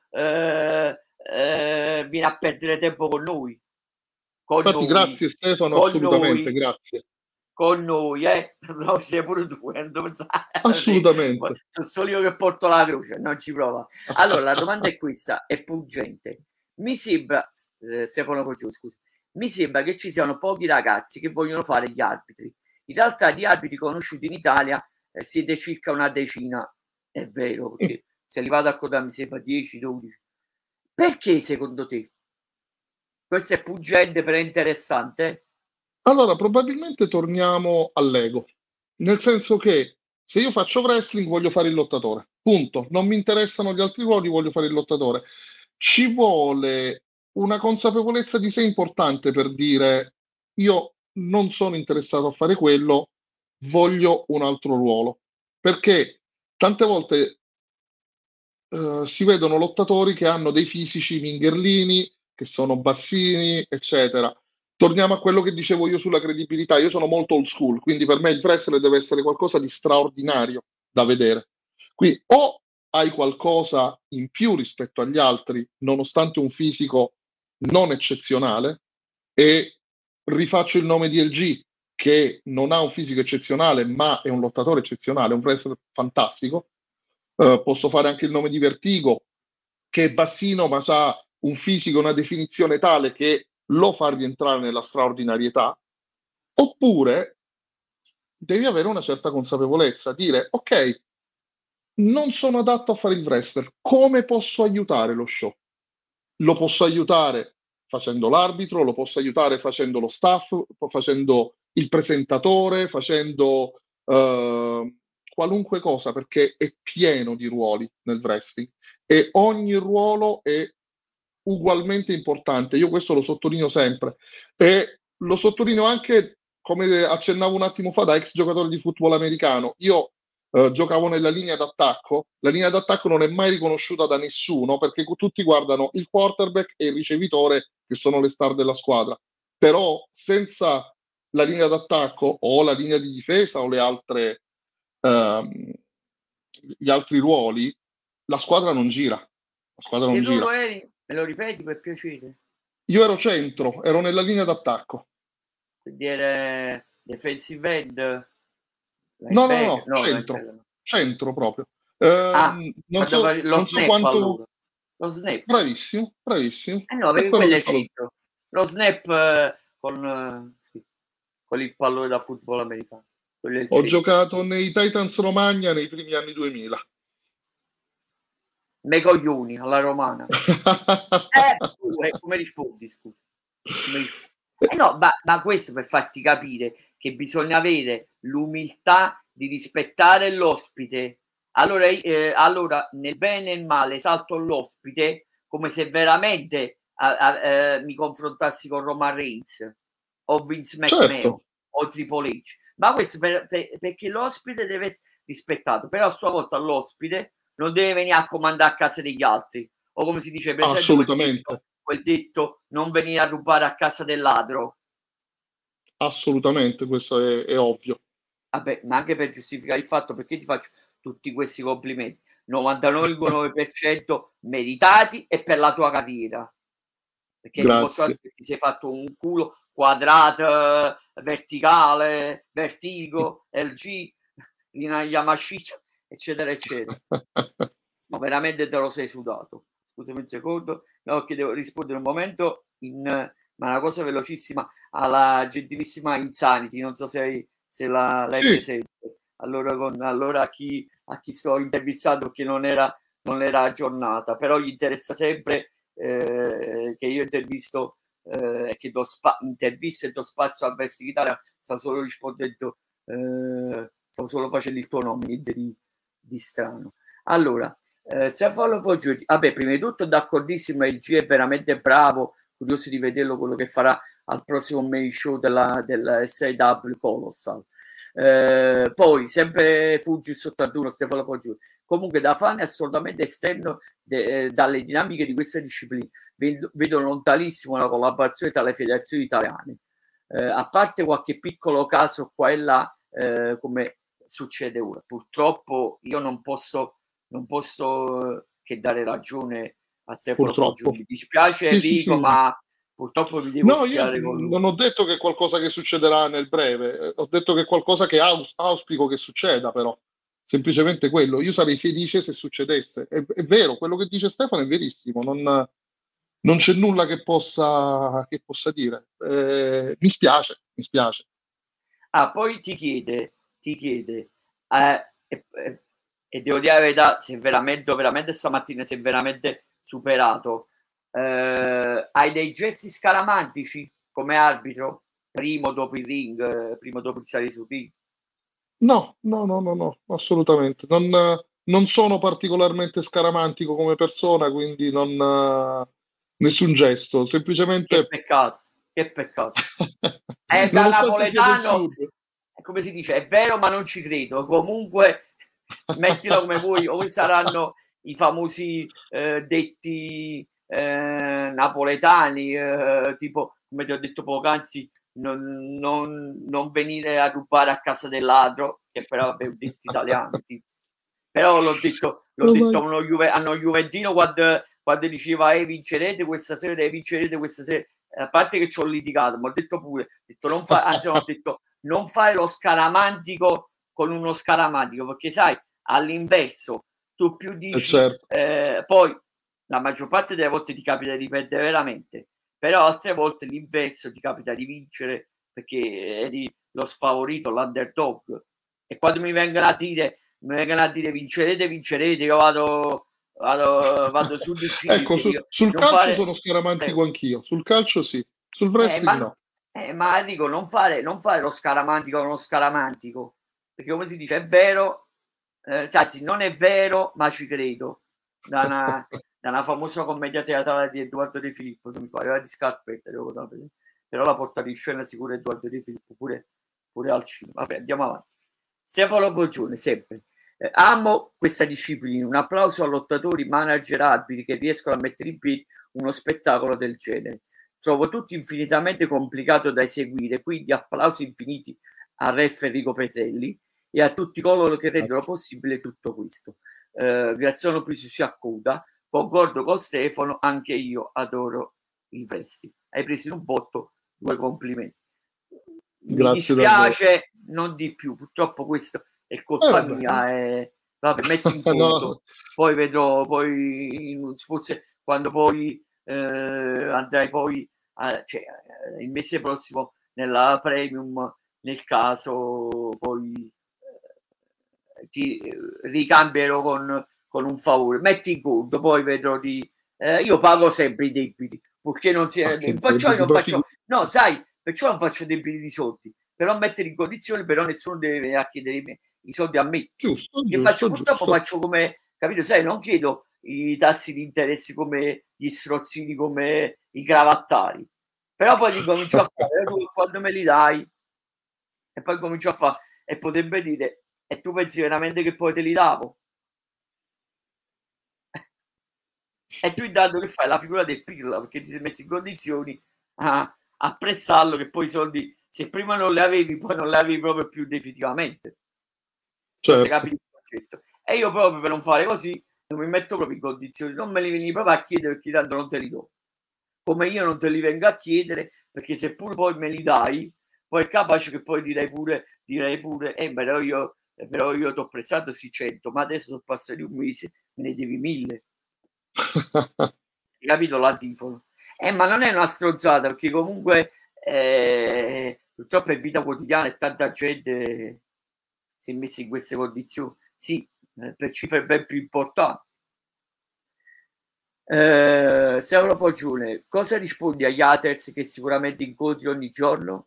viene a perdere tempo con noi. Infatti, grazie Stefano, assolutamente, grazie. Con noi, no, sei pure tu, assolutamente. Sono solo io che porto la croce, non ci prova. Allora, la domanda è questa, è pungente. Mi sembra, Stefano Coggio, scusa, mi sembra che ci siano pochi ragazzi che vogliono fare gli arbitri. In realtà di arbitri conosciuti in Italia siete circa una decina, è vero, perché se arrivate a coda mi sembra 10-12. Perché secondo te? Questo è pungente però interessante. Allora, probabilmente torniamo all'ego, nel senso che se io faccio wrestling voglio fare il lottatore, punto. Non mi interessano gli altri ruoli, voglio fare il lottatore. Ci vuole una consapevolezza di sé importante per dire io non sono interessato a fare quello, voglio un altro ruolo. Perché tante volte si vedono lottatori che hanno dei fisici mingherlini, che sono bassini, eccetera. Torniamo a quello che dicevo io sulla credibilità. Io sono molto old school, quindi per me il wrestler deve essere qualcosa di straordinario da vedere. Qui o hai qualcosa in più rispetto agli altri, nonostante un fisico non eccezionale, e rifaccio il nome di LG, che non ha un fisico eccezionale, ma è un lottatore eccezionale, un wrestler fantastico. Posso fare anche il nome di Vertigo, che è bassino, ma ha un fisico, una definizione tale che lo fa rientrare nella straordinarietà. Oppure devi avere una certa consapevolezza, dire ok, non sono adatto a fare il wrestler, come posso aiutare lo show? Lo posso aiutare facendo l'arbitro, lo posso aiutare facendo lo staff, facendo il presentatore, facendo qualunque cosa, perché è pieno di ruoli nel wrestling e ogni ruolo è ugualmente importante. Io questo lo sottolineo sempre e lo sottolineo anche, come accennavo un attimo fa, da ex giocatore di football americano. Io giocavo nella linea d'attacco. La linea d'attacco non è mai riconosciuta da nessuno perché tutti guardano il quarterback e il ricevitore, che sono le star della squadra. Però senza la linea d'attacco o la linea di difesa o gli altri ruoli, la squadra non gira. La squadra non gira. Me lo ripeti per piacere? Io ero centro, ero nella linea d'attacco. Quindi era defensive end? No, centro proprio. Non so, lo snap quanto... allora. Lo snap. Bravissimo. No, perché quello è il centro. Lo snap con il pallone da football americano. Ho giocato nei Titans Romagna nei primi anni 2000. Me coglioni alla romana. Come rispondi, scusa? No, ma questo per farti capire che bisogna avere l'umiltà di rispettare l'ospite, allora, allora nel bene e nel male esalto l'ospite come se veramente mi confrontassi con Roman Reigns o Vince McMahon certo, o Triple H, ma questo perché l'ospite deve essere rispettato, però a sua volta l'ospite non deve venire a comandare a casa degli altri, o come si dice, presente assolutamente, quel detto non venire a rubare a casa del ladro. assolutamente, questo è ovvio. Vabbè, ma anche per giustificare il fatto, perché ti faccio tutti questi complimenti, 99,9% meritati e per la tua carriera, perché Grazie. dimostrando che ti sei fatto un culo quadrato, verticale, Vertigo, LG, Rina Yamashita, eccetera, eccetera. Ma veramente te lo sei sudato. Scusami un secondo, no, che devo rispondere un momento ma una cosa velocissima alla gentilissima Insanity, non so se l'hai Sì, presente. Allora a chi sto intervistando che non era aggiornata, però gli interessa sempre che io intervisto e che intervisto e do spazio a Wrestling Italia, sta solo rispondendo, stavo solo facendo il tuo nome, niente di strano. Allora, Stefano Foggioli, vabbè, prima di tutto d'accordissimo, il G è veramente bravo, curioso di vederlo quello che farà al prossimo main show della SAW Colossal. Poi sempre Fugis 81, Stefano Foggioli, comunque da fan è assolutamente esterno dalle dinamiche di questa disciplina, vedo lontanissimo la collaborazione tra le federazioni italiane, a parte qualche piccolo caso qua e là, come succede ora. Purtroppo io non posso che dare ragione a Stefano purtroppo. Foggioli. Mi dispiace Sì, sì, Enrico, sì. ma purtroppo mi devo No, io schierare con lui. non ho detto che è qualcosa che succederà nel breve, ho detto che è qualcosa che auspico che succeda, però. Semplicemente quello. Io sarei felice se succedesse. È vero, quello che dice Stefano è verissimo, non c'è nulla che possa dire. Mi spiace, mi spiace. Ah, poi ti chiede, e devo dire la verità, se veramente, veramente stamattina si è veramente superato. Hai dei gesti scaramantici come arbitro? Primo dopo il ring, primo dopo il salire sul ring? No, no, no, no, no, assolutamente. Non sono particolarmente scaramantico come persona, quindi nessun gesto, Che semplicemente peccato, che peccato. È da nonostante sia del napoletano, sud. come si dice, è vero ma non ci credo. Comunque, mettila come vuoi, o saranno i famosi detti napoletani, tipo, come ti ho detto poc'anzi, non venire a rubare a casa del ladro, che però vabbè, è un detto italiano. Tipo. Però l'ho detto Ormai- a uno Juventino quando diceva vincerete questa sera, vincerete questa sera. A parte che ci ho litigato, ma ho detto pure, anzi, ho detto non fare lo scaramantico con uno scaramantico, perché sai, all'inverso, tu più dici, certo, poi la maggior parte delle volte ti capita di perdere veramente, però altre volte l'inverso ti capita di vincere perché eri lo sfavorito, l'underdog. E quando mi vengono a dire vincerete, vincerete, io vado su di ecco, Gilli, dico, sul non calcio fare, sono scaramantico anch'io, sul calcio sì, sul wrestling ma, no. ma dico, non fare lo scaramantico con lo scaramantico, perché come si dice, è vero, cioè, anzi, non è vero, ma ci credo, da una famosa commedia teatrale di Edoardo De Filippo, se mi pare, di Scarpetta, però la porta in scena sicuro Edoardo De Filippo, pure al cinema. Vabbè, andiamo avanti. Stefano Foggione, sempre. Amo questa disciplina, un applauso a lottatori, manager, arbitri che riescono a mettere in piedi uno spettacolo del genere. Trovo tutto infinitamente complicato da eseguire, quindi applausi infiniti a Ref Enrico Petrelli e a tutti coloro che rendono possibile tutto questo. Graziano Pisu si accoda, concordo con Stefano, anche io adoro il wrestling. Hai preso in un botto, due complimenti. Mi Grazie davvero. dispiace, non di più, purtroppo questo è colpa Vabbè, mia. Vabbè, metti in no, conto, poi vedrò, poi forse quando poi andrai poi cioè, il mese prossimo nella premium, nel caso poi ti ricambierò con un favore. Metti in conto, poi vedrò di. Io pago sempre i debiti, purché non ma sia. che Faccio, debiti, non faccio. No, sai, perciò non faccio debiti di soldi, però mettere in condizione, però nessuno deve venire a chiedere me i soldi a me. Giusto, Che faccio? giusto, Purtroppo giusto. faccio come, capito? Sai, non chiedo i tassi di interesse come gli strozzini, come i cravattari, però poi li comincio a fare, tu quando me li dai? E poi comincio a fa e potrebbe dire: "E tu pensi veramente che poi te li davo?" E tu intanto che fai? La figura del pirla, perché ti sei messo in condizioni a prestarlo, che poi i soldi, se prima non li avevi, poi non li avevi proprio più definitivamente. So se Certo. capi il concetto. E io proprio per non fare così, non mi metto proprio in condizioni, non me li vieni proprio a chiedere perché tanto non te li do. Come io non te li vengo a chiedere, perché se pure poi me li dai, poi è capace che poi direi pure: però io t'ho prestato sì 100, ma adesso sono passati un mese, me ne devi 1000." Hai capito l'antifono? Ma non è una stronzata, perché comunque, purtroppo è vita quotidiana e tanta gente si è messa in queste condizioni. Sì, per cifre ben più importanti. Saulo Foggione, cosa rispondi agli haters che sicuramente incontri ogni giorno?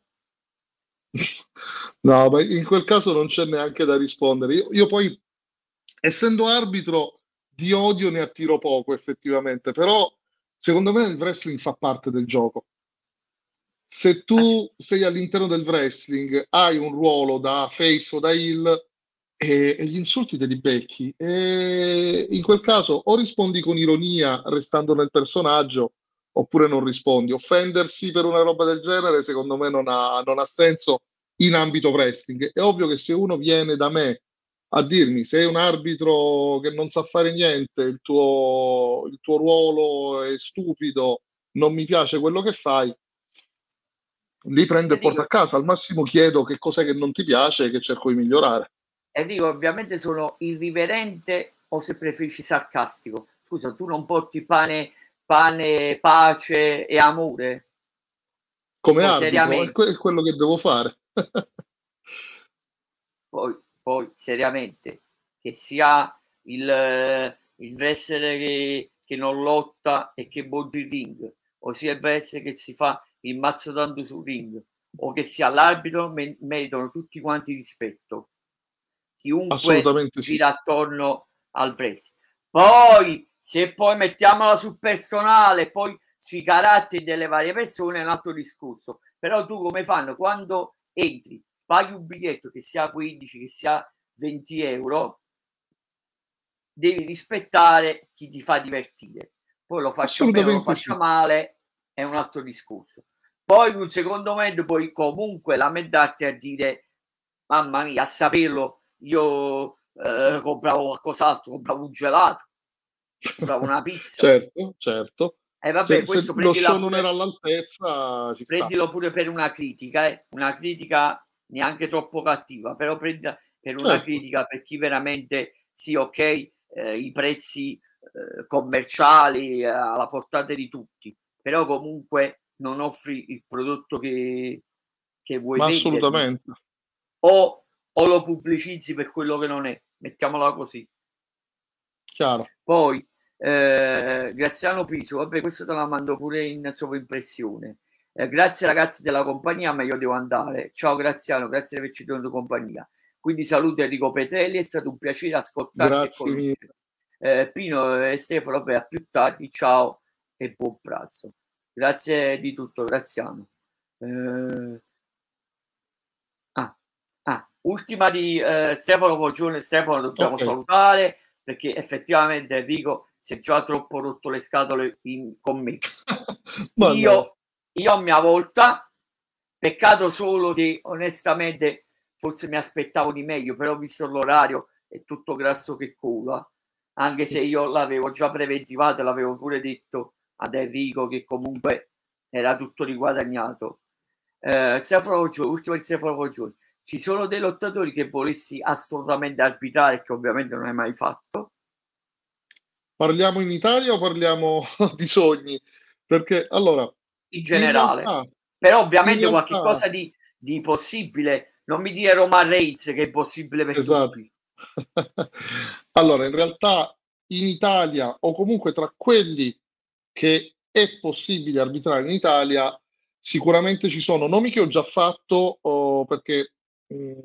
No, ma in quel caso non c'è neanche da rispondere. Io poi, essendo arbitro, di odio ne attiro poco effettivamente, però secondo me il wrestling fa parte del gioco. Se Ah sì, tu sei all'interno del wrestling, hai un ruolo da face o da heel e gli insulti te li becchi. E in quel caso o rispondi con ironia restando nel personaggio, oppure non rispondi. Offendersi per una roba del genere, secondo me, non ha senso in ambito wrestling. È ovvio che se uno viene da me a dirmi sei un arbitro che non sa fare niente, il tuo ruolo è stupido, non mi piace quello che fai, li prendo e e porto dico a casa. Al massimo chiedo che cos'è che non ti piace e che cerco di migliorare. ovviamente sono irriverente o se preferisci sarcastico. Scusa, tu non porti pane, pace e amore? Come Poi arbitro è, seriamente. è quello che devo fare. Poi seriamente, che sia il wrestler che non lotta e che monta il ring, o sia il wrestler che si fa il mazzo tanto sul ring, o che sia l'arbitro, meritano tutti quanti rispetto. Chiunque Assolutamente sì. gira attorno al wrestling. Poi, se poi mettiamola sul personale, poi sui caratteri delle varie persone è un altro discorso. Però tu come fanno quando entri, paghi un biglietto che sia 15, che sia 20 euro, devi rispettare chi ti fa divertire. Poi lo faccia bene o lo Assolutamente faccia sì. male è un altro discorso. Poi in un secondo momento puoi comunque lamentarti a dire: "Mamma mia, a saperlo io, compravo qualcos'altro, compravo un gelato, compravo una pizza." Certo, certo. E vabbè, Se questo lo show non era all'altezza, ci sta. prendilo pure per una critica, una critica neanche troppo cattiva, però prendila per una Certo, critica per chi veramente sì, okay, i prezzi, commerciali alla portata di tutti, però comunque non offri il prodotto che vuoi ma vendermi, assolutamente. o lo pubblicizzi per quello che non è, mettiamola così. Chiaro. Poi, Graziano Piso, vabbè questo te la mando pure in sovraimpressione. Grazie ragazzi della compagnia, ma io devo andare. Ciao Graziano, grazie di averci tenuto compagnia. Quindi saluto Enrico Petrelli, è stato un piacere ascoltarti e Grazie conoscerti. mille. Pino e Stefano, vabbè, a più tardi, ciao e buon pranzo. Grazie di tutto, Graziano. Eh, ah, ultima di Stefano Poggione. Stefano dobbiamo Ok, salutare perché effettivamente Enrico si è già troppo rotto le scatole con me. ma no, Io a mia volta, peccato solo che onestamente forse mi aspettavo di meglio, però visto l'orario è tutto grasso che cola, anche se io l'avevo già preventivato, l'avevo pure detto ad Enrico che comunque era tutto riguadagnato. Stefano Poggioli, ultima di Stefano Poggioli. Ci sono dei lottatori che volessi assolutamente arbitrare, che ovviamente non hai mai fatto, parliamo in Italia o parliamo di sogni? Perché allora, in in generale, realtà, però in ovviamente qualche realtà, cosa di possibile, non mi dire Roman Reigns che è possibile per esatto. tutti. Allora, in realtà in Italia o comunque tra quelli che è possibile arbitrare in Italia, sicuramente ci sono nomi che ho già fatto, perché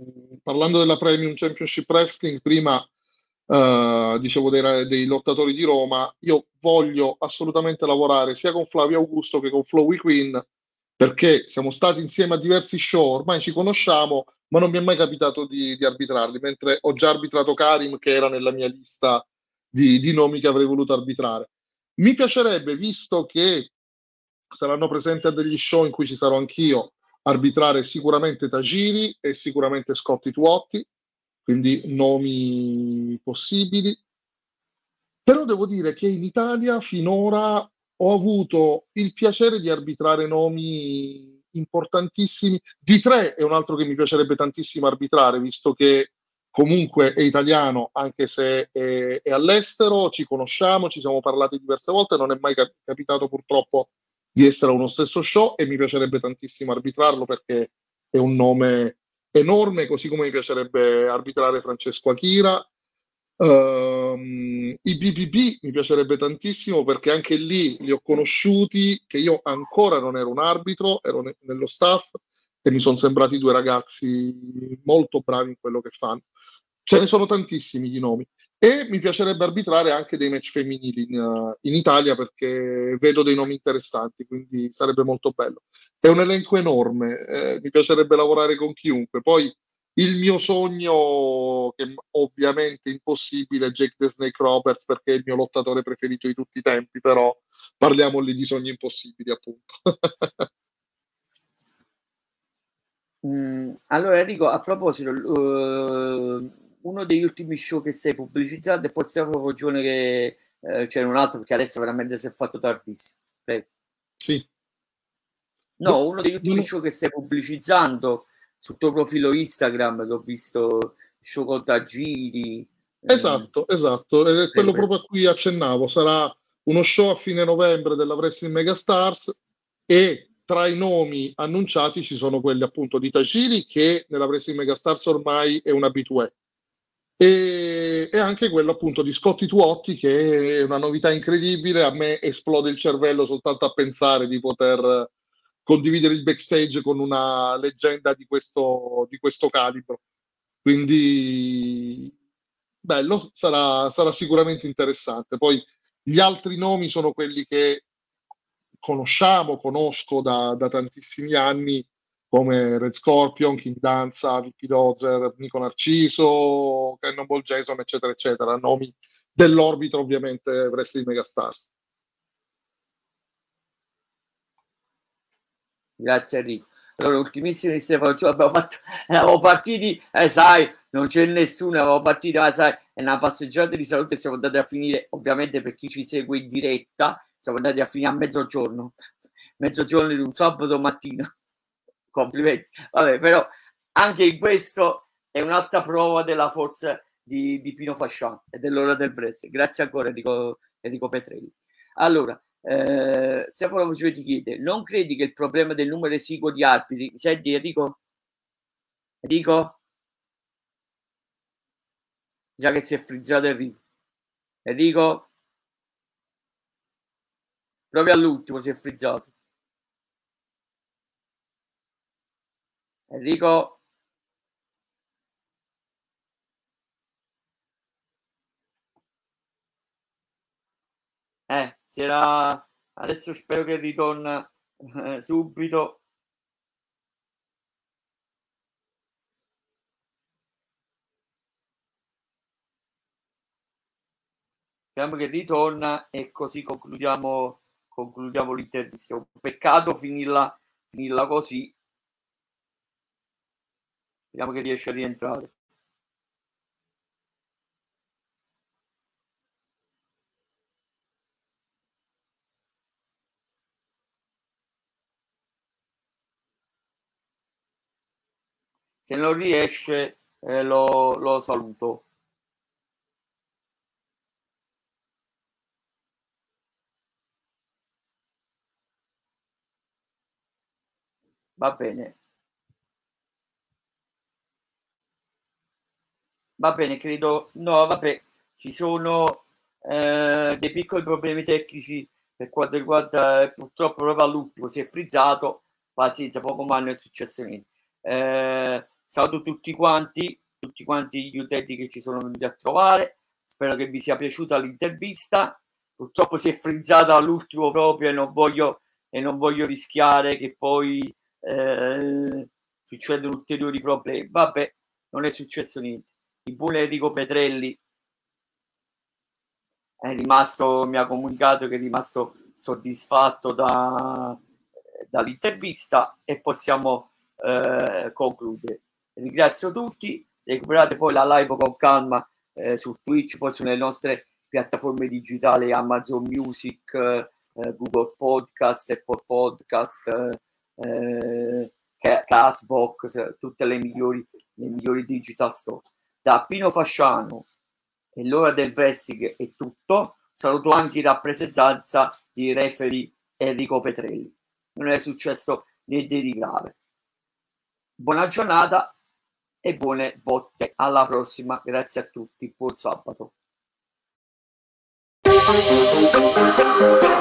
parlando della Premium Championship Wrestling, prima dicevo dei lottatori di Roma, io voglio assolutamente lavorare sia con Flavio Augusto che con Chloe Quinn, perché siamo stati insieme a diversi show, ormai ci conosciamo, ma non mi è mai capitato di arbitrarli, mentre ho già arbitrato Karim, che era nella mia lista di nomi che avrei voluto arbitrare. Mi piacerebbe, visto che saranno presenti a degli show in cui ci sarò anch'io, arbitrare sicuramente Tajiri e sicuramente Scotti Tuotti, quindi nomi possibili. Però devo dire che in Italia finora ho avuto il piacere di arbitrare nomi importantissimi. D3 è un altro che mi piacerebbe tantissimo arbitrare, visto che comunque è italiano, anche se è all'estero, ci conosciamo, ci siamo parlati diverse volte, non è mai capitato purtroppo di essere a uno stesso show e mi piacerebbe tantissimo arbitrarlo perché è un nome enorme, così come mi piacerebbe arbitrare Francesco Achira. I BBB mi piacerebbe tantissimo perché anche lì li ho conosciuti, che io ancora non ero un arbitro, ero nello staff e mi sono sembrati due ragazzi molto bravi in quello che fanno. Ce ne sono tantissimi di nomi. E mi piacerebbe arbitrare anche dei match femminili in Italia perché vedo dei nomi interessanti, quindi sarebbe molto bello. È un elenco enorme, mi piacerebbe lavorare con chiunque. Poi il mio sogno, che ovviamente è impossibile, è Jake the Snake Roberts perché è il mio lottatore preferito di tutti i tempi, però parliamo lì di sogni impossibili, appunto. Allora Enrico, a proposito, uno degli ultimi show che stai pubblicizzando e poi stiamo ragione che c'era un altro perché adesso veramente si è fatto tardissimo. Prego. Sì. No, uno degli ultimi No, show che stai pubblicizzando sul tuo profilo Instagram, che ho visto show con Tagiri. esatto, esatto, è quello Prego. proprio a cui accennavo. Sarà uno show a fine novembre della Wrestling Megastars e tra i nomi annunciati ci sono quelli appunto di Tajiri, che nella Wrestling Megastars ormai è un abitué, e anche quello appunto di Scotti Tuotti, che è una novità incredibile. A me esplode il cervello soltanto a pensare di poter condividere il backstage con una leggenda di questo calibro. Quindi bello, sarà sicuramente interessante. Poi gli altri nomi sono quelli che conosco da tantissimi anni, come Red Scorpion, King Danza, Vicky Dozer, Nico Narciso, Cannonball Jason, eccetera, eccetera, nomi dell'orbita ovviamente Wrestling Megastars. Grazie Enrico. Allora, ultimissimo di Stefano Gio, eravamo partiti, sai, non c'è nessuno, eravamo partiti, sai, è una passeggiata di salute, siamo andati a finire, ovviamente per chi ci segue in diretta, siamo andati a finire a mezzogiorno di un sabato mattina. Complimenti. Vabbè, però anche in questo è un'altra prova della forza di Pino Fascian e dell'ora del wrestling. Grazie ancora Enrico Petrelli. Allora, Stefano Voce ti chiede: non credi che il problema del numero esiguo di arbitri, senti Enrico? Enrico? Già che si è frizzato Enrico? Proprio all'ultimo si è frizzato. Enrico? Si era... Adesso spero che ritorna subito. Speriamo che ritorna e così concludiamo l'intervista. Un peccato finirla così. Speriamo che riesca a rientrare. Se non riesce lo saluto. Va bene. Va bene, credo. No, vabbè, ci sono dei piccoli problemi tecnici per quanto riguarda purtroppo proprio all'ultimo si è frizzato. Pazienza, poco ma non è successo niente. saluto tutti quanti gli utenti che ci sono venuti a trovare. Spero che vi sia piaciuta l'intervista. Purtroppo si è frizzata all'ultimo proprio e non voglio rischiare che poi succedano ulteriori problemi. Vabbè, non è successo niente. Il buon Enrico Petrelli mi ha comunicato che è rimasto soddisfatto dall'intervista e possiamo concludere. Ringrazio tutti, recuperate poi la live con calma su Twitch, poi sulle nostre piattaforme digitali, Amazon Music, Google Podcast, Apple Podcast, Castbox, tutte le migliori digital store. Da Pino Fasciano e l'ora del wrestling è tutto. Saluto anche in rappresentanza di referee Enrico Petrelli. Non è successo niente di grave. Buona giornata e buone botte. Alla prossima. Grazie a tutti. Buon sabato.